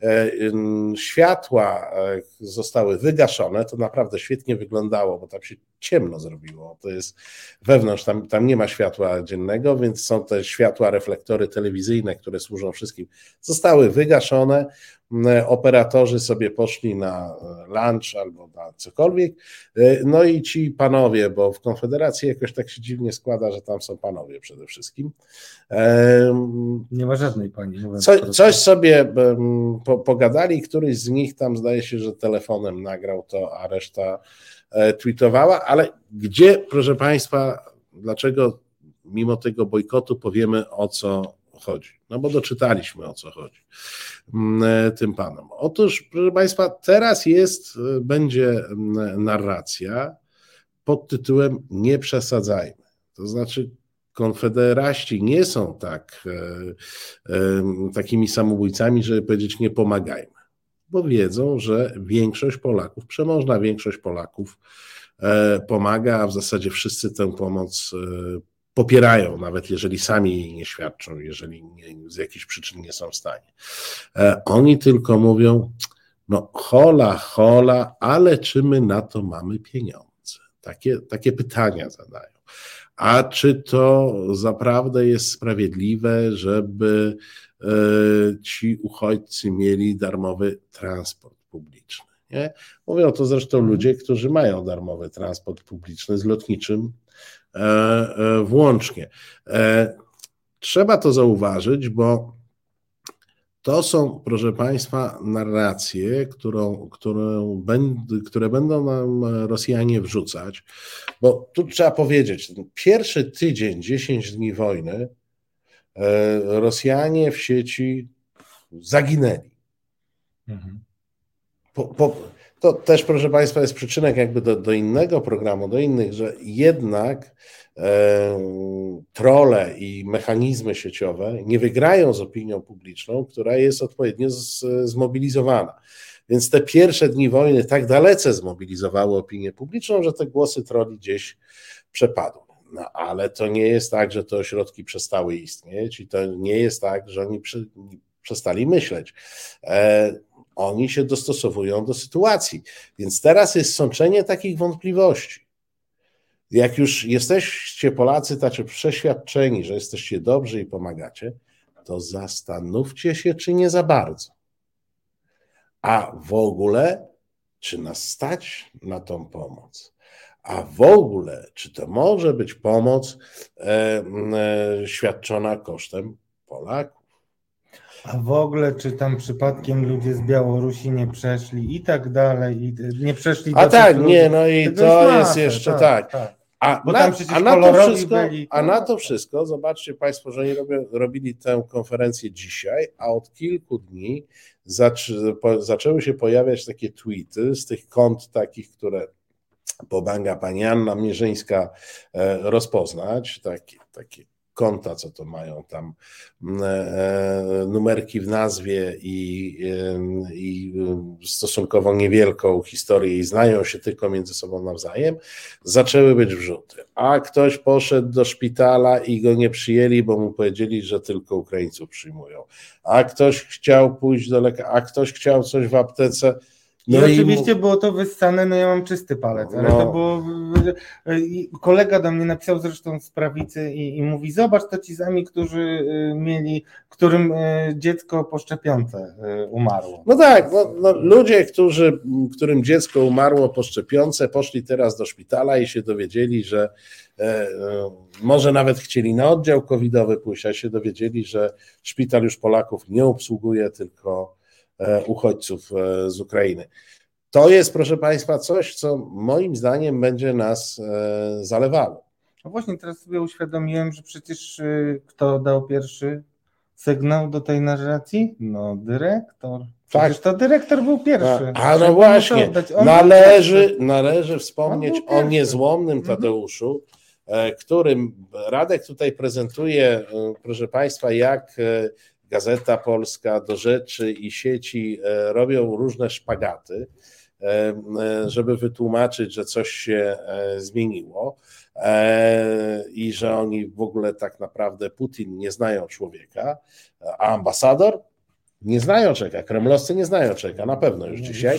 Światła zostały wygaszone, to naprawdę świetnie wyglądało, bo tam się ciemno zrobiło, to jest wewnątrz, tam nie ma światła dziennego, więc są te światła, reflektory telewizyjne, które służą wszystkim, zostały wygaszone, operatorzy sobie poszli na lunch albo na cokolwiek, no i ci panowie, bo w Konfederacji jakoś tak się dziwnie składa, że tam są panowie przede wszystkim. Nie ma żadnej pani. Coś sobie pogadali, któryś z nich tam zdaje się, że telefonem nagrał to, a reszta tweetowała, ale gdzie, proszę Państwa, dlaczego mimo tego bojkotu powiemy, o co chodzi? No bo doczytaliśmy, o co chodzi tym panom. Otóż, proszę Państwa, teraz będzie narracja pod tytułem Nie przesadzajmy. To znaczy konfederaści nie są takimi samobójcami, żeby powiedzieć nie pomagajmy, bo wiedzą, że większość Polaków, przemożna większość Polaków pomaga, a w zasadzie wszyscy tę pomoc popierają, nawet jeżeli sami jej nie świadczą, jeżeli z jakichś przyczyn nie są w stanie. Oni tylko mówią, no hola, ale czy my na to mamy pieniądze? Takie pytania zadają. A czy to zaprawdę jest sprawiedliwe, żeby ci uchodźcy mieli darmowy transport publiczny? Nie? Mówią to zresztą ludzie, którzy mają darmowy transport publiczny z lotniczym włącznie. Trzeba to zauważyć, bo to są, proszę Państwa, narracje, które będą nam Rosjanie wrzucać, bo tu trzeba powiedzieć, pierwszy tydzień, 10 dni wojny Rosjanie w sieci zaginęli. To też, proszę Państwa, jest przyczynek jakby do innego programu, do innych, że jednak trolle i mechanizmy sieciowe nie wygrają z opinią publiczną, która jest odpowiednio zmobilizowana. Więc te pierwsze dni wojny tak dalece zmobilizowały opinię publiczną, że te głosy trolli gdzieś przepadły. No, ale to nie jest tak, że te ośrodki przestały istnieć i to nie jest tak, że oni przestali myśleć. Oni się dostosowują do sytuacji. Więc teraz jest sączenie takich wątpliwości. Jak już jesteście Polacy tacy przeświadczeni, że jesteście dobrzy i pomagacie, to zastanówcie się, czy nie za bardzo. A w ogóle, czy nas stać na tą pomoc? A w ogóle, czy to może być pomoc świadczona kosztem Polaków? A w ogóle, czy tam przypadkiem ludzie z Białorusi nie przeszli i tak dalej, i nie przeszli do A tak, ludzi. nie, no i to jest jeszcze tak. Na to wszystko, zobaczcie Państwo, że oni robili tę konferencję dzisiaj, a od kilku dni zaczęły się pojawiać takie tweety z tych kont takich, które pomaga pani Anna Mierzyńska rozpoznać, takie konta, co to mają tam numerki w nazwie i stosunkowo niewielką historię i znają się tylko między sobą nawzajem, zaczęły być wrzuty. A ktoś poszedł do szpitala i go nie przyjęli, bo mu powiedzieli, że tylko Ukraińców przyjmują. A ktoś chciał pójść do lekarza, a ktoś chciał coś w aptece. No i oczywiście było to wyssane, no ja mam czysty palec, ale to było, kolega do mnie napisał zresztą z prawicy i mówi, zobacz to ci sami, którym dziecko po szczepionce umarło. No tak, ludzie, którym dziecko umarło po szczepionce, poszli teraz do szpitala i się dowiedzieli, że może nawet chcieli na oddział covidowy pójść, a się dowiedzieli, że szpital już Polaków nie obsługuje, tylko uchodźców z Ukrainy. To jest, proszę Państwa, coś, co moim zdaniem będzie nas zalewało. No właśnie, teraz sobie uświadomiłem, że przecież kto dał pierwszy sygnał do tej narracji? No dyrektor. Przecież to dyrektor był pierwszy. A no właśnie, należy wspomnieć o niezłomnym Tadeuszu, którym Radek tutaj prezentuje, proszę Państwa, jak Gazeta Polska, Do Rzeczy i sieci robią różne szpagaty, żeby wytłumaczyć, że coś się zmieniło i że oni w ogóle tak naprawdę Putin nie znają człowieka, a ambasador nie znają człowieka, kremlowscy nie znają człowieka, na pewno już dzisiaj.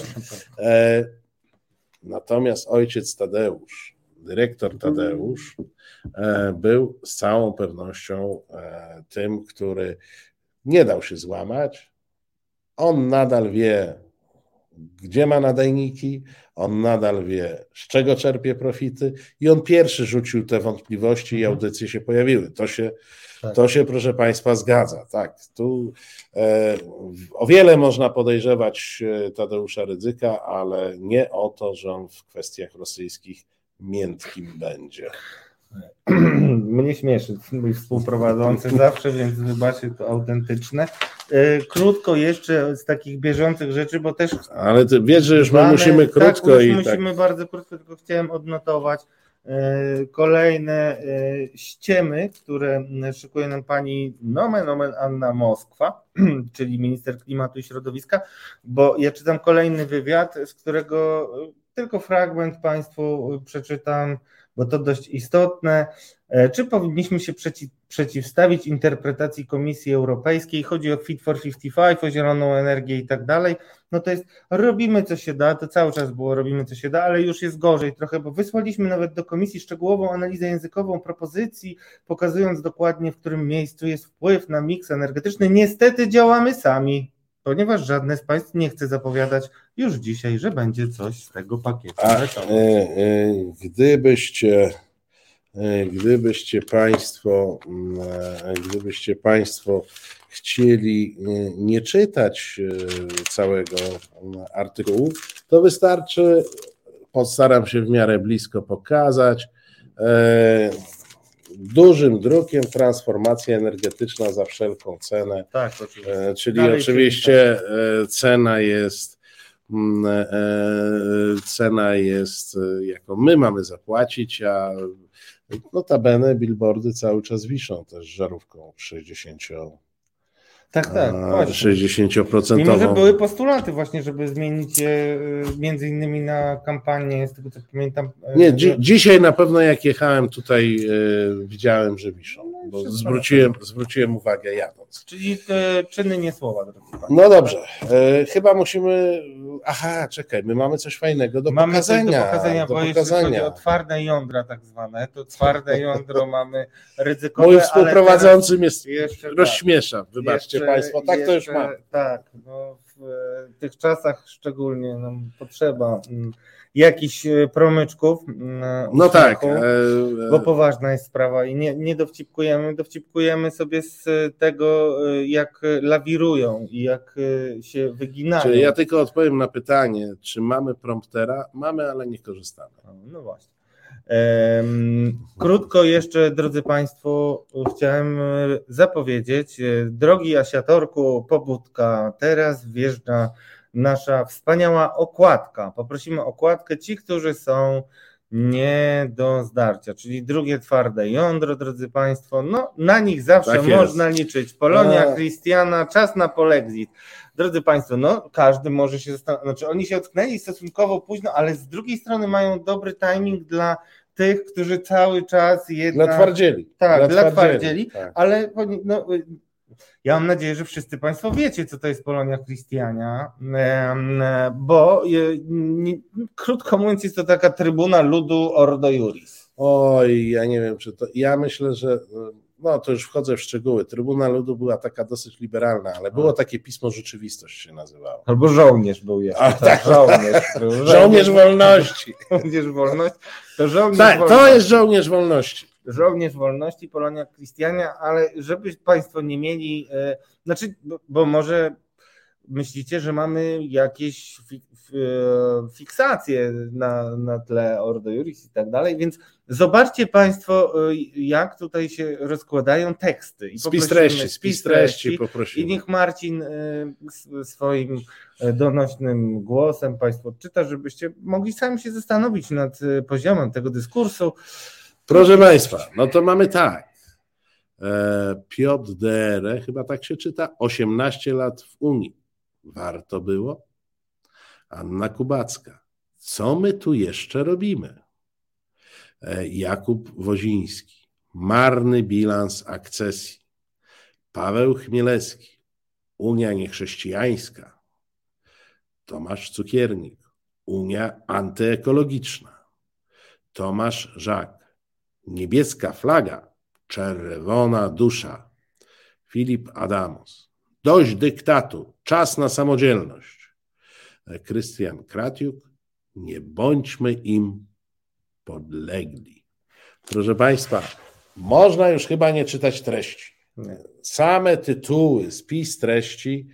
Natomiast ojciec Tadeusz, dyrektor Tadeusz, był z całą pewnością tym, który nie dał się złamać. On nadal wie, gdzie ma nadajniki, on nadal wie, z czego czerpie profity i on pierwszy rzucił te wątpliwości i audycje się pojawiły. To się, proszę Państwa, zgadza. Tak, tu o wiele można podejrzewać Tadeusza Rydzyka, ale nie o to, że on w kwestiach rosyjskich miętkim będzie. Mnie śmieszy mój współprowadzący zawsze, więc wybaczcie, to autentyczne. Krótko jeszcze z takich bieżących rzeczy, bo też... Ale ty wiesz, że już my musimy krótko. Tak, już musimy bardzo krótko, tylko chciałem odnotować kolejne ściemy, które szykuje nam pani nomen omen Anna Moskwa, czyli minister klimatu i środowiska, bo ja czytam kolejny wywiad, z którego tylko fragment Państwu przeczytam, bo to dość istotne. Czy powinniśmy się przeciwstawić interpretacji Komisji Europejskiej? Chodzi o Fit for 55, o zieloną energię i tak dalej. No to jest, robimy co się da, to cały czas było robimy co się da, ale już jest gorzej trochę, bo wysłaliśmy nawet do Komisji szczegółową analizę językową propozycji, pokazując dokładnie, w którym miejscu jest wpływ na miks energetyczny. Niestety działamy sami. ponieważ żadne z państw nie chce zapowiadać już dzisiaj, że będzie coś z tego pakietu. Gdybyście Państwo chcieli nie czytać całego artykułu, to wystarczy, postaram się w miarę blisko pokazać, dużym drukiem transformacja energetyczna za wszelką cenę. Tak, oczywiście. Czyli oczywiście cena jest, jaką my mamy zapłacić, a notabene billboardy cały czas wiszą też żarówką 60%. Tak, właśnie. 60%. Mimo, że były postulaty właśnie, żeby zmienić je między innymi na kampanię, z tego co pamiętam. Nie, dzisiaj na pewno jak jechałem tutaj widziałem, że wiszą, bo zwróciłem uwagę jadąc. Czyli te czyny, nie słowa. No dobrze, chyba musimy, czekaj, my mamy coś fajnego do pokazania. Bo jeśli chodzi o twarde jądra tak zwane, to twarde jądro mamy ryzykowe. Mój współprowadzący mnie rozśmiesza, wybaczcie Państwo, tak to już mam. Tak, w tych czasach szczególnie nam potrzeba jakichś promyczków. No tak. Bo poważna jest sprawa i nie dowcipkujemy sobie z tego, jak lawirują i jak się wyginają. Czyli ja tylko odpowiem na pytanie, czy mamy promptera? Mamy, ale nie korzystamy. No właśnie. Krótko jeszcze, drodzy Państwo, chciałem zapowiedzieć, drogi Asiatorku, pobudka, teraz wjeżdża nasza wspaniała okładka. Poprosimy o okładkę ci, którzy są nie do zdarcia, czyli drugie twarde jądro, drodzy Państwo, no na nich zawsze tak można liczyć. Polonia, Christiana, czas na polexit. Drodzy Państwo, no każdy może się zastanowić, znaczy oni się ocknęli stosunkowo późno, ale z drugiej strony mają dobry timing dla tych, którzy cały czas jednak... Dla twardzieli. Tak, dla twardzieli, tak. Ale no, ja mam nadzieję, że wszyscy Państwo wiecie, co to jest Polonia Christiania, bo krótko mówiąc jest to taka trybuna ludu Ordo Iuris. Oj, ja nie wiem, czy to... Ja myślę, że... No to już wchodzę w szczegóły. Trybuna Ludu była taka dosyć liberalna, ale było takie pismo Rzeczywistość się nazywało. Albo Żołnierz był jeszcze. Żołnierz wolności. Żołnierz wolności. To żołnierz tak, wolności. To jest Żołnierz wolności. Żołnierz wolności, Polonia Christiania, ale żeby Państwo nie mieli, bo może myślicie, że mamy jakieś fiksacje na tle Ordo Iuris i tak dalej, więc zobaczcie Państwo, jak tutaj się rozkładają teksty. I Spis treści poprosimy. I niech Marcin swoim donośnym głosem Państwo czyta, żebyście mogli sami się zastanowić nad poziomem tego dyskursu. Proszę Państwa, no to mamy tak. Piotr Dere, chyba tak się czyta, 18 lat w Unii. Warto było? Anna Kubacka. Co my tu jeszcze robimy? Jakub Woziński. Marny bilans akcesji. Paweł Chmielewski. Unia niechrześcijańska. Tomasz Cukiernik. Unia antyekologiczna. Tomasz Żak. Niebieska flaga. Czerwona dusza. Filip Adamus. Dość dyktatu. Czas na samodzielność. Krystian Kratiuk. Nie bądźmy im podlegli. Proszę Państwa, można już chyba nie czytać treści. Same tytuły, spis treści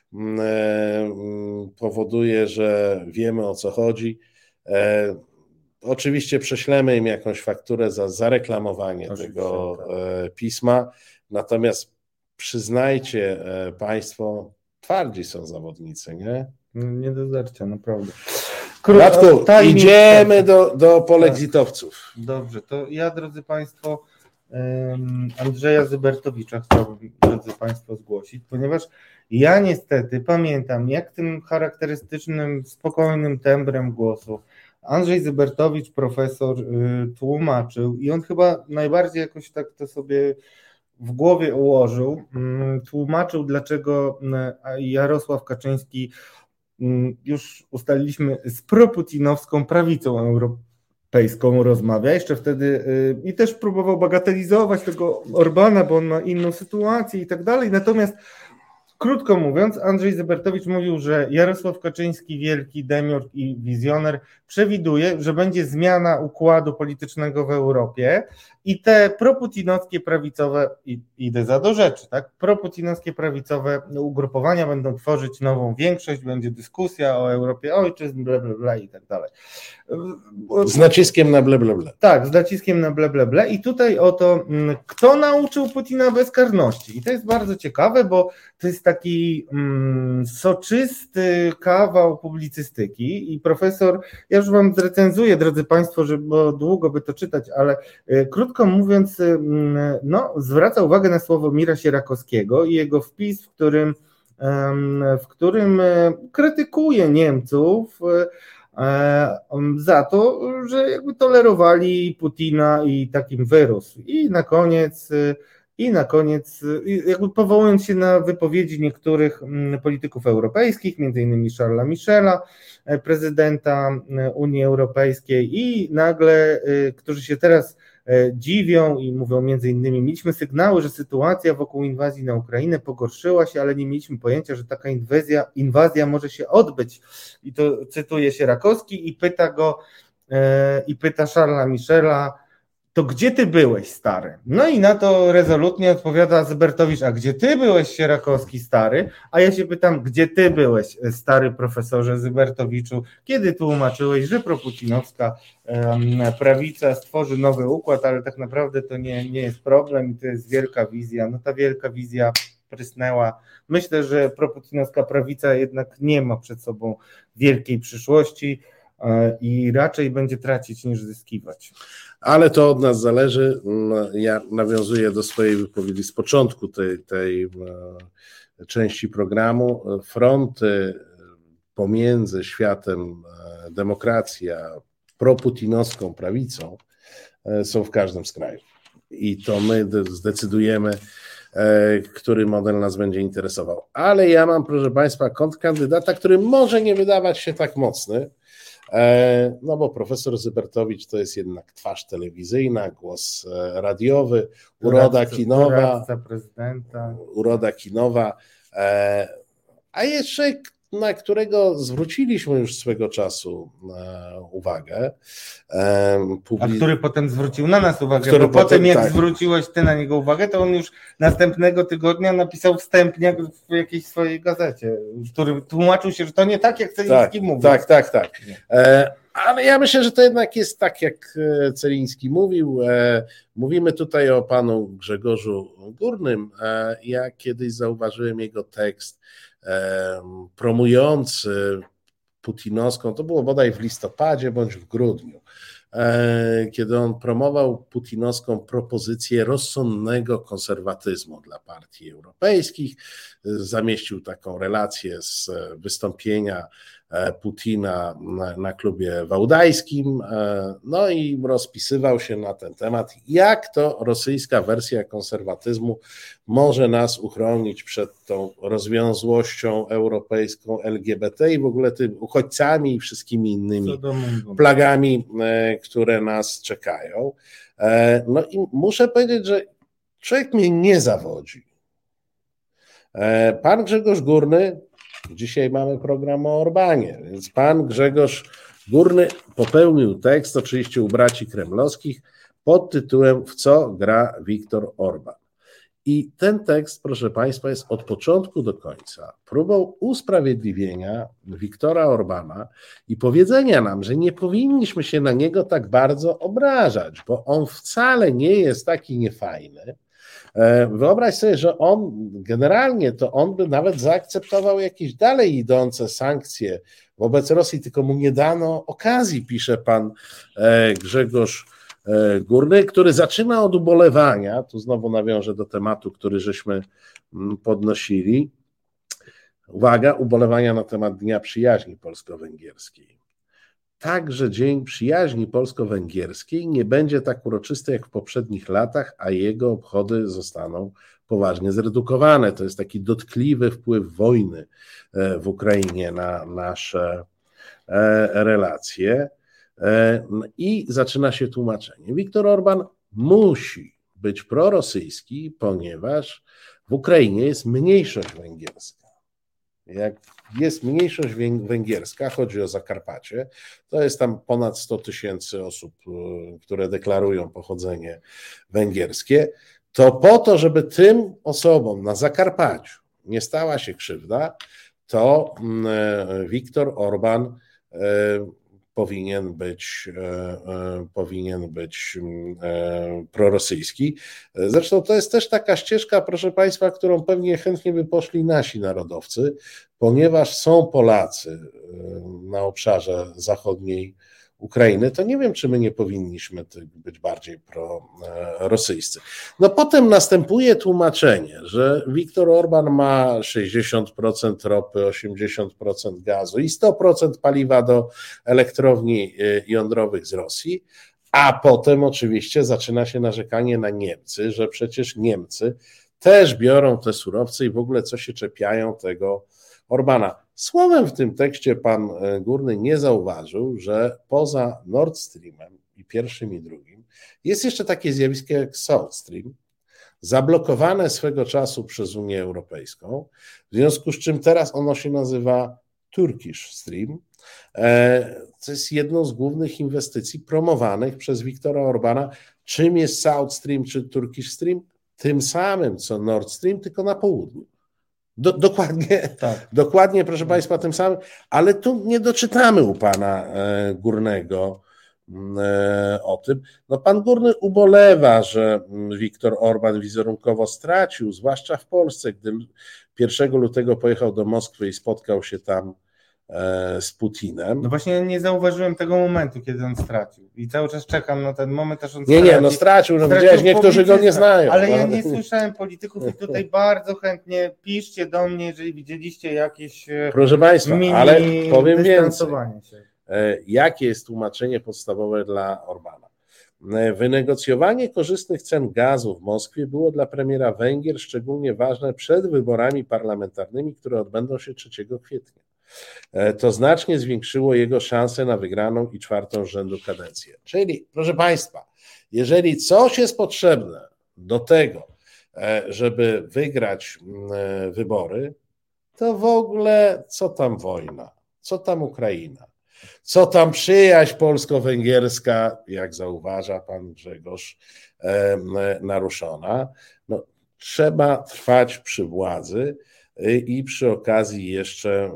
powoduje, że wiemy, o co chodzi. Oczywiście prześlemy im jakąś fakturę za zareklamowanie tego pisma, natomiast przyznajcie Państwo, twardzi są zawodnicy, nie? Nie do zercia, naprawdę. Radku, idziemy do polexitowców. Dobrze, to ja, drodzy Państwo, Andrzeja Zybertowicza chciałbym, drodzy Państwo, zgłosić, ponieważ ja niestety pamiętam, jak tym charakterystycznym, spokojnym tembrem głosu Andrzej Zybertowicz, profesor, tłumaczył i on chyba najbardziej jakoś tak to sobie w głowie ułożył, tłumaczył, dlaczego Jarosław Kaczyński, już ustaliliśmy, z proputinowską prawicą europejską rozmawia, jeszcze wtedy i też próbował bagatelizować tego Orbana, bo on ma inną sytuację i tak dalej, natomiast Krótko mówiąc, Andrzej Zybertowicz mówił, że Jarosław Kaczyński, wielki demiurg i wizjoner, przewiduje, że będzie zmiana układu politycznego w Europie i te proputinowskie prawicowe, idę za do rzeczy, tak? Proputinowskie prawicowe ugrupowania będą tworzyć nową większość, będzie dyskusja o Europie ojczyzn, bla, bla, bla i tak dalej. Z naciskiem na ble, ble, ble. Tak, z naciskiem na ble, ble, ble. I tutaj o to, kto nauczył Putina bezkarności. I to jest bardzo ciekawe, bo to jest taki soczysty kawał publicystyki i profesor, ja już wam zrecenzuję, drodzy Państwo, bo długo by to czytać, ale krótko mówiąc, no, zwraca uwagę na Sławomira Sierakowskiego i jego wpis, w którym krytykuje Niemców za to, że jakby tolerowali Putina i takim wyrósł. I na koniec jakby powołując się na wypowiedzi niektórych polityków europejskich, między innymi Charlesa Michela, prezydenta Unii Europejskiej i nagle, którzy się teraz dziwią i mówią między innymi, mieliśmy sygnały, że sytuacja wokół inwazji na Ukrainę pogorszyła się, ale nie mieliśmy pojęcia, że taka inwazja może się odbyć. I to cytuje Sierakowski i pyta Charlesa Michela, to gdzie ty byłeś, stary? No i na to rezolutnie odpowiada Zybertowicz, a gdzie ty byłeś, Sierakowski, stary? A ja się pytam, gdzie ty byłeś, stary profesorze Zybertowiczu, kiedy tłumaczyłeś, że proputinowska prawica stworzy nowy układ, ale tak naprawdę to nie jest problem i to jest wielka wizja. No ta wielka wizja prysnęła. Myślę, że proputinowska prawica jednak nie ma przed sobą wielkiej przyszłości i raczej będzie tracić niż zyskiwać. Ale to od nas zależy. Ja nawiązuję do swojej wypowiedzi z początku tej części programu. Fronty pomiędzy światem demokracji a proputinowską prawicą są w każdym z krajów. I to my zdecydujemy, który model nas będzie interesował. Ale ja mam, proszę Państwa, kontrkandydata, który może nie wydawać się tak mocny, no bo profesor Zybertowicz to jest jednak twarz telewizyjna, głos radiowy, uroda kinowa, prezydenta. Uroda kinowa, a jeszcze na którego zwróciliśmy już swego czasu uwagę. A który potem zwrócił na nas uwagę, bo potem jak zwróciłeś ty na niego uwagę, to on już następnego tygodnia napisał wstępniak w jakiejś swojej gazecie, w którym tłumaczył się, że to nie tak, jak Celiński mówił. Tak. Ale ja myślę, że to jednak jest tak, jak Celiński mówił. Mówimy tutaj o panu Grzegorzu Górnym. Ja kiedyś zauważyłem jego tekst promujący putinowską, to było bodaj w listopadzie bądź w grudniu, kiedy on promował putinowską propozycję rozsądnego konserwatyzmu dla partii europejskich. Zamieścił taką relację z wystąpienia Putina na klubie wałdajskim, no i rozpisywał się na ten temat, jak to rosyjska wersja konserwatyzmu może nas uchronić przed tą rozwiązłością europejską LGBT i w ogóle tym uchodźcami i wszystkimi innymi plagami, które nas czekają. No i muszę powiedzieć, że człowiek mnie nie zawodzi. Pan Grzegorz Górny, dzisiaj mamy program o Orbanie, więc pan Grzegorz Górny popełnił tekst, oczywiście u braci kremlowskich, pod tytułem W co gra Viktor Orban. I ten tekst, proszę Państwa, jest od początku do końca próbą usprawiedliwienia Viktora Orbana i powiedzenia nam, że nie powinniśmy się na niego tak bardzo obrażać, bo on wcale nie jest taki niefajny. Wyobraź sobie, że on generalnie to on by nawet zaakceptował jakieś dalej idące sankcje wobec Rosji, tylko mu nie dano okazji, pisze pan Grzegorz Górny, który zaczyna od ubolewania, tu znowu nawiążę do tematu, który żeśmy podnosili. Uwaga, ubolewania na temat Dnia Przyjaźni Polsko-Węgierskiej. Także Dzień Przyjaźni Polsko-Węgierskiej nie będzie tak uroczysty jak w poprzednich latach, a jego obchody zostaną poważnie zredukowane. To jest taki dotkliwy wpływ wojny w Ukrainie na nasze relacje. I zaczyna się tłumaczenie. Viktor Orban musi być prorosyjski, ponieważ W Ukrainie jest mniejszość węgierska. Jak jest mniejszość węgierska, chodzi o Zakarpacie, to jest tam ponad 100 000 osób, które deklarują pochodzenie węgierskie, to po to, żeby tym osobom na Zakarpaciu nie stała się krzywda, to Viktor Orban powinien być prorosyjski. Zresztą to jest też taka ścieżka, proszę Państwa, którą pewnie chętnie by poszli nasi narodowcy, ponieważ są Polacy na obszarze zachodniej Ukrainy, to nie wiem, czy my nie powinniśmy być bardziej prorosyjscy. No potem następuje tłumaczenie, że Viktor Orban ma 60% ropy, 80% gazu i 100% paliwa do elektrowni jądrowych z Rosji, a potem oczywiście zaczyna się narzekanie na Niemcy, że przecież Niemcy też biorą te surowce i w ogóle co się czepiają tego Orbana. Słowem w tym tekście pan Górny nie zauważył, że poza Nord Streamem i pierwszym i drugim jest jeszcze takie zjawisko jak South Stream, zablokowane swego czasu przez Unię Europejską, w związku z czym teraz ono się nazywa Turkish Stream. To jest jedną z głównych inwestycji promowanych przez Viktora Orbana. Czym jest South Stream czy Turkish Stream? Tym samym co Nord Stream, tylko na południu. Dokładnie, proszę Państwa, tym samym, ale tu nie doczytamy u pana Górnego o tym. No pan Górny ubolewa, że Viktor Orban wizerunkowo stracił, zwłaszcza w Polsce, gdy 1 lutego pojechał do Moskwy i spotkał się tam z Putinem. No właśnie nie zauważyłem tego momentu, kiedy on stracił i cały czas czekam na ten moment, aż on stracił, widziałeś, niektórzy go nie znają. Ale ja nie słyszałem polityków i tutaj bardzo chętnie piszcie do mnie, jeżeli widzieliście jakieś proszę Państwa, ale powiem więcej. Się. Jakie jest tłumaczenie podstawowe dla Orbana? Wynegocjowanie korzystnych cen gazu w Moskwie było dla premiera Węgier szczególnie ważne przed wyborami parlamentarnymi, które odbędą się 3 kwietnia. To znacznie zwiększyło jego szanse na wygraną i 4. z rzędu kadencję. Czyli, proszę Państwa, jeżeli coś jest potrzebne do tego, żeby wygrać wybory, to w ogóle co tam wojna, co tam Ukraina, co tam przyjaźń polsko-węgierska, jak zauważa pan Grzegorz, naruszona. No, trzeba trwać przy władzy i przy okazji jeszcze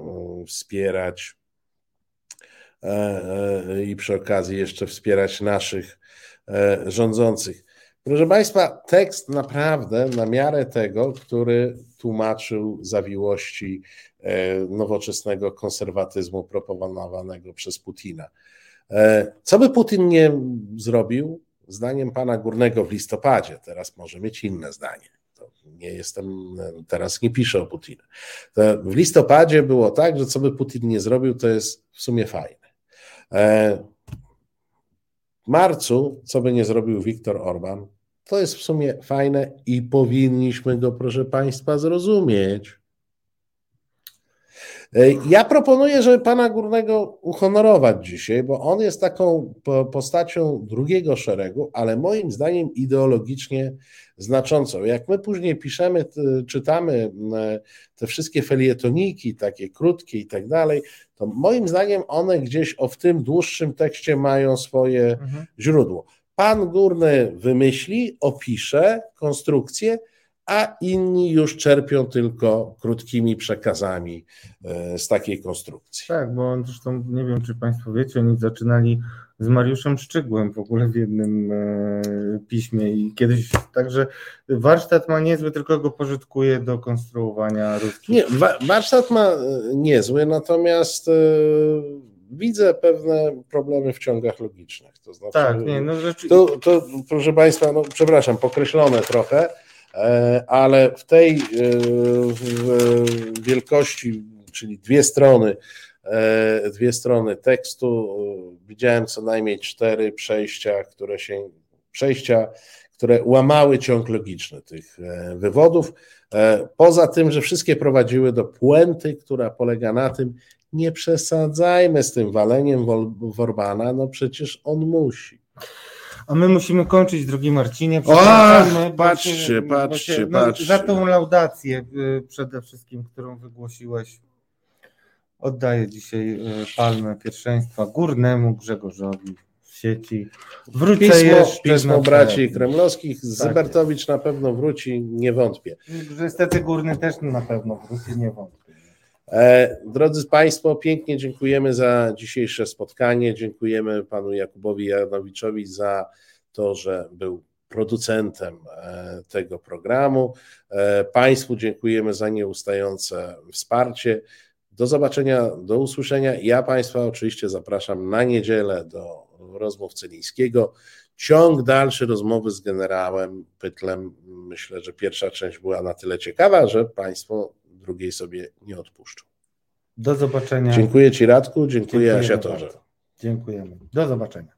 wspierać naszych rządzących. Proszę Państwa, tekst naprawdę na miarę tego, który tłumaczył zawiłości nowoczesnego konserwatyzmu proponowanego przez Putina. Co by Putin nie zrobił, zdaniem pana Górnego w listopadzie, teraz może mieć inne zdanie. Teraz nie piszę o Putinie. To w listopadzie było tak, że co by Putin nie zrobił, to jest w sumie fajne. W marcu, co by nie zrobił Viktor Orban, to jest w sumie fajne i powinniśmy go, proszę Państwa, zrozumieć. Ja proponuję, żeby pana Górnego uhonorować dzisiaj, bo on jest taką postacią drugiego szeregu, ale moim zdaniem ideologicznie znaczącą. Jak my później czytamy te wszystkie felietoniki, takie krótkie i tak dalej, to moim zdaniem one gdzieś w tym dłuższym tekście mają swoje źródło. Pan Górny wymyśli, opisze konstrukcję, a inni już czerpią tylko krótkimi przekazami z takiej konstrukcji. Tak, bo zresztą nie wiem, czy Państwo wiecie, oni zaczynali z Mariuszem Szczygłem w ogóle w jednym piśmie i kiedyś, także warsztat ma niezły, tylko go pożytkuje do konstruowania ruskich. Nie, warsztat ma niezły, natomiast widzę pewne problemy w ciągach logicznych. To znaczy, tak, nie, no rzeczywiście. To proszę Państwa, no przepraszam, pokreślone trochę, ale w tej wielkości, czyli dwie strony tekstu, widziałem co najmniej 4 przejścia, które łamały ciąg logiczny tych wywodów. Poza tym, że wszystkie prowadziły do puenty, która polega na tym, nie przesadzajmy z tym waleniem w Orbana, no przecież on musi. A my musimy kończyć, drogi Marcinie. Patrzcie. Za tą laudację przede wszystkim, którą wygłosiłeś, oddaję dzisiaj palmę pierwszeństwa Górnemu Grzegorzowi w sieci. Wrócę Pismo braci kremlowskich. Zybertowicz na pewno wróci, nie wątpię. Niestety Górny też na pewno wróci, nie wątpię. Drodzy Państwo, pięknie dziękujemy za dzisiejsze spotkanie. Dziękujemy panu Jakubowi Janowiczowi za to, że był producentem tego programu. Państwu dziękujemy za nieustające wsparcie. Do zobaczenia, do usłyszenia. Ja Państwa oczywiście zapraszam na niedzielę do rozmów Celińskiego. Ciąg dalszy rozmowy z generałem Pytlem. Myślę, że pierwsza część była na tyle ciekawa, że Państwo drugiej sobie nie odpuszczą. Do zobaczenia. Dziękuję Ci, Radku, dziękuję Asiatorze. Bardzo. Dziękujemy. Do zobaczenia.